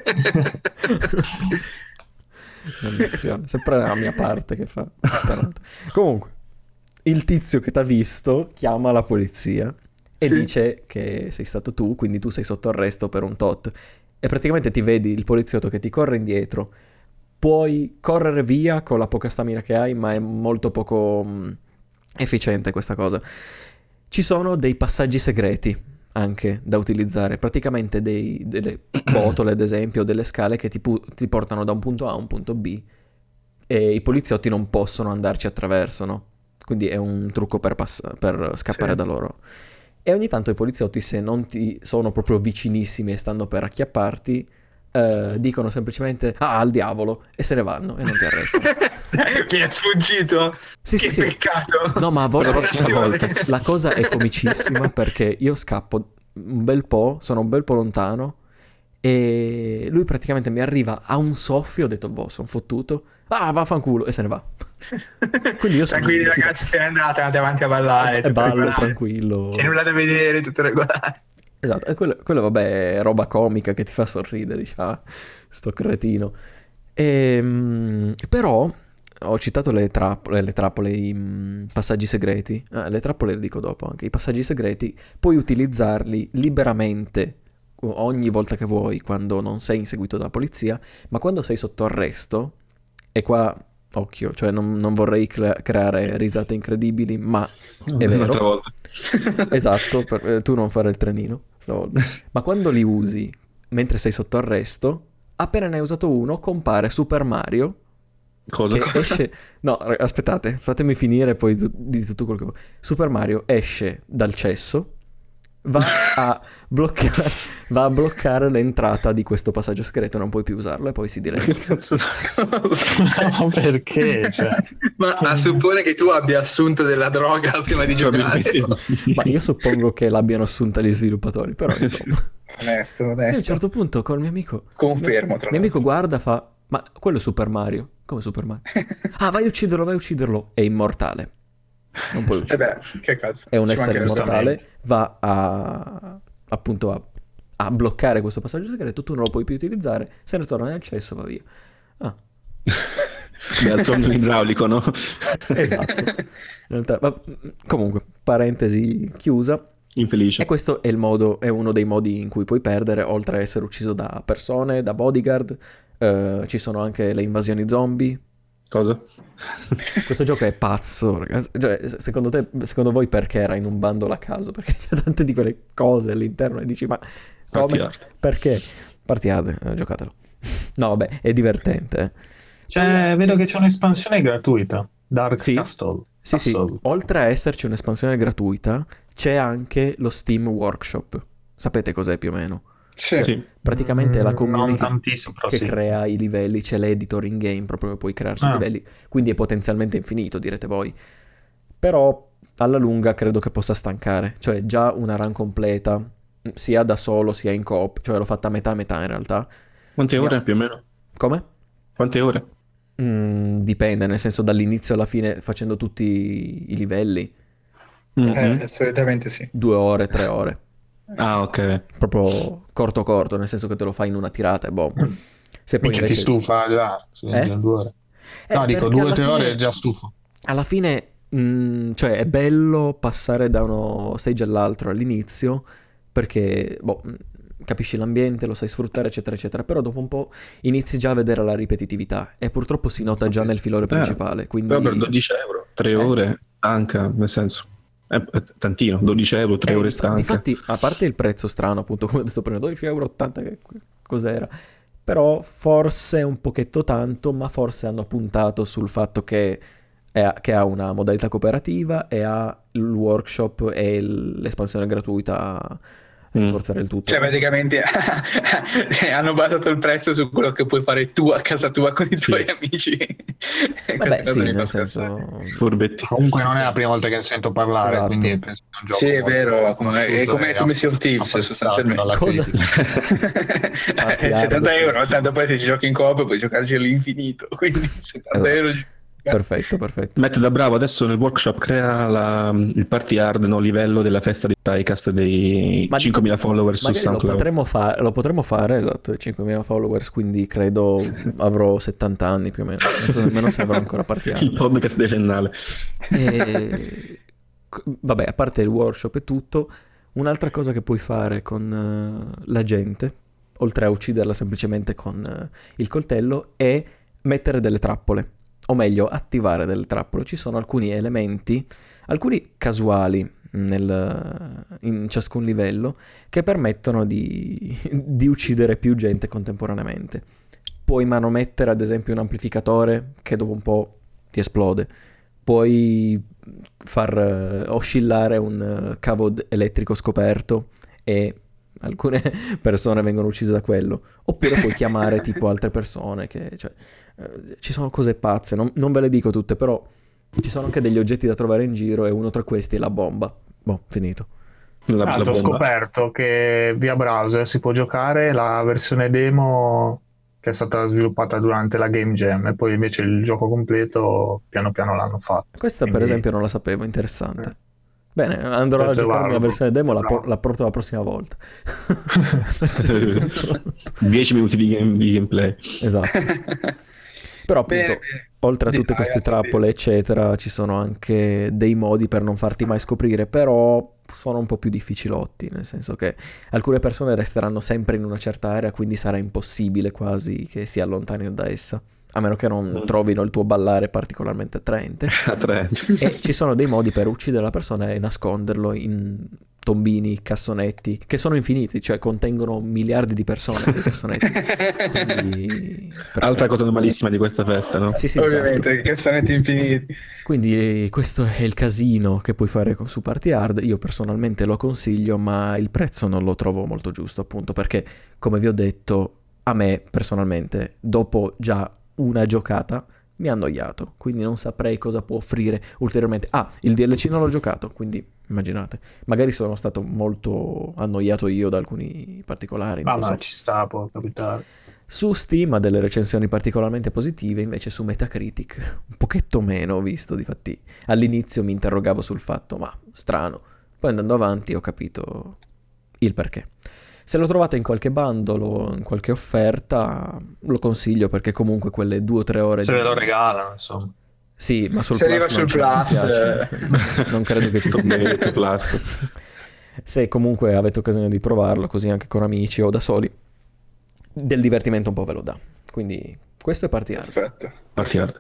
Maledizione. Sempre la mia parte che fa. Comunque, il tizio che ti ha visto chiama la polizia e Sì. dice che sei stato tu, quindi tu sei sotto arresto per un tot. E praticamente ti vedi il poliziotto che ti corre indietro. Puoi correre via con la poca stamina che hai, ma è molto poco mh, efficiente questa cosa. Ci sono dei passaggi segreti anche da utilizzare, praticamente dei, delle botole ad esempio, delle scale che ti, pu- ti portano da un punto A a un punto B e i poliziotti non possono andarci attraverso, no? Quindi è un trucco per, pass- per scappare Sì. da loro. E ogni tanto i poliziotti, se non ti sono proprio vicinissimi e stanno per acchiapparti, eh, dicono semplicemente ah, al diavolo, e se ne vanno e non ti arrestano. Che è sfuggito. Sì, Che sì, sì. peccato. No, ma a volte Per la prossima volta. la cosa è comicissima perché io scappo un bel po', sono un bel po' lontano e lui praticamente mi arriva a un soffio, ho detto boh, sono fottuto, ah, vaffanculo, e se ne va. Quindi io sono Tranquilli ragazzi, se ne andate, andate avanti a ballare. e tutto ballo regolare. tranquillo. C'è nulla da vedere, tutto regolare. Esatto, e quello, quello vabbè è roba comica che ti fa sorridere, dici, ah, sto cretino. Ehm, però ho citato le trappole, le trappole, i mm, passaggi segreti. Ah, le trappole le dico dopo anche. I passaggi segreti puoi utilizzarli liberamente ogni volta che vuoi quando non sei inseguito dalla polizia, ma quando sei sotto arresto, e qua, occhio, cioè non, non vorrei cre- creare risate incredibili, ma è Un'altra vero. volta. Esatto, per, eh, tu non fare il trenino stavolta. Ma quando li usi mentre sei sotto arresto, appena ne hai usato uno, compare Super Mario Cosa? che esce... No, ra- aspettate, fatemi finire poi tu- dite tutto quello che vuoi. Super Mario esce dal cesso, va a bloccare, va a bloccare l'entrata di questo passaggio segreto, non puoi più usarlo e poi si Che diletta. cazzo? Ma perché? Cioè, Ma a suppone che tu abbia assunto della droga prima di giocare. Probabilmente Ma io suppongo che l'abbiano assunta gli sviluppatori, però insomma. Onesto, E a un onesto. certo punto col mio amico... Confermo, tra mio amico l'altro. guarda, fa... Ma quello è Super Mario? Come Super Mario? Ah, vai a ucciderlo, vai a ucciderlo. È immortale. Non puoi E uccidere. beh, che cazzo. È un Ci essere mancherebbe. immortale, va a... appunto a... a bloccare questo passaggio segreto, tu non lo puoi più utilizzare, se ne torna nel cesso, va via. Ah, Beh, al torno idraulico, no? esatto. In realtà, ma, comunque, parentesi chiusa. Infelice. E questo è il modo, è uno dei modi in cui puoi perdere, oltre a essere ucciso da persone, da bodyguard. Eh, ci sono anche le invasioni zombie. Cosa? Questo gioco è pazzo, ragazzi. Cioè, secondo te, secondo voi perché era in un bundle a caso? Perché c'è tante di quelle cose all'interno e dici, ma Party come? hard. Perché? Party hard, eh, giocatelo. No, vabbè, è divertente. eh. cioè, vedo che c'è un'espansione gratuita. Dark Sì. Castle. Sì, sì, Castle. oltre a esserci un'espansione gratuita, c'è anche lo Steam Workshop. Sapete cos'è più o meno? Sì. Cioè, Sì. praticamente è la Mm, community non che, tantissimo, però che sì. crea i livelli, c'è l'editor in game proprio che puoi crearti i Ah. livelli, quindi è potenzialmente infinito, direte voi. Però alla lunga credo che possa stancare, cioè già una run completa, sia da solo sia in coop, cioè l'ho fatta a metà a metà in realtà. Quante Mi ha- ore più o meno? Come? Quante ore? Mm, dipende, nel senso dall'inizio alla fine facendo tutti i livelli, Mhm. Eh, solitamente sì. due ore, tre ore. Ah, ok. Proprio corto corto, nel senso che te lo fai in una tirata e boh. Mm. Se poi Minchia, ti invece... stufa già, sì, Eh? due ore. Eh, No, dico, perché due o alla tre ore è fine... già stufo. Alla fine, mm, cioè, è bello passare da uno stage all'altro all'inizio, perché, boh, mm, capisci l'ambiente, lo sai sfruttare, eccetera, eccetera, però dopo un po' inizi già a vedere la ripetitività e purtroppo si nota già nel filone Eh, principale, Però per quindi... dodici euro, tre Eh? ore, stanca, nel senso, è, è tantino, dodici euro, tre Eh, ore dif- stanca. difatti, a parte il prezzo strano, appunto, come ho detto prima, dodici euro e ottanta, che cos'era? Però forse un pochetto tanto, ma forse hanno puntato sul fatto che, è- che ha una modalità cooperativa e ha il workshop e il- l'espansione gratuita a Mm. rinforzare il tutto. Cioè, Non so. praticamente cioè, hanno basato il prezzo su quello che puoi fare tu a casa tua con i Sì. tuoi amici. E Vabbè, questa cosa sì, mi fa nel scassare. senso... Furbetti. Comunque non è la prima volta che sento parlare, Esatto. quindi penso che è un gioco Sì, è molto vero, come, è conosciuto come, e come Sea of Thieves apprezzato sostanzialmente. dalla Cosa? critica. Party Eh, hard, settanta sì. euro, tanto poi se ci giochi in coop puoi giocarci all'infinito, quindi settanta Esatto. euro. Perfetto, perfetto. Matt da bravo adesso nel workshop crea la- il party hard, no, livello della festa di Diecast dei Ma cinquemila difatti, follower su magari lo SoundCloud. potremmo, fa- lo potremmo fare, esatto, cinquemila followers, quindi credo avrò settanta anni più o meno, non so nemmeno se avrò ancora Party Hard. Il podcast decennale. E... c- Vabbè, a parte il workshop e tutto, un'altra cosa che puoi fare con eh, la gente, oltre a ucciderla semplicemente con eh, il coltello, è mettere delle trappole, o meglio, attivare delle trappole. Ci sono alcuni elementi, alcuni casuali nel- in ciascun livello, che permettono di, di uccidere più gente contemporaneamente. Puoi manomettere ad esempio un amplificatore che dopo un po' ti esplode. Puoi far eh, oscillare un eh, cavo d- elettrico scoperto e alcune persone vengono uccise da quello. Oppure puoi chiamare tipo altre persone che, cioè, eh, ci sono cose pazze, non, non ve le dico tutte, però ci sono anche degli oggetti da trovare in giro e uno tra questi è la bomba. Boh, finito. La, Ah, la ho bomba. scoperto che via browser si può giocare la versione demo che è stata sviluppata durante la Game Jam e poi invece il gioco completo piano piano l'hanno fatto. Questa per Quindi, esempio non la sapevo, interessante. eh, Bene, andrò per a giocarmi la trovarlo, versione demo, la, bravo. por- la porto la prossima volta. dieci minuti di, game- di gameplay. Esatto. Però appunto, Bene, bene. oltre a Di- tutte hai queste detto trappole, eccetera, ci sono anche dei modi per non farti mai scoprire, però sono un po' più difficilotti, nel senso che alcune persone resteranno sempre in una certa area, quindi sarà impossibile quasi che si allontanino da essa, a meno che non Mm. trovino il tuo ballare particolarmente attraente. A tre. E ci sono dei modi per uccidere la persona e nasconderlo in tombini, cassonetti, che sono infiniti, cioè contengono miliardi di persone nei cassonetti. Quindi, Altra perfetto. cosa normalissima di questa festa, no? Sì, sì, Ovviamente, esatto. che cassonetti infiniti. Quindi questo è il casino che puoi fare con- su Party Hard. Io personalmente lo consiglio, ma il prezzo non lo trovo molto giusto, appunto, perché, come vi ho detto, a me personalmente, dopo già una giocata, mi ha annoiato, quindi non saprei cosa può offrire ulteriormente. Ah, il D L C non l'ho giocato, quindi immaginate. Magari sono stato molto annoiato io da alcuni particolari, non Ma lo ma so. ci sta, può capitare. Su Steam ha delle recensioni particolarmente positive, invece su Metacritic un pochetto meno, ho visto, difatti all'inizio mi interrogavo sul fatto, ma strano. Poi andando avanti ho capito il perché. Se lo trovate in qualche bundle o in qualche offerta, lo consiglio perché comunque quelle due o tre ore Se di... ve lo regalano, insomma. Sì, ma sul Se arriva Plus non sul c'è, mi Plus, dispiace. eh. Non credo che ci Sto sia. benedetto Plus. Se comunque avete occasione di provarlo, così anche con amici o da soli, del divertimento un po' ve lo dà. Quindi questo è Party Hard. Perfetto. Party hard.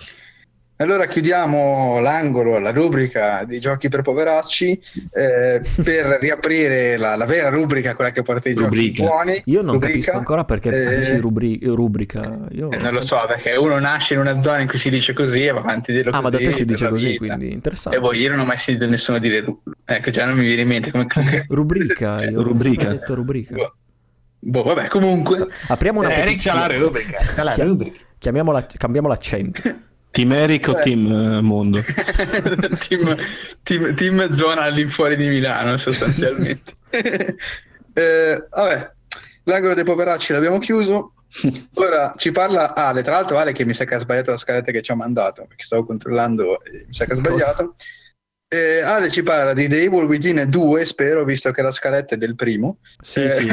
Allora chiudiamo l'angolo, la rubrica dei giochi per poveracci, eh, per riaprire la, la vera rubrica, quella che porta i Rubrica. giochi buoni. Io non Rubrica. capisco ancora perché Eh, dici rubri- rubrica. Io eh, non lo sempre- so, perché uno nasce in una zona in cui si dice così e va avanti a dirlo Ah, ma da così te si per dice la così, vita. quindi E interessante. voi, io non ho mai sentito nessuno dire ru- ecco, già non mi viene in mente come... Rubrica, io ho Rubrica. sempre detto rubrica. Boh. Boh, vabbè, comunque. Apriamo una Eric c'ha la petizione. rubrica, c'ha la Chia- rubrica. chiamiamola, cambiamo l'accento. Team Eric o Eh. Team eh, Mondo? team, team, team zona all'infuori di Milano, sostanzialmente. eh, vabbè, l'angolo dei poveracci l'abbiamo chiuso. Ora ci parla Ale. Tra l'altro, Ale, che mi sa che ha sbagliato la scaletta che ci ha mandato, perché stavo controllando e mi sa che ha sbagliato. Eh, Ale ci parla di The Evil Within due, spero, visto che la scaletta è del primo. Sì, Eh, sì.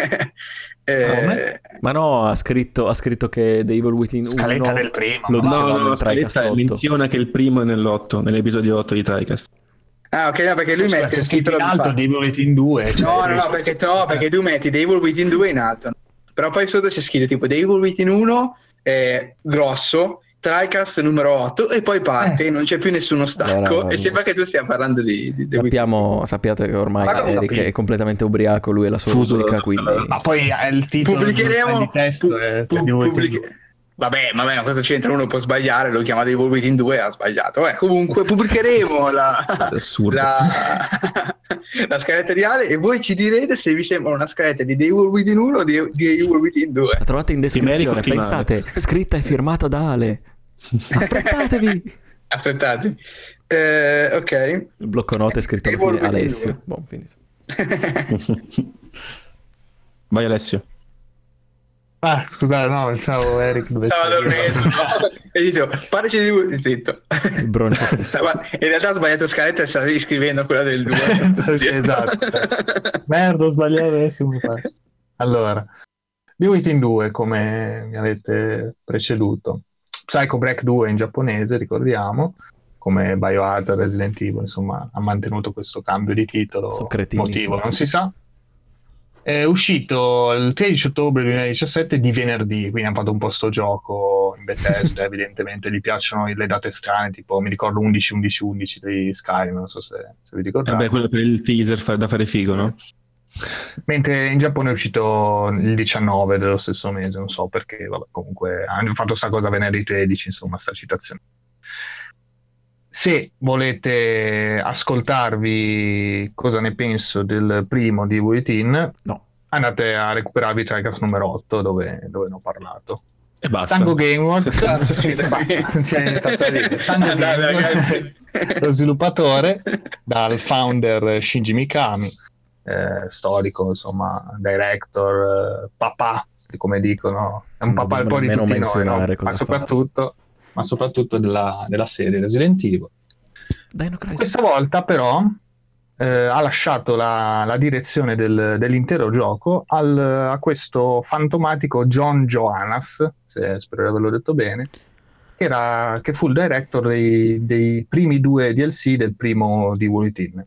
eh, Ma no, ha scritto, ha scritto che The Evil Within Scaletta uno del primo, lo no? dicevamo No, no, in la TriCast scaletta otto. menziona che il primo è nell'otto, nell'episodio otto di TriCast. Ah, ok, no, perché lui Cioè, mette c'è il scritto titolo in di alto fa- dei Bulletin due. Cioè, No, no, no, perché, no, perché tu metti The Evil Within due in alto, però poi sotto c'è scritto tipo The Evil Within uno è grosso, TriCast numero otto e poi parte, Eh. non c'è più nessuno stacco Allora, e sembra che tu stia parlando di, di The Sappiamo, sappiate che ormai Ma come Eric capito? è completamente ubriaco, lui e la sua Fuso rubrica, da- quindi Ma poi eh, il titolo Pubblicheremo di testo pu- è pu- di Bulletin pubbliche- due. Vabbè, vabbè, ma cosa c'entra? Uno può sbagliare, lo chiama The Evil Within due e ha sbagliato. Vabbè, comunque pubblicheremo la, È assurdo. la, la scaletta di Ale e voi ci direte se vi sembra una scaletta di The Evil Within uno o di The Evil Within due. la trovate in Team Eric o descrizione, Team Ale? pensate, scritta e firmata da Ale. Affrettatevi! Affrettati. Eh, ok. Il blocco note è scritto alla Evil fine Within Alessio. due. Buon finito. Vai Alessio. Ah, scusate, no, ciao Eric, dove Stava sei? dormendo. E dicevo, parlaci di due. Zitto. Il broncio. Ma in realtà ha sbagliato scaletta e sta iscrivendo quella del due. Esatto. Merda, ho sbagliato, adesso mi fa. Allora, The Within due, come mi avete preceduto. Psycho Break due in giapponese, ricordiamo, come Biohazard, Resident Evil, insomma, ha mantenuto questo cambio di titolo. Sono cretini, motivo, sì. non si sa. È uscito il tredici ottobre duemiladiciassette di venerdì, quindi hanno fatto un po' sto gioco in Bethesda, evidentemente gli piacciono le date strane, tipo mi ricordo undici undici undici di Skyrim, non so se, se vi Eh ricordate. beh, quello per il teaser fa- da fare figo, no? Mentre in Giappone è uscito il diciannove dello stesso mese, non so perché, vabbè, comunque hanno fatto sta cosa venerdì tredici, insomma, sta citazione. Se volete ascoltarvi cosa ne penso del primo di Within, No. andate a recuperarvi TriCast numero otto dove, dove ne ho parlato. E basta. Tango Gameworks, Basta. basta, non c'è nient'altro da dire. Tango Andate, Gameworks, ragazzi. lo sviluppatore, dal founder Shinji Mikami, eh, storico, insomma, director, eh, papà, come dicono, è un Non papà un po' di nemmeno tutti noi, no? menzionare cosa ma fa. soprattutto, ma soprattutto della, della serie Resident Evil. Dino Crisis. Questa volta però eh, ha lasciato la, la direzione del- dell'intero gioco al- a questo fantomatico John Johannes, se spero di averlo detto bene, che, era, che fu il director dei, dei primi due D L C del primo di Within.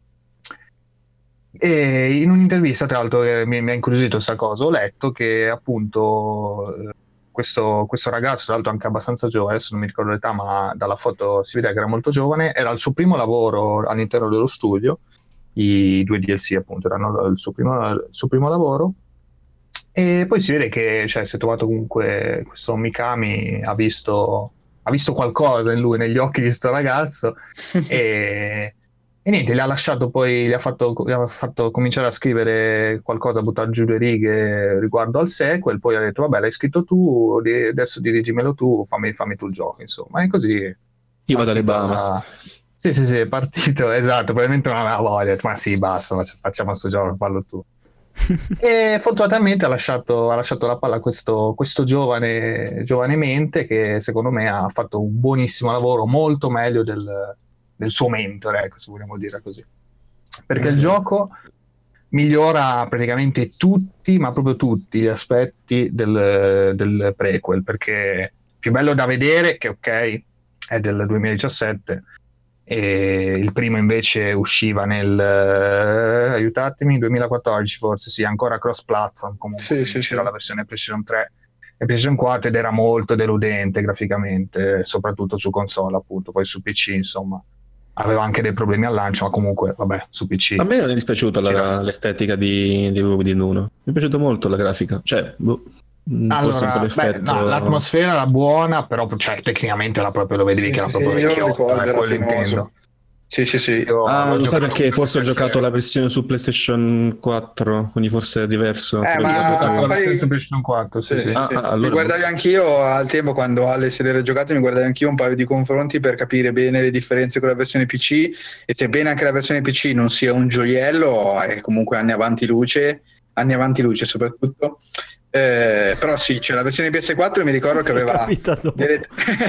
E in un'intervista, tra l'altro, eh, mi, mi ha incuriosito questa cosa, ho letto che appunto eh, questo, questo ragazzo, tra l'altro anche abbastanza giovane, adesso non mi ricordo l'età, ma dalla foto si vede che era molto giovane, era il suo primo lavoro all'interno dello studio, i due D L C appunto erano il suo primo, il suo primo lavoro, e poi si vede che cioè, si è trovato comunque questo Mikami, ha visto, ha visto qualcosa in lui, negli occhi di sto ragazzo, e... E niente, le ha lasciato poi, gli ha fatto, gli ha fatto cominciare a scrivere qualcosa, a buttare giù le righe riguardo al sequel, poi ha detto vabbè l'hai scritto tu, di- adesso dirigimelo tu, fammi, fammi tu il gioco, insomma. E così... Io vado alle partito Bahamas. la- Sì, sì, sì, è partito, esatto, probabilmente non aveva voglia, ha detto, ma sì, basta, fac- facciamo sto gioco, fallo tu. E fortunatamente ha lasciato, ha lasciato la palla a questo, questo giovane, giovane mente che secondo me ha fatto un buonissimo lavoro, molto meglio del, del suo mentore, ecco, se vogliamo dire così. Perché il gioco migliora praticamente tutti, ma proprio tutti gli aspetti del, del prequel, perché più bello da vedere, che ok, è del duemiladiciassette, e il primo invece usciva nel eh, aiutatemi duemilaquattordici forse, sì, ancora cross platform comunque, Sì, sì, c'era sì. la versione PlayStation tre e PlayStation quattro ed era molto deludente graficamente, soprattutto su console appunto, poi su P C insomma aveva anche dei problemi al lancio, ma comunque vabbè, su P C A me non è dispiaciuta la- C'era- l'estetica di, di Within uno. Mi è piaciuta molto la grafica. Cioè, boh, mh, forse un po' allora, beh, l'effetto. no, l'atmosfera era buona, però cioè, tecnicamente era proprio, lo vedevi Sì, che era sì, proprio sì, io lo vecchiotto, ricordo, eh, era quello penoso. intendo. Sì, sì, sì. Io Ah, l'ho lo sai giocato perché? con Forse ho P S giocato la versione su PlayStation quattro, quindi forse è diverso. Eh, L'ho ma Io ho giocato giocato su... la fai- versione su PlayStation quattro, sì, Sì, sì. sì, Ah, sì. ah, Mi allora... guardavi anch'io al tempo quando Ale se l'era giocato, mi guardavi anch'io un paio di confronti per capire bene le differenze con la versione P C, e sebbene anche la versione P C non sia un gioiello, è comunque anni avanti luce, anni avanti luce soprattutto. Eh, però sì, c'è la versione P S quattro, mi ricordo che È aveva capita dopo. delle,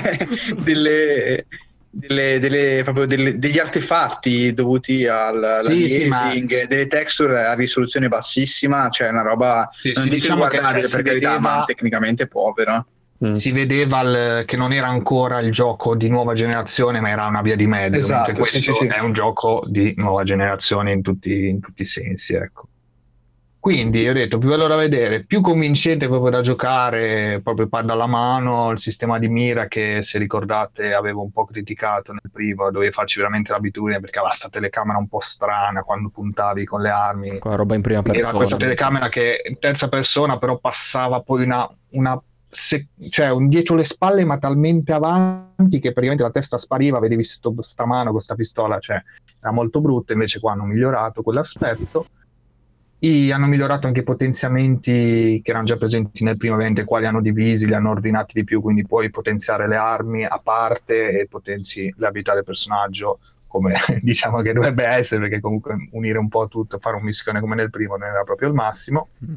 delle, delle, delle- proprio delle- degli artefatti dovuti al- alla Sì, sì, ma aliasing, delle texture a risoluzione bassissima, cioè una roba, sì, non sì, dico diciamo che cioè, inguardabile si per carità, ma vedeva, tecnicamente povero. Mm. si vedeva il- che non era ancora il gioco di nuova generazione, ma era una via di mezzo, mentre Esatto, sì, sì, questo sì. è un gioco di nuova generazione in tutti, in tutti i sensi, ecco. Quindi ho detto, più bello da vedere, più convincente proprio da giocare, proprio palla alla mano, il sistema di mira che, se ricordate, avevo un po' criticato nel primo, dovevi farci veramente l'abitudine perché aveva questa telecamera un po' strana quando puntavi con le armi. Qua roba in prima Quindi era questa persona. telecamera che in terza persona però passava poi una, una se- cioè un dietro le spalle ma talmente avanti che praticamente la testa spariva, vedevi sto, sta mano con sta pistola, cioè era molto brutto. Invece qua hanno migliorato quell'aspetto. I, hanno migliorato anche i potenziamenti che erano già presenti nel primo evento, quali hanno divisi, li hanno ordinati di più, quindi puoi potenziare le armi a parte e potenzi le abilità del personaggio come diciamo che dovrebbe essere, perché comunque unire un po' tutto, fare un mischione come nel primo non era proprio il massimo. Mm.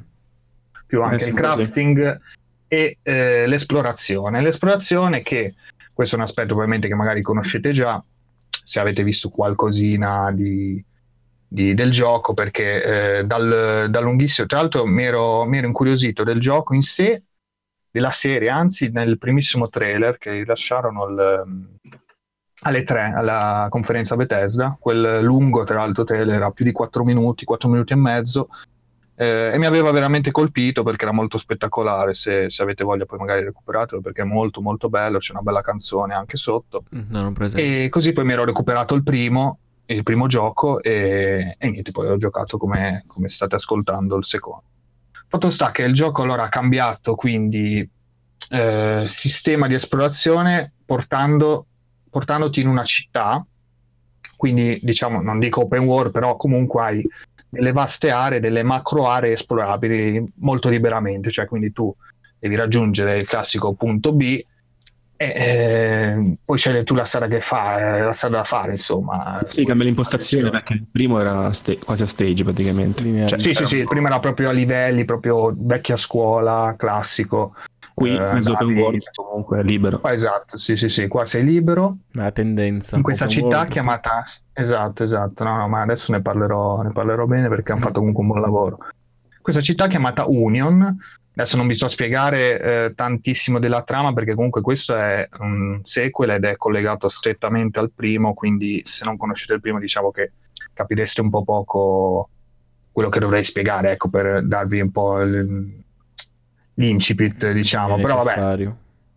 Più Eh anche sì, il quello sì. crafting e eh, l'esplorazione. L'esplorazione, che questo è un aspetto probabilmente che magari conoscete già, se avete visto qualcosina di, di- del gioco, perché eh, dal, da lunghissimo, tra l'altro mi ero, mi ero incuriosito del gioco in sé, della serie, anzi nel primissimo trailer che rilasciarono il, alle tre alla conferenza Bethesda, quel lungo tra l'altro trailer era più di quattro minuti, quattro minuti e mezzo, eh, e mi aveva veramente colpito perché era molto spettacolare. Se, se avete voglia poi magari recuperatelo, perché è molto molto bello, c'è una bella canzone anche sotto. Mm, non ho presente. E così poi mi ero recuperato il primo, il primo gioco e, e niente, poi ho giocato come, come state ascoltando il secondo. Fatto sta che il gioco allora ha cambiato quindi eh, sistema di esplorazione portando, portandoti in una città, quindi diciamo non dico open world, però comunque hai delle vaste aree, delle macro aree esplorabili molto liberamente, cioè quindi tu devi raggiungere il classico punto B e eh, poi scegli tu la strada che fa, eh, la strada da fare, insomma. Sì, cambia l'impostazione perché il primo era sta- quasi a stage praticamente. Cioè, sì, sì, sì, il primo era proprio a livelli, proprio vecchia scuola, classico. Qui eh, mezzo open andavi... world comunque è libero. Ah, esatto, sì, sì, sì, qua sei libero. Ma la tendenza. In questa Open città world, chiamata... Esatto, esatto, no, no, ma adesso ne parlerò, ne parlerò bene perché hanno fatto comunque un buon lavoro. Questa città chiamata Union, adesso non vi sto a spiegare eh, tantissimo della trama perché comunque questo è un sequel ed è collegato strettamente al primo, quindi se non conoscete il primo diciamo che capireste un po' poco quello che dovrei spiegare, ecco, per darvi un po' il- l'incipit, diciamo. è Però vabbè, necessario.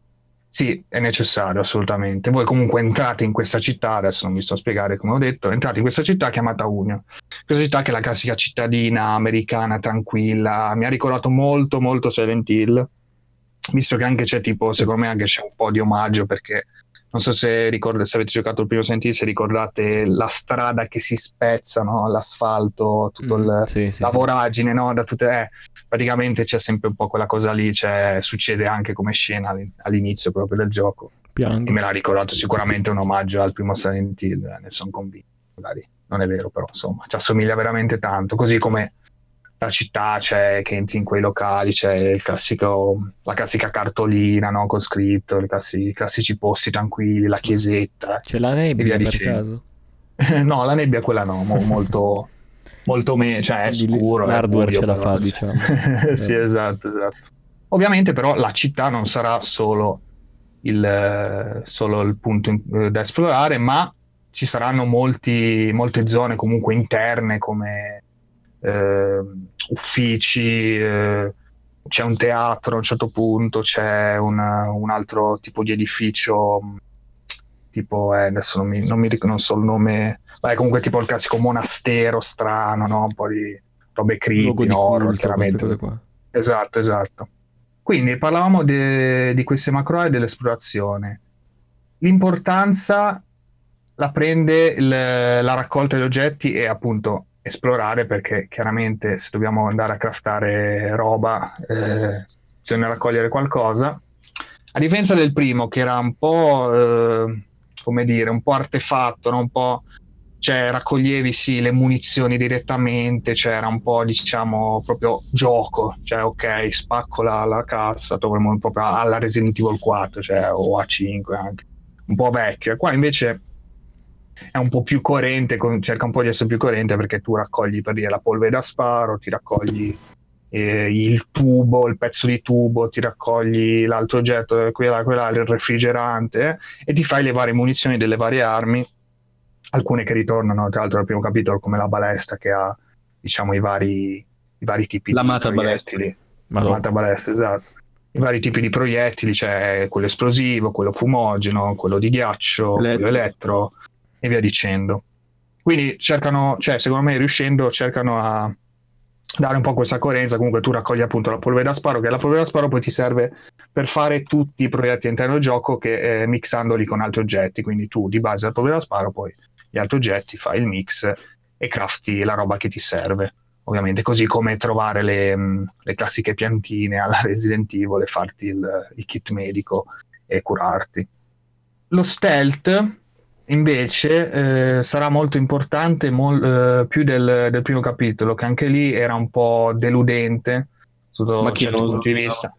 sì, è necessario assolutamente. Voi comunque entrate in questa città, adesso non vi sto a spiegare come ho detto, entrate in questa città chiamata Union. Questa città che è la classica cittadina americana tranquilla, mi ha ricordato molto molto Silent Hill, visto che anche c'è tipo, secondo me anche c'è un po' di omaggio, perché non so se, ricordate, se avete giocato il primo Silent Hill, se ricordate la strada che si spezza, no? L'asfalto, tutto Mm, il, sì, sì, la sì. voragine, no? Da tutte, eh, praticamente c'è sempre un po' quella cosa lì, cioè, succede anche come scena all'inizio proprio del gioco. Piango. E me l'ha ricordato sicuramente un omaggio al primo Silent Hill, eh, ne sono convinto. Magari non è vero, però insomma ci assomiglia veramente tanto, così come la città, c'è che entri in quei locali, c'è il classico, la classica cartolina, no, con scritto, i classici, i classici posti tranquilli, la chiesetta C'è la e via nebbia per dicendo. caso? No, la nebbia quella no, mo- molto, molto me- cioè è Quindi l- scuro, è l'hardware buio, ce la però. fa, diciamo. Sì, Eh, esatto, esatto. Ovviamente però la città non sarà solo il, eh, solo il punto in- eh, da esplorare, ma ci saranno molti, molte zone comunque interne come eh, uffici, eh, c'è un teatro a un certo punto, c'è una- un altro tipo di edificio, mh, tipo, eh, adesso non mi, non mi ric- non so il nome, ma comunque tipo il classico monastero strano, no? Un po' di robe luogo creepy, di horror, culto, queste chiaramente. cose qua. Esatto, esatto. Quindi parlavamo de- di queste macro aree dell'esplorazione. L'importanza la prende il- la raccolta degli oggetti e appunto esplorare, perché chiaramente se dobbiamo andare a craftare roba eh, bisogna raccogliere qualcosa. A differenza del primo, che era un po' eh, come dire, un po' artefatto, no? Un po', cioè raccoglievi sì le munizioni direttamente, c'era un po' diciamo proprio gioco, cioè ok, spacco la, la cassa, troviamo proprio alla Resident Evil quattro, cioè, o a cinque anche, un po' vecchio. E qua invece è un po' più coerente, con- cerca un po' di essere più coerente, perché tu raccogli per dire la polvere da sparo, ti raccogli eh, il tubo, il pezzo di tubo, ti raccogli l'altro oggetto, quella, quella, il refrigerante, eh, e ti fai le varie munizioni delle varie armi, alcune che ritornano tra l'altro dal primo capitolo, come la balestra che ha diciamo i vari, i vari tipi L'amata di proiettili, Madonna. l'amata balestra, esatto, i vari tipi di proiettili, c'è quello esplosivo, quello fumogeno, quello di ghiaccio, quello Elettro. elettro e via dicendo. Quindi cercano, cioè secondo me riuscendo, cercano a dare un po' questa coerenza. Comunque tu raccogli appunto la polvere da sparo, che la polvere da sparo poi ti serve per fare tutti i proiettili all'interno del gioco, che eh, mixandoli con altri oggetti, quindi tu di base la polvere da sparo, poi gli altri oggetti fai il mix e crafti la roba che ti serve, ovviamente, così come trovare le, mh, le classiche piantine alla Resident Evil e farti il, il kit medico e curarti. Lo stealth invece eh, sarà molto importante, mol- eh, più del, del primo capitolo, che anche lì era un po' deludente sotto un certo Macchinoso. punto di vista.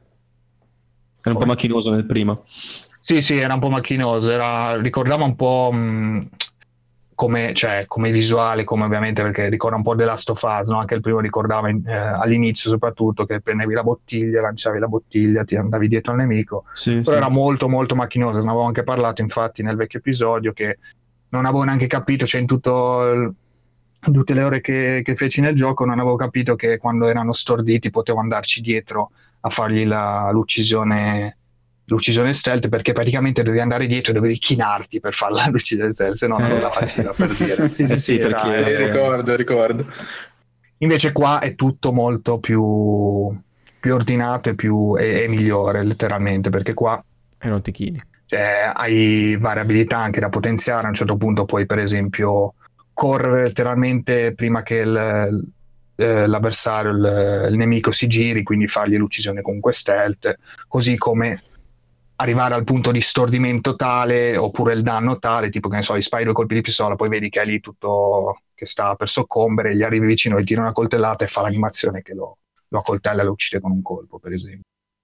Era un po' Come? macchinoso nel primo. Sì, sì, era un po' macchinoso, era, ricordava un po' mh, come, cioè, come visuale, come ovviamente, perché ricorda un po' The Last of Us, no? Anche il primo ricordava in- eh, all'inizio soprattutto che prendevi la bottiglia, lanciavi la bottiglia, ti andavi dietro al nemico, Sì, però sì. era molto molto macchinoso. Ne avevo anche parlato infatti nel vecchio episodio, che non avevo neanche capito, cioè in tutto il- in tutte le ore che, che feci nel gioco non avevo capito che quando erano storditi potevo andarci dietro a fargli la- l'uccisione l'uccisione stealth, perché praticamente dovevi andare dietro e dovevi chinarti per farla l'uccisione stealth, se no non Eh, la facevi, per dire. Sì, eh sì, sì, sì, era, perché- era- Sì, ricordo, ricordo. Invece qua è tutto molto più, più ordinato e, più, e, e migliore, letteralmente, perché qua E non ti chini. cioè, hai variabilità anche da potenziare. A un certo punto puoi, per esempio, correre letteralmente prima che il, eh, l'avversario, il, il nemico si giri, quindi fargli l'uccisione comunque stealth, così come arrivare al punto di stordimento tale, oppure il danno tale, tipo che ne so, gli spari due colpi di pistola, poi vedi che è lì tutto che sta per soccombere, gli arrivi vicino, gli tira una coltellata e fa l'animazione che lo, lo accoltella e lo uccide con un colpo, per esempio.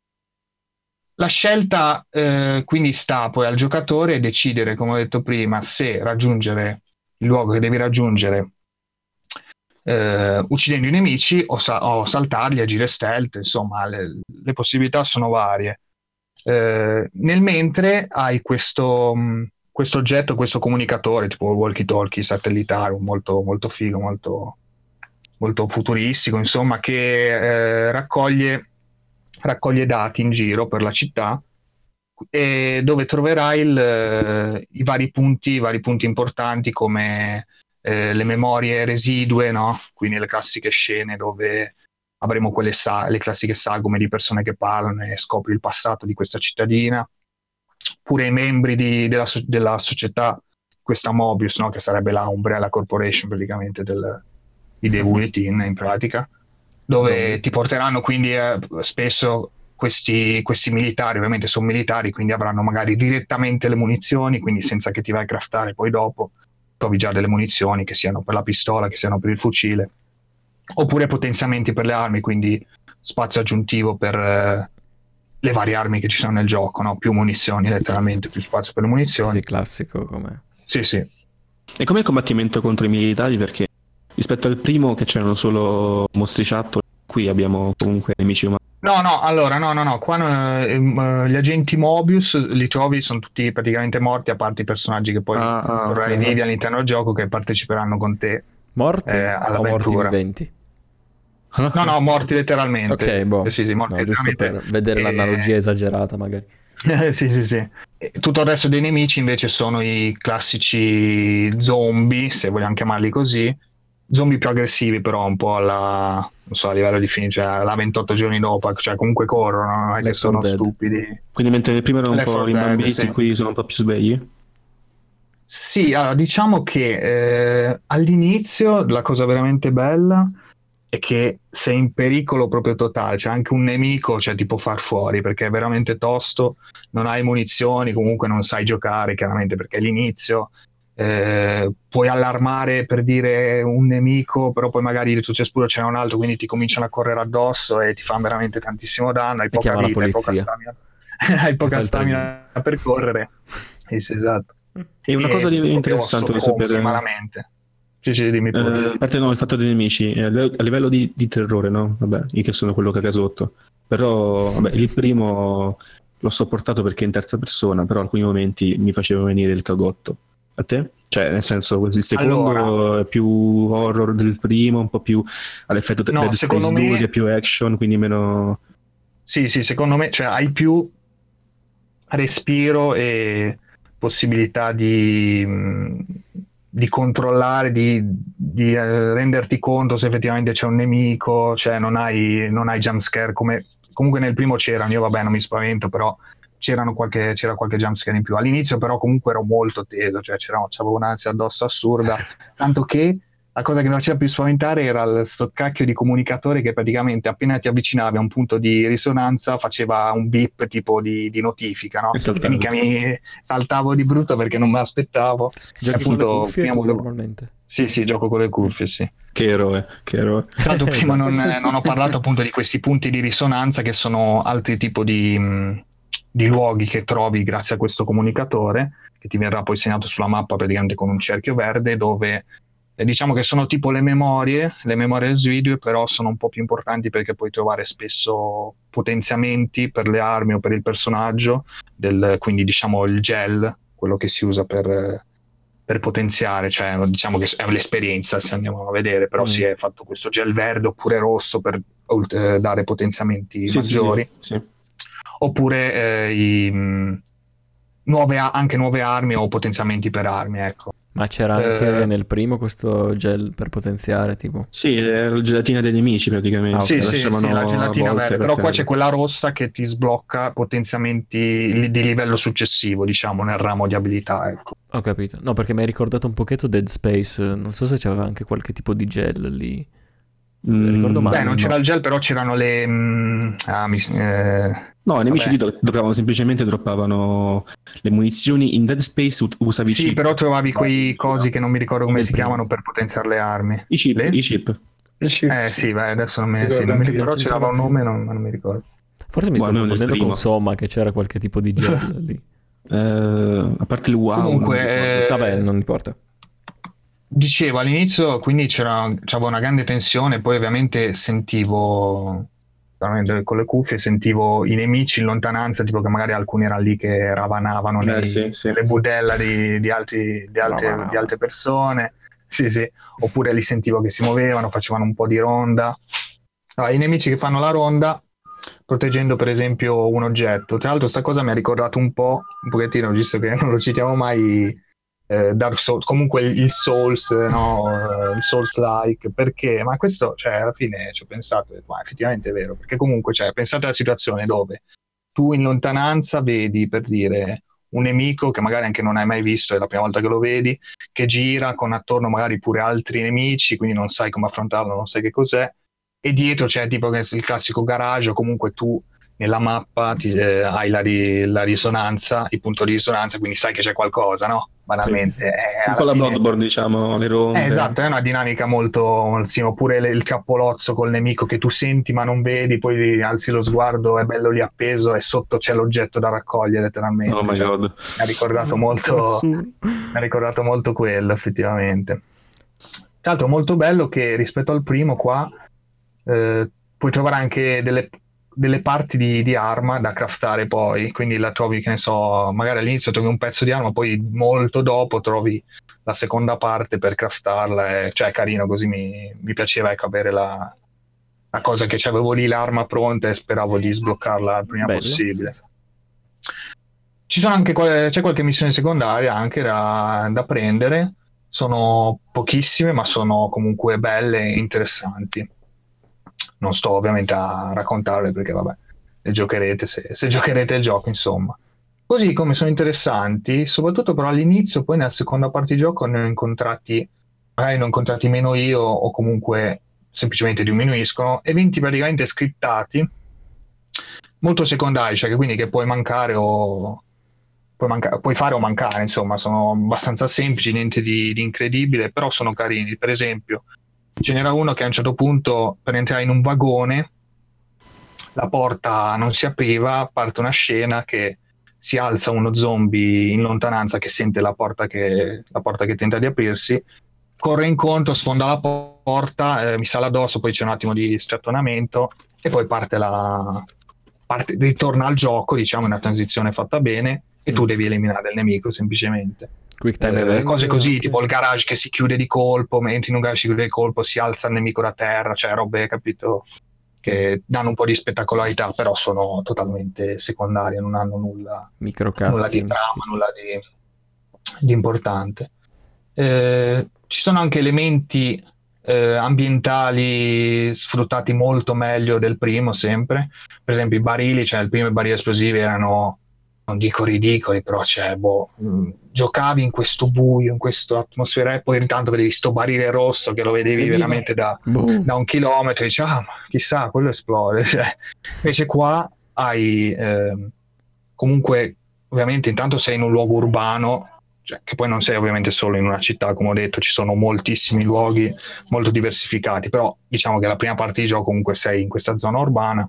La scelta eh, quindi sta poi al giocatore decidere, come ho detto prima, se raggiungere il luogo che devi raggiungere eh, uccidendo i nemici o, sa- o saltarli, agire stealth, insomma le, le possibilità sono varie. Eh, nel mentre hai questo, mh, questo oggetto, questo comunicatore tipo walkie-talkie satellitare, molto, molto figo, molto, molto futuristico, insomma, che eh, raccoglie, raccoglie dati in giro per la città, e dove troverai il, eh, i vari punti, i vari punti importanti, come eh, le memorie residue, no? Quindi le classiche scene dove avremo quelle sa- le classiche sagome di persone che parlano e scopri il passato di questa cittadina, pure i membri di- della, so- della società, questa Mobius, no? Che sarebbe la Umbrella Corporation praticamente del, di The Bulletin in pratica, dove Zombie. ti porteranno quindi eh, spesso questi, questi militari, ovviamente sono militari, quindi avranno magari direttamente le munizioni, quindi senza che ti vai a craftare poi dopo, trovi già delle munizioni che siano per la pistola, che siano per il fucile, oppure potenziamenti per le armi, quindi spazio aggiuntivo per eh, le varie armi che ci sono nel gioco, no? Più munizioni, letteralmente, più spazio per le munizioni. Sì, classico come. Sì, sì. E com'è il combattimento contro i militari? Perché rispetto al primo, che c'erano solo mostriciattoli, qui abbiamo comunque nemici umani. No, no, allora, no, no, no, qua eh, ehm, gli agenti Mobius li trovi, sono tutti praticamente morti, a parte i personaggi che poi Ah, ah, vorrai ok. vivi all'interno del gioco, che parteciperanno con te Morti eh, o morti all'avventura. viventi? No, no, morti letteralmente. Ok, boh. Eh, sì, sì, morti No, giusto letteralmente. per vedere l'analogia E- esagerata, magari. sì, sì, sì. E tutto il resto dei nemici invece sono i classici zombie, se vogliamo chiamarli così, zombie più aggressivi, però un po' alla, non so, a livello di film, cioè alla ventotto giorni dopo, cioè comunque corrono, non è che Left four sono Dead. stupidi. Quindi mentre prima erano un Left po' four Dead, rimbambiti, sì. qui sono un po' più svegli. Sì, allora, diciamo che eh, all'inizio la cosa veramente bella è che sei in pericolo proprio totale, c'è anche un nemico, cioè ti può far fuori perché è veramente tosto, non hai munizioni, comunque non sai giocare chiaramente perché è l'inizio, eh, puoi allarmare per dire un nemico, però poi magari il tuo cespuglio c'è un altro, quindi ti cominciano a correre addosso e ti fanno veramente tantissimo danno, hai E poca chiama la vita, hai poca polizia stamina, hai e fa poca il trenino. stamina per correre. Sì, sì, esatto. E una cosa E di- proprio interessante per soccombi sapere, malamente. Sì, sì, dimmi eh, pure. a parte no, il fatto dei nemici, eh, a livello a livello di, di terrore, no? Vabbè, io che sono quello cagasotto, però vabbè, il primo l'ho sopportato perché è in terza persona, però alcuni momenti mi faceva venire il cagotto. A te? Cioè, nel senso, il secondo Allora, è più horror del primo, un po' più all'effetto de- no, Dead secondo Space due, che è me, più action, quindi meno... sì, sì, secondo me, cioè, hai più respiro e possibilità di, mh, di controllare, di, di, eh, renderti conto se effettivamente c'è un nemico, cioè non hai, non hai jump scare come comunque nel primo c'erano, io vabbè non mi spavento, però c'erano qualche, c'era qualche jump scare in più. All'inizio però comunque ero molto teso, cioè c'era, c'avevo un'ansia addosso assurda, tanto che la cosa che mi faceva più spaventare era il, sto cacchio di comunicatore che praticamente appena ti avvicinavi a un punto di risonanza faceva un beep tipo di, di notifica, E no? E saltare. mica mi saltavo di brutto perché non me l'aspettavo. E Giochi con le appunto cuffie prima tu volevo... normalmente? Sì, sì, gioco con le Mm. cuffie, sì. Che eroe, che eroe. Tra l'altro prima Esatto. non, non ho parlato appunto di questi punti di risonanza che sono altri tipi di, mh, di luoghi che trovi grazie a questo comunicatore che ti verrà poi segnato sulla mappa praticamente con un cerchio verde dove eh, diciamo che sono tipo le memorie, le memorie residue, però sono un po' più importanti perché puoi trovare spesso potenziamenti per le armi o per il personaggio, del, quindi diciamo il gel, quello che si usa per, per potenziare, cioè diciamo che è l'esperienza se andiamo a vedere, però Mm. si è fatto questo gel verde oppure rosso per eh, dare potenziamenti Sì, sì, sì, maggiori, sì. oppure eh, i, mh, nuove, anche nuove armi o potenziamenti per armi, ecco. Ma c'era anche Eh, nel primo questo gel per potenziare, tipo. Sì, è la gelatina dei nemici Ah, praticamente, ok. Sì, la sì, sì, la lasciavano a gelatina volte verde, per però qua c'è terra. quella rossa che ti sblocca potenziamenti li- di livello successivo, diciamo, nel ramo di abilità, ecco. Ho capito. No, perché mi hai ricordato un pochetto Dead Space. Non so se c'aveva anche qualche tipo di gel lì. Ricordo Mm, Beh, male. non c'era no. il gel, però c'erano le... mm, ah, mi, eh, No, i nemici vabbè. lì do- dropavano semplicemente droppavano le munizioni. In Dead Space ut- usavi i Sì, chip. però trovavi Trovavi quei i chip. cosi che non mi ricordo come Del si chiamano primo. per potenziare le armi. I chip, Le? i chip. Il chip, Eh sì. sì, beh, adesso non mi, sì, Ricordo non mi anche Che ricordo, io. però c'era un c'entrava. nome, non, non mi ricordo. Forse mi Boh, sto almeno nel confondendo con primo. Soma, che c'era qualche tipo di gel lì. Eh, a parte il wow, non mi ricordo. Comunque, Vabbè, eh, non importa. dicevo all'inizio, quindi c'era, c'avevo una grande tensione, poi ovviamente sentivo, veramente con le cuffie, sentivo i nemici in lontananza, tipo che magari alcuni erano lì che ravanavano Eh nei- sì, sì. nelle budella di, di, altri- di altre, di Ravanava. altre persone, sì, sì, oppure li sentivo che si muovevano, facevano un po' di ronda. Allora, i nemici che fanno la ronda proteggendo per esempio un oggetto. Tra l'altro sta cosa mi ha ricordato un po', un pochettino, visto che non lo citiamo mai, eh, Dark Souls, comunque il, il Souls, no? Il Souls-like, perché? Ma questo, cioè, alla fine ci ho pensato, ho detto, ma effettivamente è vero, perché comunque, cioè, pensate alla situazione dove tu in lontananza vedi, per dire, un nemico che magari anche non hai mai visto, è la prima volta che lo vedi, che gira con attorno magari pure altri nemici, quindi non sai come affrontarlo, non sai che cos'è, e dietro c'è tipo che il classico garage o comunque tu nella mappa ti, eh, hai la, ri- la risonanza, il punto di risonanza, quindi sai che c'è qualcosa, no? Sì, sì, Banalmente. sì. Eh, Un po' alla la fine... Bloodborne, diciamo, le Eh, ronde. esatto, è una dinamica molto, sì, oppure le- il cappolozzo col nemico che tu senti ma non vedi, poi alzi lo sguardo, è bello lì appeso e sotto c'è l'oggetto da raccogliere Oh letteralmente. my Cioè, god. mi ha ricordato Che molto, assurdo. mi ha ricordato molto quello, effettivamente. Tra l'altro molto bello che rispetto al primo qua eh, puoi trovare anche delle, delle parti di, di arma da craftare poi, quindi la trovi, che ne so, magari all'inizio trovi un pezzo di arma, poi molto dopo trovi la seconda parte per craftarla, e, cioè è carino, così mi, mi piaceva ecco, avere la, la cosa che c'avevo lì, l'arma pronta e speravo di sbloccarla il prima Bello. possibile. Ci sono anche qual- c'è qualche missione secondaria anche da, da prendere, sono pochissime ma sono comunque belle e interessanti. Non sto ovviamente a raccontarle perché vabbè, le giocherete se, se giocherete il gioco insomma. Così come sono interessanti, soprattutto però all'inizio, poi nella seconda parte di gioco ne ho incontrati, magari ne ho incontrati meno io o comunque semplicemente diminuiscono, eventi praticamente scriptati, molto secondari, cioè che quindi che puoi mancare o puoi, manca- puoi fare o mancare, insomma, sono abbastanza semplici, niente di, di incredibile, però sono carini. Per esempio, ce n'era uno che a un certo punto per entrare in un vagone la porta non si apriva, parte una scena che si alza uno zombie in lontananza che sente la porta che, la porta che tenta di aprirsi, corre incontro, sfonda la porta, eh, mi sale addosso, poi c'è un attimo di strattonamento e poi parte la parte, ritorna al gioco, diciamo, una transizione fatta bene e tu Mm. devi eliminare il nemico semplicemente. Quick time Eh, event cose così, anche? tipo il garage che si chiude di colpo, mentre in un garage si chiude di colpo si alza il nemico da terra, cioè robe, capito, che danno un po' di spettacolarità, però sono totalmente secondarie, non hanno nulla, Micro nulla di cutscenes, trama, tipo. nulla di, di importante. Eh, ci sono anche elementi eh, ambientali sfruttati molto meglio del primo, sempre. Per esempio, i barili, cioè il primo i barili esplosivi erano, non dico ridicoli, però cioè, boh, mh, giocavi in questo buio, in questa atmosfera, e poi intanto vedevi sto barile rosso che lo vedevi veramente da, Boom. da un chilometro, e dici, ah, ma chissà, quello esplode. Cioè, invece qua hai ehm, comunque, ovviamente, intanto sei in un luogo urbano, cioè, che poi non sei ovviamente solo in una città, come ho detto, ci sono moltissimi luoghi molto diversificati, però diciamo che la prima parte di gioco comunque sei in questa zona urbana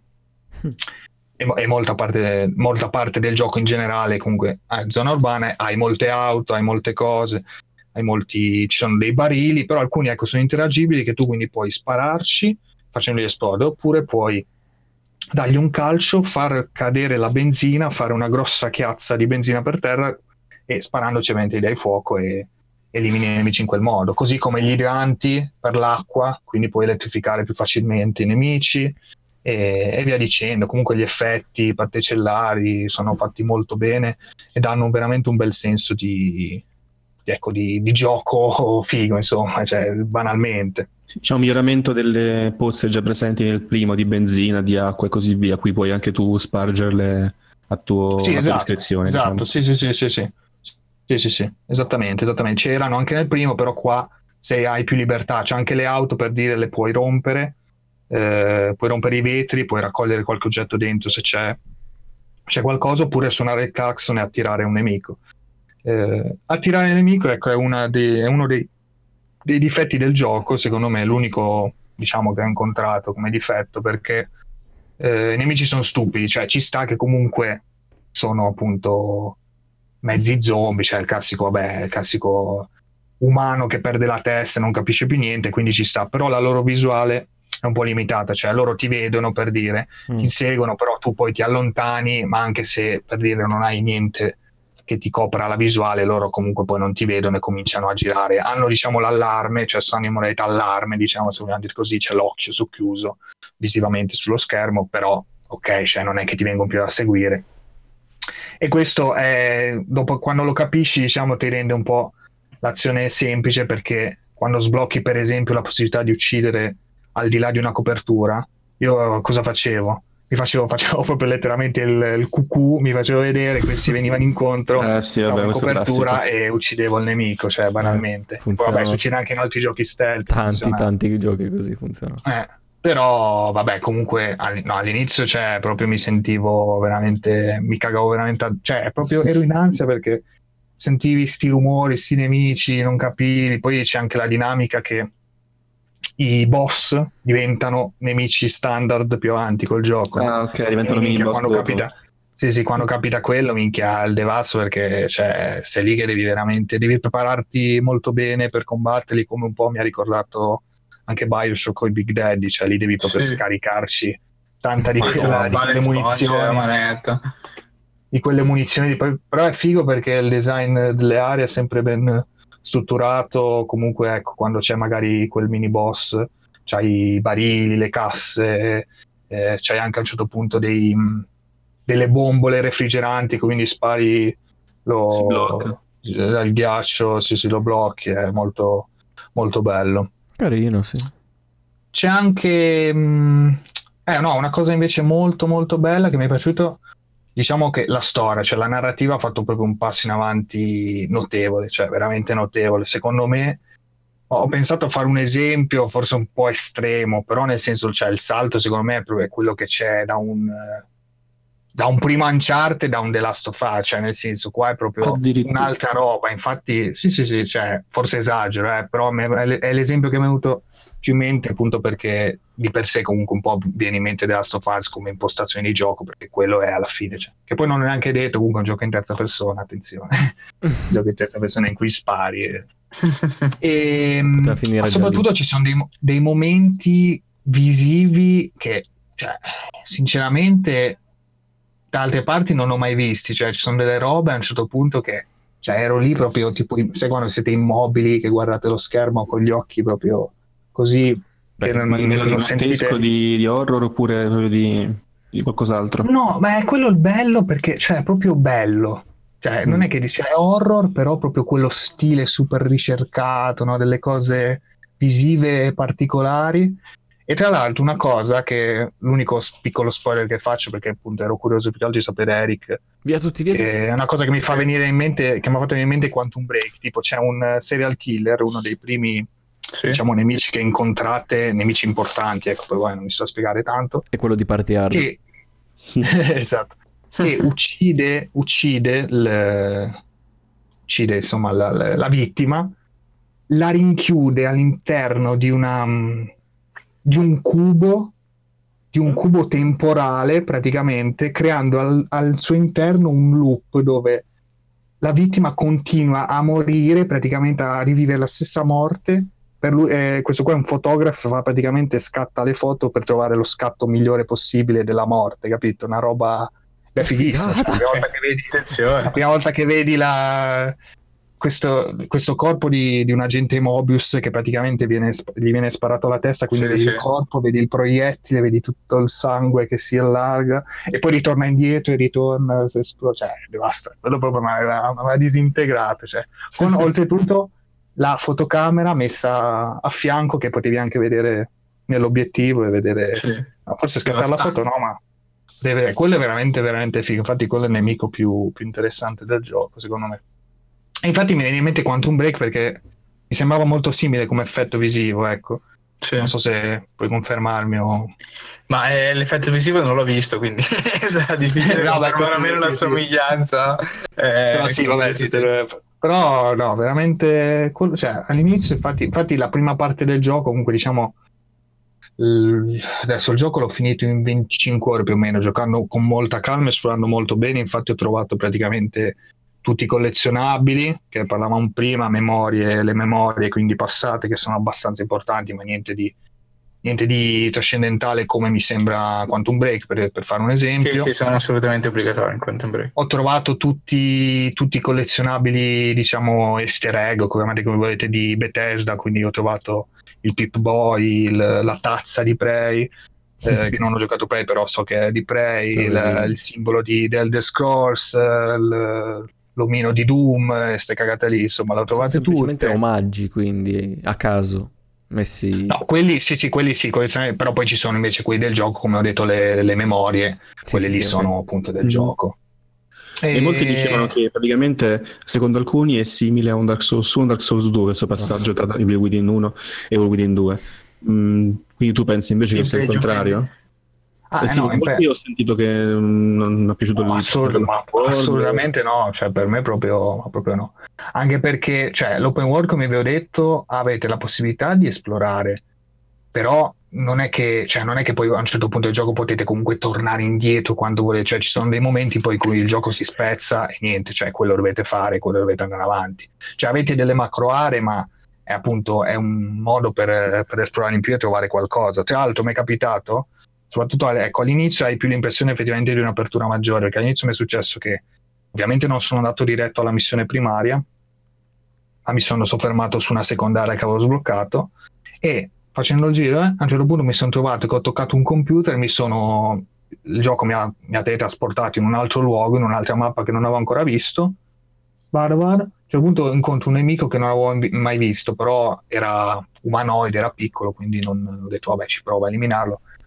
e, e molta, parte, molta parte del gioco in generale comunque è zona urbana, hai molte auto, hai molte cose, hai molti, ci sono dei barili, però alcuni ecco sono interagibili che tu quindi puoi spararci facendoli esplodere, oppure puoi dargli un calcio, far cadere la benzina, fare una grossa chiazza di benzina per terra e sparandoci ovviamente gli dai fuoco e elimini i nemici in quel modo, così come gli idranti per l'acqua, quindi puoi elettrificare più facilmente i nemici e, e via dicendo. Comunque gli effetti particellari sono fatti molto bene e danno veramente un bel senso di, di, ecco, di, di gioco figo, insomma, cioè, banalmente. C'è un miglioramento delle pozze già presenti nel primo di benzina, di acqua e così via, qui puoi anche tu spargerle a, tuo, Sì, a tua esatto, discrezione, esatto, diciamo. sì, sì, sì, sì, sì, sì, sì, sì, esattamente, esattamente. C'erano anche nel primo, però qua se hai più libertà, c'è anche le auto per dire le puoi rompere, eh, puoi rompere i vetri, puoi raccogliere qualche oggetto dentro se c'è, c'è qualcosa, oppure suonare il clacson e attirare un nemico. Eh, attirare il nemico, ecco, è, una dei, è uno dei, dei difetti del gioco, secondo me, è l'unico, diciamo, che ho incontrato come difetto, perché eh, i nemici sono stupidi, cioè ci sta che comunque sono appunto mezzi zombie, cioè il classico, vabbè, il classico umano che perde la testa e non capisce più niente, quindi ci sta, però la loro visuale è un po' limitata, cioè loro ti vedono per dire, Mm. ti inseguono, però tu poi ti allontani, ma anche se per dire non hai niente che ti copra la visuale, loro comunque poi non ti vedono e cominciano a girare. Hanno diciamo l'allarme, cioè sono in modalità allarme, diciamo se vogliamo dire così, c'è l'occhio socchiuso visivamente sullo schermo, però ok, cioè non è che ti vengono più a seguire. E questo è, dopo quando lo capisci, diciamo, ti rende un po' l'azione semplice, perché quando sblocchi per esempio la possibilità di uccidere al di là di una copertura, io cosa facevo? Mi facevo, facevo proprio letteralmente il, il cucù, mi facevo vedere, questi venivano incontro, Eh sì, stavo vabbè, in questo è copertura classico. e uccidevo il nemico, cioè Eh, banalmente. E poi vabbè, funzionano succede anche in altri giochi stealth, tanti, funziona. tanti giochi così funzionano. Eh, però vabbè, comunque all- no, all'inizio cioè, proprio mi sentivo veramente, mi cagavo veramente, a- cioè proprio ero in ansia perché sentivi sti rumori, sti nemici, non capivi, poi c'è anche la dinamica che i boss diventano nemici standard più avanti col gioco. Ah, ok, Quindi diventano mini minchia, boss quando dopo. capita, sì, sì, quando capita quello, minchia, il devasso, perché cioè, sei lì che devi veramente, devi prepararti molto bene per combatterli, come un po' mi ha ricordato anche Bioshock con i Big Daddy, cioè lì devi proprio Sì. scaricarci tanta di, quella, Madonna, di palla e quelle sponge la munizioni manetta. di quelle munizioni di- però è figo perché il design delle aree è sempre ben strutturato, comunque ecco quando c'è magari quel mini boss c'hai i barili, le casse, eh, c'hai anche a un certo punto dei, mh, delle bombole refrigeranti, quindi spari Si blocca. lo, il ghiaccio, sì, sì, lo blocchi, è molto, molto bello. Carino, sì. C'è anche mh, eh, no, una cosa invece molto molto bella che mi è piaciuto, diciamo che la storia, cioè la narrativa ha fatto proprio un passo in avanti notevole, cioè veramente notevole. Secondo me ho pensato a fare un esempio forse un po' estremo, però nel senso, cioè il salto secondo me è proprio quello che c'è da un, eh, da un primo Uncharted, da un The Last of Us, cioè nel senso qua è proprio Addirittura. un'altra roba. Infatti sì sì sì, cioè, forse esagero, eh, però me- è l- è l'esempio che mi è venuto più in mente, appunto perché di per sé comunque un po' viene in mente The Last of Us come impostazione di gioco, perché quello è alla fine, cioè, che poi non è neanche detto, comunque è un gioco in terza persona, attenzione, gioco in terza persona in cui spari e, e, Poteva ma finire già lì. soprattutto ci sono dei, mo- dei momenti visivi che, cioè, sinceramente da altre parti non ho mai visti, cioè ci sono delle robe a un certo punto che, cioè, ero lì proprio tipo, sai quando siete immobili che guardate lo schermo con gli occhi proprio così, che Beh, ma a non, livello di non grottesco, sentite. di, di horror oppure proprio di, di qualcos'altro? No, ma è quello il bello, perché cioè, è proprio bello. Cioè, non Mm. è che dici è horror, però proprio quello stile super ricercato, no? Delle cose visive particolari. E tra l'altro una cosa che, l'unico s- piccolo spoiler che faccio, perché appunto ero curioso più che altro di sapere Eric, Via tutti, via tutti. che è una cosa che mi fa Sì. venire in mente, che mi ha fatto venire in mente Quantum Break, tipo c'è un eh, serial killer, uno dei primi, Sì. diciamo, nemici che incontrate, nemici importanti, ecco, poi vai, non mi sto a spiegare tanto, È quello di Party Hard. che esatto, che uccide, uccide, il- uccide insomma la, la- la vittima, la rinchiude all'interno di una mm, di un cubo, di un cubo temporale praticamente, creando al, al suo interno un loop dove la vittima continua a morire, praticamente a rivivere la stessa morte. Per lui, eh, questo qua è un fotografo, fa praticamente scatta le foto per trovare lo scatto migliore possibile della morte, capito? Una roba è Che fighissimo, cioè, la prima figata! volta che vedi, la Attenzione. prima volta che vedi la, questo, questo corpo di, di un agente Mobius che praticamente viene, sp- gli viene sparato alla testa, quindi Sì, vedi sì. il corpo, vedi il proiettile, vedi tutto il sangue che si allarga e poi ritorna indietro e ritorna, si esplo- cioè devasta, quello proprio mi aveva, mi aveva disintegrato, cioè, con oltretutto la fotocamera messa a fianco che potevi anche vedere nell'obiettivo e vedere, Sì. no, forse scattare la foto Devastante. no, ma deve, quello è veramente veramente figo, infatti quello è il nemico più, più interessante del gioco secondo me. E infatti mi viene in mente Quantum Break perché mi sembrava molto simile come effetto visivo, ecco. Sì. Non so se puoi confermarmi o... Ma eh, l'effetto visivo non l'ho visto, quindi sarà difficile no, beh, confermare questo almeno la sì, sì. somiglianza. Però Eh, sì, vabbè, quindi sì, sì, te sì. lo- però no, veramente, quello- cioè, all'inizio, infatti, infatti la prima parte del gioco, comunque diciamo, l- adesso il gioco l'ho finito in venticinque ore più o meno, giocando con molta calma e esplorando molto bene, infatti ho trovato praticamente tutti i collezionabili, che parlavamo prima, memorie, le memorie quindi passate, che sono abbastanza importanti, ma niente di, niente di trascendentale come mi sembra Quantum Break, per, per fare un Sì, sì, esempio. sono assolutamente obbligatori in Quantum Break. Ho trovato tutti, tutti i collezionabili, diciamo, easter egg, o chiamate come volete, di Bethesda, quindi ho trovato il Pip-Boy, il- la tazza di Prey, eh, che non ho giocato Prey, però so che è di Prey, il, il Avevi... simbolo di The Elder Scrolls, eh, il- l'omino di Doom, e ste cagate lì, insomma, le ho Sono trovate semplicemente tutte. omaggi, quindi, a caso, messi... No, quelli sì, sì, quelli sì, collezionabili, però poi ci sono invece quelli del gioco, come ho detto, le, le memorie, Sì, quelle sì, lì sì, ok. sono appunto del Mhm. gioco. E molti dicevano E... che praticamente, secondo alcuni, è simile a un Dark Souls uno, Dark Souls due, questo passaggio tra Evil Within uno e Evil Within due. Mm, quindi tu pensi invece che In sia il peggio, quindi. contrario? Eh Ah, eh sì, no, da in pe- molti ho sentito che mm, non è piaciuto no, il passaggio assur- ma all'open world. assolutamente no, cioè per me proprio, proprio no. Anche perché cioè, l'open world, come vi ho detto, avete la possibilità di esplorare, però non è che, cioè, non è che poi a un certo punto del gioco potete comunque tornare indietro quando volete, cioè ci sono dei momenti poi in cui il gioco si spezza e niente, cioè quello dovete fare, quello dovete andare avanti. Cioè avete delle macro aree, ma è appunto è un modo per, per esplorare in più e trovare qualcosa. Tra l'altro mi è capitato, soprattutto ecco, all'inizio hai più l'impressione effettivamente di un'apertura maggiore, perché all'inizio mi è successo che ovviamente non sono andato diretto alla missione primaria, ma mi sono soffermato su una secondaria che avevo sbloccato e facendo il giro eh, a un certo punto mi sono trovato che ho toccato un computer, mi sono il gioco mi ha, mi ha teletrasportato in un altro luogo, in un'altra mappa che non avevo ancora visto. Vado, vado. A un certo punto incontro un nemico che non avevo mai visto, però era umanoide, era piccolo, quindi non, ho detto vabbè ci provo a eliminarlo.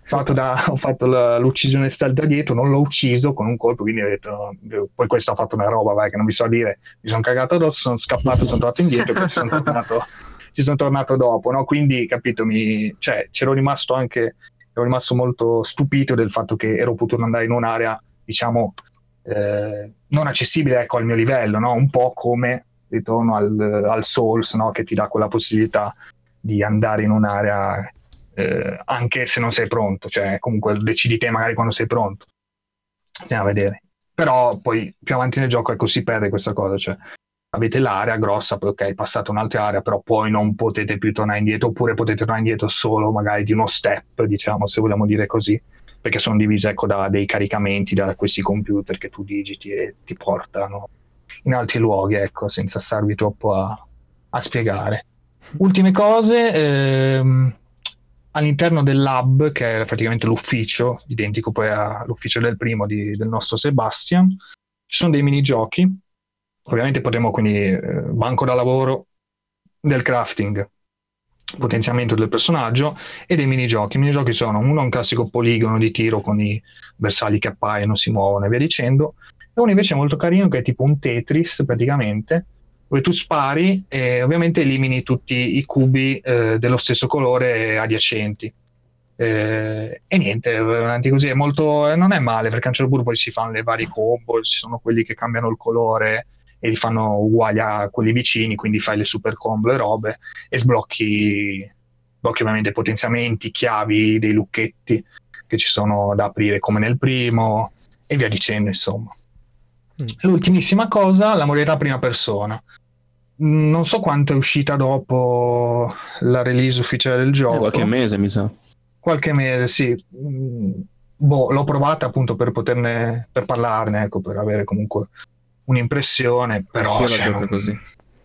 fatto da, ho fatto la, l'uccisione stealth da dietro, non l'ho ucciso con un colpo, quindi ho detto, poi questo ha fatto una roba, vai, che non mi so dire, mi sono cagato addosso, sono scappato, sono tornato indietro e poi ci sono tornato, ci sono tornato dopo, no? Quindi, capito, mi, cioè, c'ero rimasto anche, ero rimasto molto stupito del fatto che ero potuto andare in un'area, diciamo, eh, non accessibile, ecco, al mio livello, no? Un po' come ritorno al, al Souls, no? Che ti dà quella possibilità di andare in un'area eh, anche se non sei pronto, cioè comunque decidi te magari quando sei pronto, stiamo a vedere. Però poi più avanti nel gioco, ecco, si perde questa cosa, cioè avete l'area grossa, poi ok, passate un'altra area, però poi non potete più tornare indietro, oppure potete tornare indietro solo magari di uno step, diciamo, se vogliamo dire così, perché sono divise, ecco, da dei caricamenti, da questi computer che tu digiti e ti portano in altri luoghi, ecco, senza starvi troppo a, a spiegare. Ultime cose, ehm, all'interno del lab, che è praticamente l'ufficio, identico poi all'ufficio del primo di, del nostro Sebastian, ci sono dei minigiochi, ovviamente potremo quindi eh, banco da lavoro, del crafting, potenziamento del personaggio e dei minigiochi. I minigiochi sono uno un classico poligono di tiro con i bersagli che appaiono, si muovono e via dicendo, e uno invece molto carino che è tipo un Tetris praticamente, dove tu spari e ovviamente elimini tutti i cubi eh, dello stesso colore adiacenti. Eh, e niente, avanti così è molto, eh, non è male perché a un certo punto poi si fanno le varie combo, ci sono quelli che cambiano il colore e li fanno uguali a quelli vicini, quindi fai le super combo e robe e sblocchi, sblocchi ovviamente potenziamenti, chiavi, dei lucchetti che ci sono da aprire come nel primo e via dicendo, insomma. Mm. L'ultimissima cosa, la modalità prima persona. Non so quanto è uscita dopo la release ufficiale del gioco. Eh, qualche mese, mi sa. Qualche mese, sì. Boh, l'ho provata appunto per poterne, per parlarne, ecco, per avere comunque un'impressione, però Io la cioè, gioco non, così.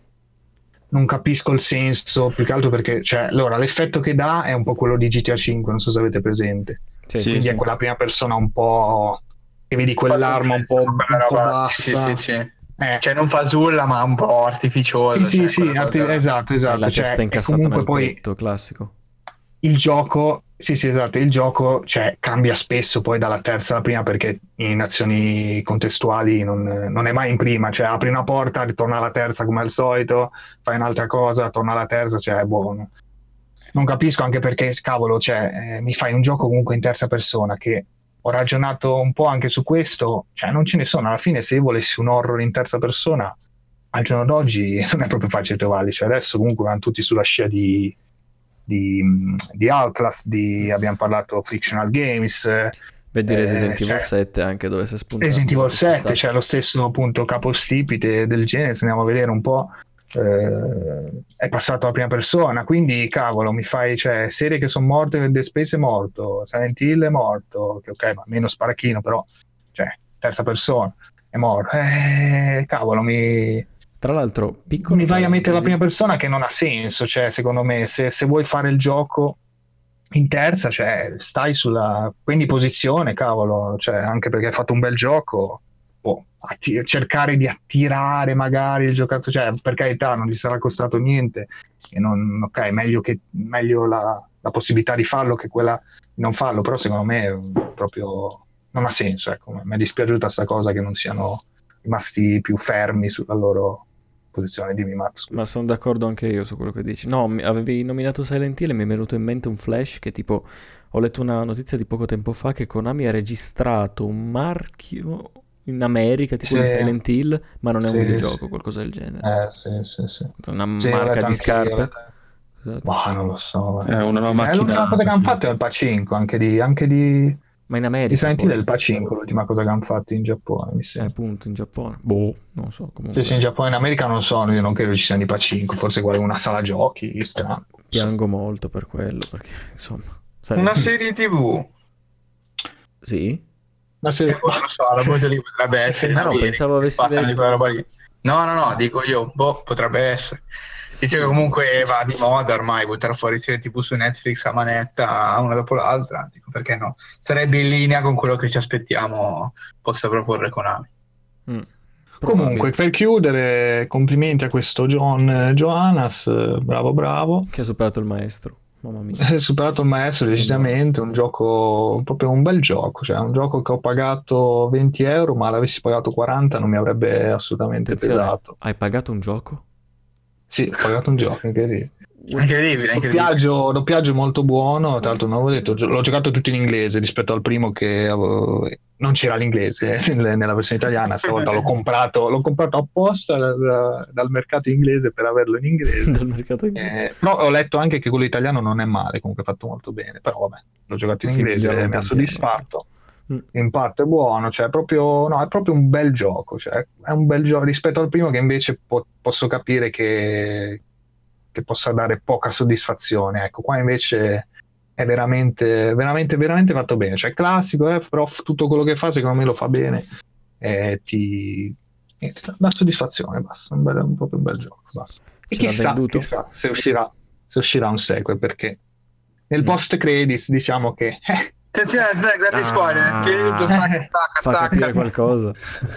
Non capisco il senso, più che altro perché, cioè, allora, l'effetto che dà è un po' quello di G T A cinque, non so se avete presente. Sì, Quindi sì. è quella prima persona un po' che vedi quell'arma un po', un po' bassa. Sì, sì, sì. Eh. Cioè non fasulla ma un po' artificioso. Sì, cioè, sì, sì, arti- cosa... esatto, Hai esatto. la Cioè, testa e incassata comunque nel poi petto, classico. il gioco, sì, sì, esatto, il gioco, cioè, cambia spesso poi dalla terza alla prima perché in azioni contestuali non, non è mai in prima, cioè apri una porta, ritorna alla terza come al solito, fai un'altra cosa, torna alla terza, cioè, boh, non capisco anche perché, cavolo, cioè, eh, mi fai un gioco comunque in terza persona che ho ragionato un po' anche su questo, cioè non ce ne sono, alla fine se io volessi un horror in terza persona, al giorno d'oggi non è proprio facile trovarli, cioè adesso comunque vanno tutti sulla scia di Di, di Outlast, di, abbiamo parlato Frictional Games, Vedi Resident eh, Evil cioè, sette anche dove si è spuntato. Resident Evil si è sette, spostato. c'è cioè lo stesso appunto capostipite del genere, se andiamo a vedere un po', eh, è passato alla prima persona, quindi cavolo, mi fai, cioè, serie che sono morte, Dead Space è morto, Silent Hill è morto, che ok, ma meno sparachino, però, cioè, terza persona, è morto, eh, cavolo, mi... Tra l'altro, piccolo mi vai a mettere la parentesi. prima persona che non ha senso, cioè secondo me se, se vuoi fare il gioco in terza, cioè stai sulla quindi posizione, cavolo, cioè anche perché hai fatto un bel gioco, boh, atti- cercare di attirare magari il giocatore, cioè per carità non gli sarà costato niente e non, ok, meglio, che, meglio la, la possibilità di farlo che quella di non farlo, però secondo me proprio non ha senso, ecco, mi è dispiaciuta sta cosa che non siano rimasti più fermi sulla loro posizione. Dimmi Max, scusa. Ma sono d'accordo anche io su quello che dici. No, mi- avevi nominato Silent Hill e mi è venuto in mente un flash che tipo ho letto una notizia di poco tempo fa che Konami ha registrato un marchio in America tipo Sì, di Silent Hill, ma non è un sì, videogioco, sì. qualcosa del genere. Eh, sì, sì, sì. Una Sì, ho marca letto di anche io, ho scarpe. letto- Ma non lo so. È una nuova Eh, macchina. l'ultima cosa che hanno fatto è il Pacinco, anche di, anche di, Ma in di America Silent Hill è poi. il Pacinco, l'ultima cosa che hanno fatto in Giappone, mi Eh, sembra. appunto, in Giappone. Boh, non so, Sì, sì, in comunque Giappone e in America non so, io non credo ci siano i Pacinco, forse quale una sala giochi, strano. piango molto per quello, perché insomma... Una Silent Hill- serie tivù. Sì? Ma se... Eh, boh, non lo so, la voce lì potrebbe essere in Ah no, America. pensavo avessi Parlano di letto... quella roba lì. No, no, no, dico io, boh, potrebbe essere. Dice che Sì. comunque va di moda ormai buttare fuori serie tivù su Netflix a manetta, una dopo l'altra. Dico, perché no? Sarebbe in linea con quello che ci aspettiamo possa proporre Konami. Mm, Comunque, probabile. per chiudere, complimenti a questo John Johannes, bravo bravo. Che ha superato il maestro. Mamma mia. Hai superato il maestro Sì, decisamente, un gioco, proprio un bel gioco, cioè un gioco che ho pagato venti euro, ma l'avessi pagato quaranta non mi avrebbe assolutamente Attenzione, pesato. hai pagato un gioco? Sì, ho pagato un gioco, incredibile. What? Incredibile, incredibile. Doppiaggio, doppiaggio molto buono, tra l'altro non avevo detto, gio- l'ho giocato tutto in inglese rispetto al primo che avevo- non c'era l'inglese eh, nel- nella versione italiana, stavolta l'ho comprato, l'ho comprato apposta dal, dal mercato inglese per averlo in inglese. Dal mercato inglese. Eh, però ho letto anche che quello italiano non è male, comunque è fatto molto bene, però vabbè, l'ho giocato in Sì, inglese piano e mi ha pian piano. soddisfatto. Mm. L'impatto è buono, cioè è proprio, no, è proprio un bel gioco, cioè è un bel gioco rispetto al primo che invece po- posso capire che, che possa dare poca soddisfazione, ecco, qua invece è veramente, veramente, veramente fatto bene, cioè è classico, eh, però f- tutto quello che fa secondo me lo fa bene e ti, e ti dà soddisfazione, basta, un, bel, un proprio un bel gioco, basta. E Ce l'ha chissà, venduto? chissà se uscirà, se uscirà un sequel, perché nel Mm. post credits diciamo che eh, Attenzione, grandi Ah. spoiler. Che stacca, stacca, Fa capire stacca. qualcosa.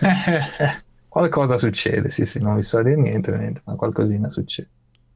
qualcosa succede, sì, sì, non vi so dire niente, niente, ma qualcosina succede.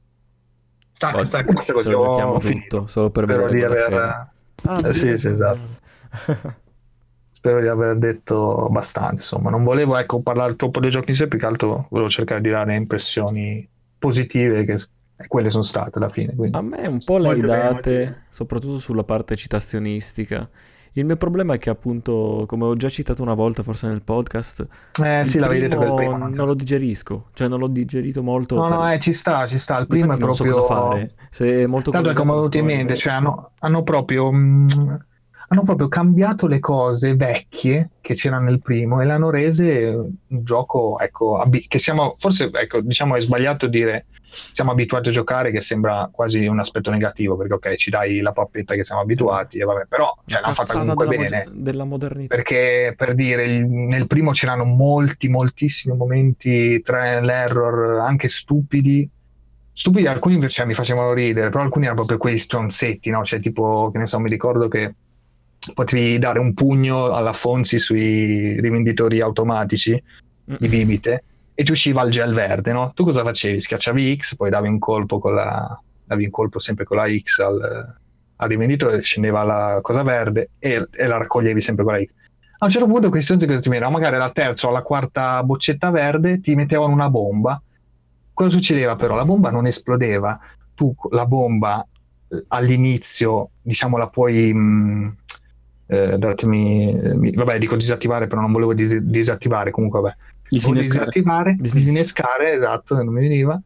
Stacca, Poi stacca. Basta così, ce lo ho- giochiamo ho tutto finito. solo per Spero vedere di quella aver, scena. Ah, eh, sì, sì, esatto. bene. Spero di aver detto abbastanza, insomma, non volevo ecco, parlare troppo dei giochi in sé, più che altro volevo cercare di dare impressioni positive, che e quelle sono state alla fine. Quindi. A me un po' le hai Molto bene, molto date, bene. soprattutto sulla parte citazionistica. Il mio problema è che appunto, come ho già citato una volta forse nel podcast, Eh il sì, l'avevi detto per il primo primo. Non, non lo digerisco, cioè non l'ho digerito molto no, per... no, eh, ci sta, ci sta. Il primo è Difatti non so cosa proprio. fare, se è molto Tanto è come collegato è alla venuto in storia. mente, cioè hanno, hanno proprio, mh, hanno proprio cambiato le cose vecchie che c'erano nel primo e l'hanno rese un gioco, ecco, abi- che siamo, forse, ecco, diciamo è sbagliato dire siamo abituati a giocare, che sembra quasi un aspetto negativo, perché ok, ci dai la pappetta che siamo Eh beh, abituati, e vabbè, però una cioè, l'hanno fatta cazzata comunque della, mo- bene, della modernità. perché per dire, il- nel primo c'erano molti, moltissimi momenti trial error, anche stupidi, stupidi, alcuni invece mi facevano ridere, però alcuni erano proprio quei stronzetti, no? Cioè tipo, che ne so, mi ricordo che potevi dare un pugno alla Fonzi sui rivenditori automatici di bibite e ti usciva il gel verde, no? Tu cosa facevi? Schiacciavi X, poi davi un colpo con la davi un colpo sempre con la X al, al rivenditore, scendeva la cosa verde e, e la raccoglievi sempre con la X. A un certo punto questi stronzi cosa ti mettevano? Magari alla terza o alla quarta boccetta verde ti mettevano una bomba. Cosa succedeva però? La bomba non esplodeva, tu la bomba eh, all'inizio, diciamo, la puoi mh, eh, datemi, eh, mi- vabbè, dico disattivare, però non volevo dis- disattivare, comunque vabbè. Volevo Disinnescare. disattivare, Disin- disinnescare, esatto, non mi veniva.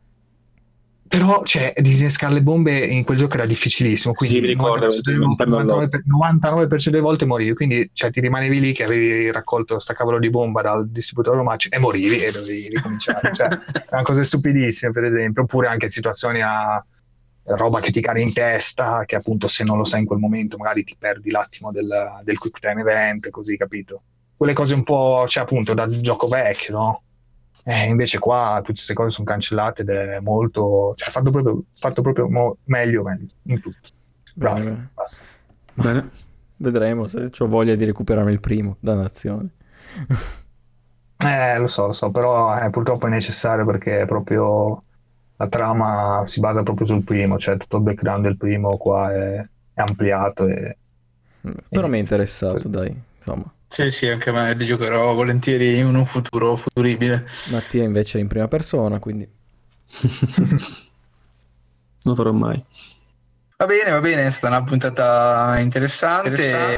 Però, cioè, disinnescare le bombe in quel gioco era difficilissimo, Sì, quindi mi il ricordo, novanta per cento delle, all'interno novantanove dell'otto. per- novantanove per cento delle volte morivi, quindi cioè, ti rimanevi lì che avevi raccolto sta cavolo di bomba dal distributore automatico e morivi e dovevi ricominciare. Cioè, erano cose stupidissime, per esempio, oppure anche situazioni a roba che ti cade in testa, che appunto se non lo sai in quel momento magari ti perdi l'attimo del, del quick time event, così, capito? Quelle cose un po', cioè appunto, da gioco vecchio, no? Eh, invece qua tutte queste cose sono cancellate ed è molto, cioè fatto proprio, fatto proprio mo- meglio, meglio in tutto. Bene, Bravi, bene. basta. Bene. Vedremo se ho voglia di recuperare il primo, dannazione. Eh, lo so, lo so, però eh, purtroppo è necessario perché proprio la trama si basa proprio sul primo, cioè tutto il background del primo qua è, è ampliato e, Però e mi è niente. interessato, dai, insomma. Sì, sì, anche a me li giocherò volentieri in un futuro futuribile. Mattia invece è in prima persona, quindi... Non lo farò mai. Va bene, va bene, è stata una puntata interessante.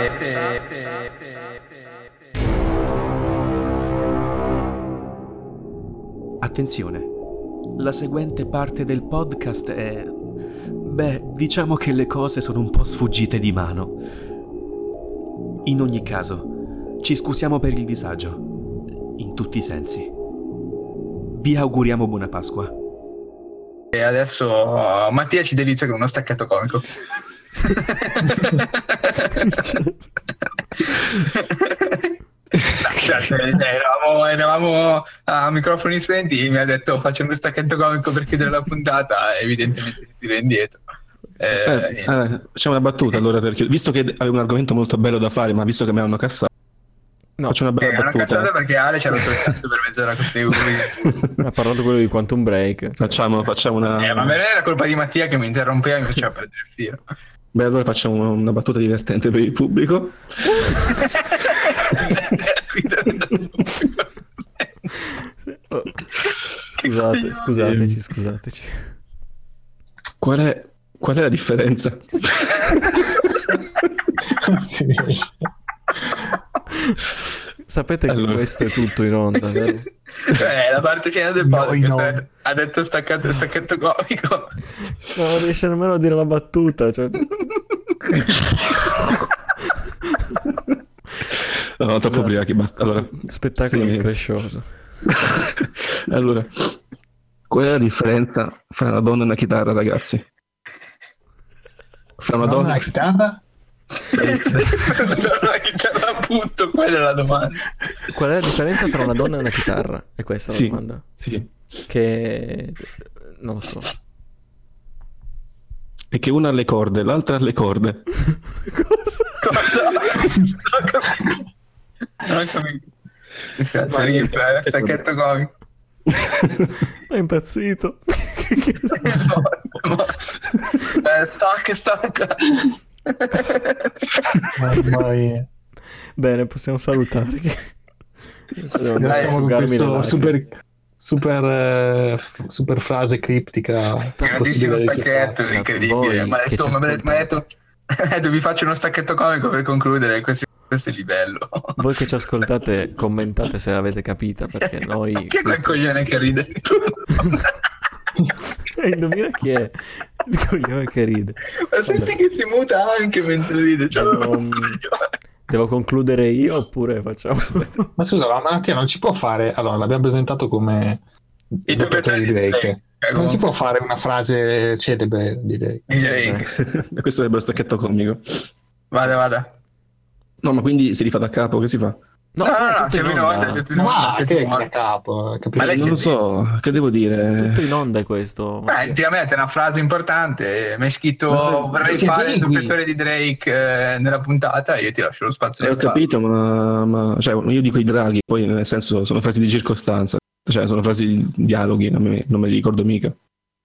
Attenzione, la seguente parte del podcast è... Beh, diciamo che le cose sono un po' sfuggite di mano. In ogni caso, ci scusiamo per il disagio, in tutti i sensi. Vi auguriamo buona Pasqua. E adesso uh, Mattia ci delizia con uno staccato comico. No, certo, eravamo, eravamo a microfoni spenti, mi ha detto faccio uno stacchetto comico per chiudere la puntata, evidentemente si tira indietro. Eh, Eh, niente. eh, facciamo una battuta allora, perché visto che avevo un argomento molto bello da fare, ma visto che mi hanno cassato, No, Faccio una bella Eh, è una battuta. cazzata perché Ale ci ha rotto il cazzo per mezz'ora con questi ha parlato quello di Quantum Break. Facciamo, facciamo una. Eh, ma me ne era colpa di Mattia che mi interrompeva e mi faceva perdere il filo. Beh, allora facciamo una battuta divertente per il pubblico. Oh, Scusate, scusateci, scusateci. Qual è, qual è la differenza? Non si riesce. Sapete che Allora. questo è tutto in onda, vero? Eh, la parte finale del No, podcast no. eh, ha detto staccato, stacchetto comico. No, non riesce nemmeno a dire la battuta. Cioè... No, troppo ubriachi, basta. Allora, Spettacolo sì. increscioso. Allora, qual è la differenza fra una donna e una chitarra, ragazzi? Fra una Donna, donna la chitarra? La chitarra appunto, quella è la domanda. Qual è la differenza tra una donna e una chitarra? È questa la Sì. domanda. Sì. Che non lo so. E che una ha le corde, l'altra ha le corde. Cosa? Cosa? Non ho capito. Non ho capito. Mi spiace, Rip, eh, stacchetto comico. È impazzito. Eh, stacca, stacca. Mamma mia. Bene, possiamo salutare. Devo andare a Iniziamo con asciugarmi le questo lacrime. super, super, eh, super frase criptica. Grandissimo possibile di stacchetto, Esatto, incredibile. voi Ma ha che detto, ci ma ha detto, ma ha ascoltate. detto, eh, vi faccio uno stacchetto comico per concludere. Questo, questo è il livello. Voi che ci ascoltate, commentate se l'avete capita, perché noi... Chi è quel coglione che ride? E indovina chi è il coglione che ride. Ma senti che si muta anche mentre ride. Cioè, Non- Devo concludere io oppure facciamo... Ma scusa, ma Mattia non ci può fare. Allora, l'abbiamo presentato come il doppiatore di Drake. Non si può fare una frase celebre di Drake. Di Drake. Questo sarebbe lo stacchetto comico. Vada, vada. No, ma quindi si rifà da capo, che si fa? No, No, no, no, tutto siamo in in onda. onda. tutto in Ma onda, va, siamo che in è onda. da capo, capisci? Ma lei Non lo so, che devo dire? Tutto in onda è questo. Beh, Mattia. ti ammetto, è una frase importante. Mi hai scritto Ma- vorrei che fare il segui? doppiatore di Drake eh, nella puntata e io ti lascio lo spazio. Eh, ho per farlo. capito, ma, ma cioè, io dico i draghi, poi nel senso sono frasi di circostanza, cioè sono frasi di dialoghi, non me, non me li ricordo mica.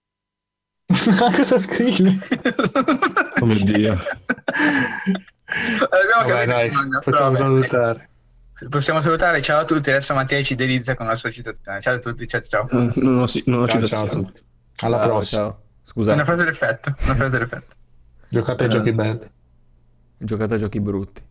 Cosa scrivi? Oh mio Dio. Abbiamo Vabbè, capito dai, il manga, però possiamo vabbè, salutare. possiamo salutare. Ciao a tutti. Adesso Mattia ci delizza con la sua citazione. Ciao a tutti. Ciao, ciao. Eh, Non ho, sì, non ho Ciao, ciao a citazioni. tutti. Alla Ciao, prossima. ciao. Scusate, Una frase d'effetto. Una frase d'effetto. Giocate ai Eh. giochi belli. giocate a giochi brutti.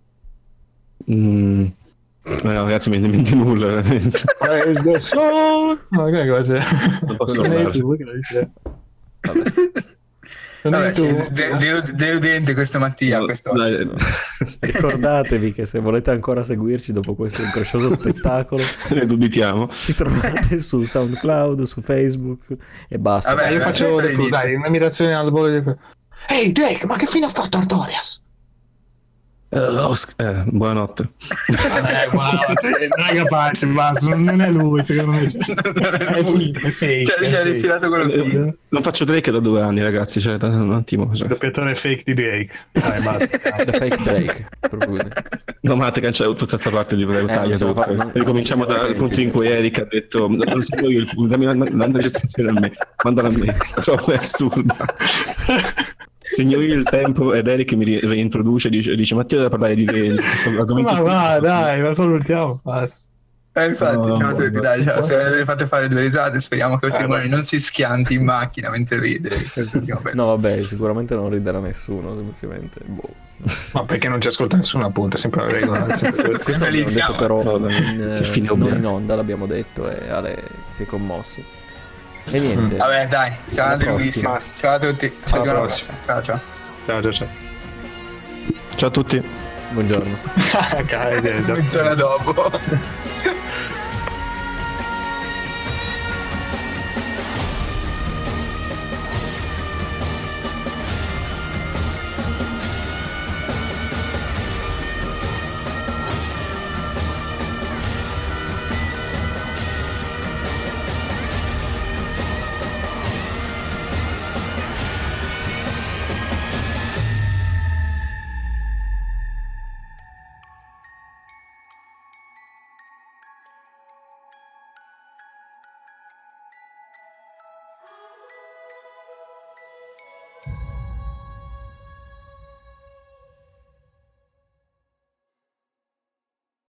Mm. Eh, no, ragazzi, mi dimentico nulla, veramente. Ma che cosa? Non posso Non è parlare. tu che lo dici. Vabbè. Non Vabbè, è tu. sì, de- de- deludente questo Mattia. No, questo dai, No. Ricordatevi che se volete ancora seguirci dopo questo increscioso spettacolo, ne dubitiamo. ci trovate su SoundCloud, su Facebook e basta. Vabbè, Dai, io dai, faccio dai, dai, dai, un'ammirazione al volo di... Ehi Drake, ma che fine ha fatto Artorias? Eh, Os- eh, buonanotte. Vabbè, buonanotte, non è capace, basta, non è lui, secondo me. È finto, è fake. Cioè, è ci ha fake. rifilato quello Eh, figo. Non faccio Drake da due anni, ragazzi. Cioè, da un attimo. Cioè. Doppiatore fake di Drake. Dai, basta. The Fake Drake, proprio così. No, ma te cancella tutta questa parte di prego, Eh, taglia non si può tutto. fare- non- Ricominciamo non si può dal fare punto in cui Eric ha detto non seguo io il dammi la, la registrazione a me, mandala a me, questa roba è assurda. Segno io il tempo ed Eric mi ri- reintroduce e dice, dice Mattia deve parlare di, di questo argomento. Ma va, dai, ma salutiamo. Basta. Eh, infatti, No, no, siamo no, tutti, no. dai, ciao. Speriamo di aver fatto fare due risate. Speriamo che Eh, Simone dai. non si schianti in macchina mentre ride. Questo è l'ultimo pezzo. No, vabbè, sicuramente non riderà nessuno, semplicemente. Boh. Ma perché non ci ascolta nessuno, appunto, è sempre la regola. è sempre questo. Questo Sempre lì l'abbiamo detto siamo. però Vabbè, in, che fine eh, non ovvia. in onda, l'abbiamo detto e Ale si è commosso. E niente, Vabbè, dai, ciao Alla Andrea prossima. Luisio. Ciao a tutti. Ciao, Ciao, prossima. ciao. ciao. Ciao, ciao, ciao. Ciao a tutti. buongiorno. Dai, dai, dai. Mezz'ora dopo.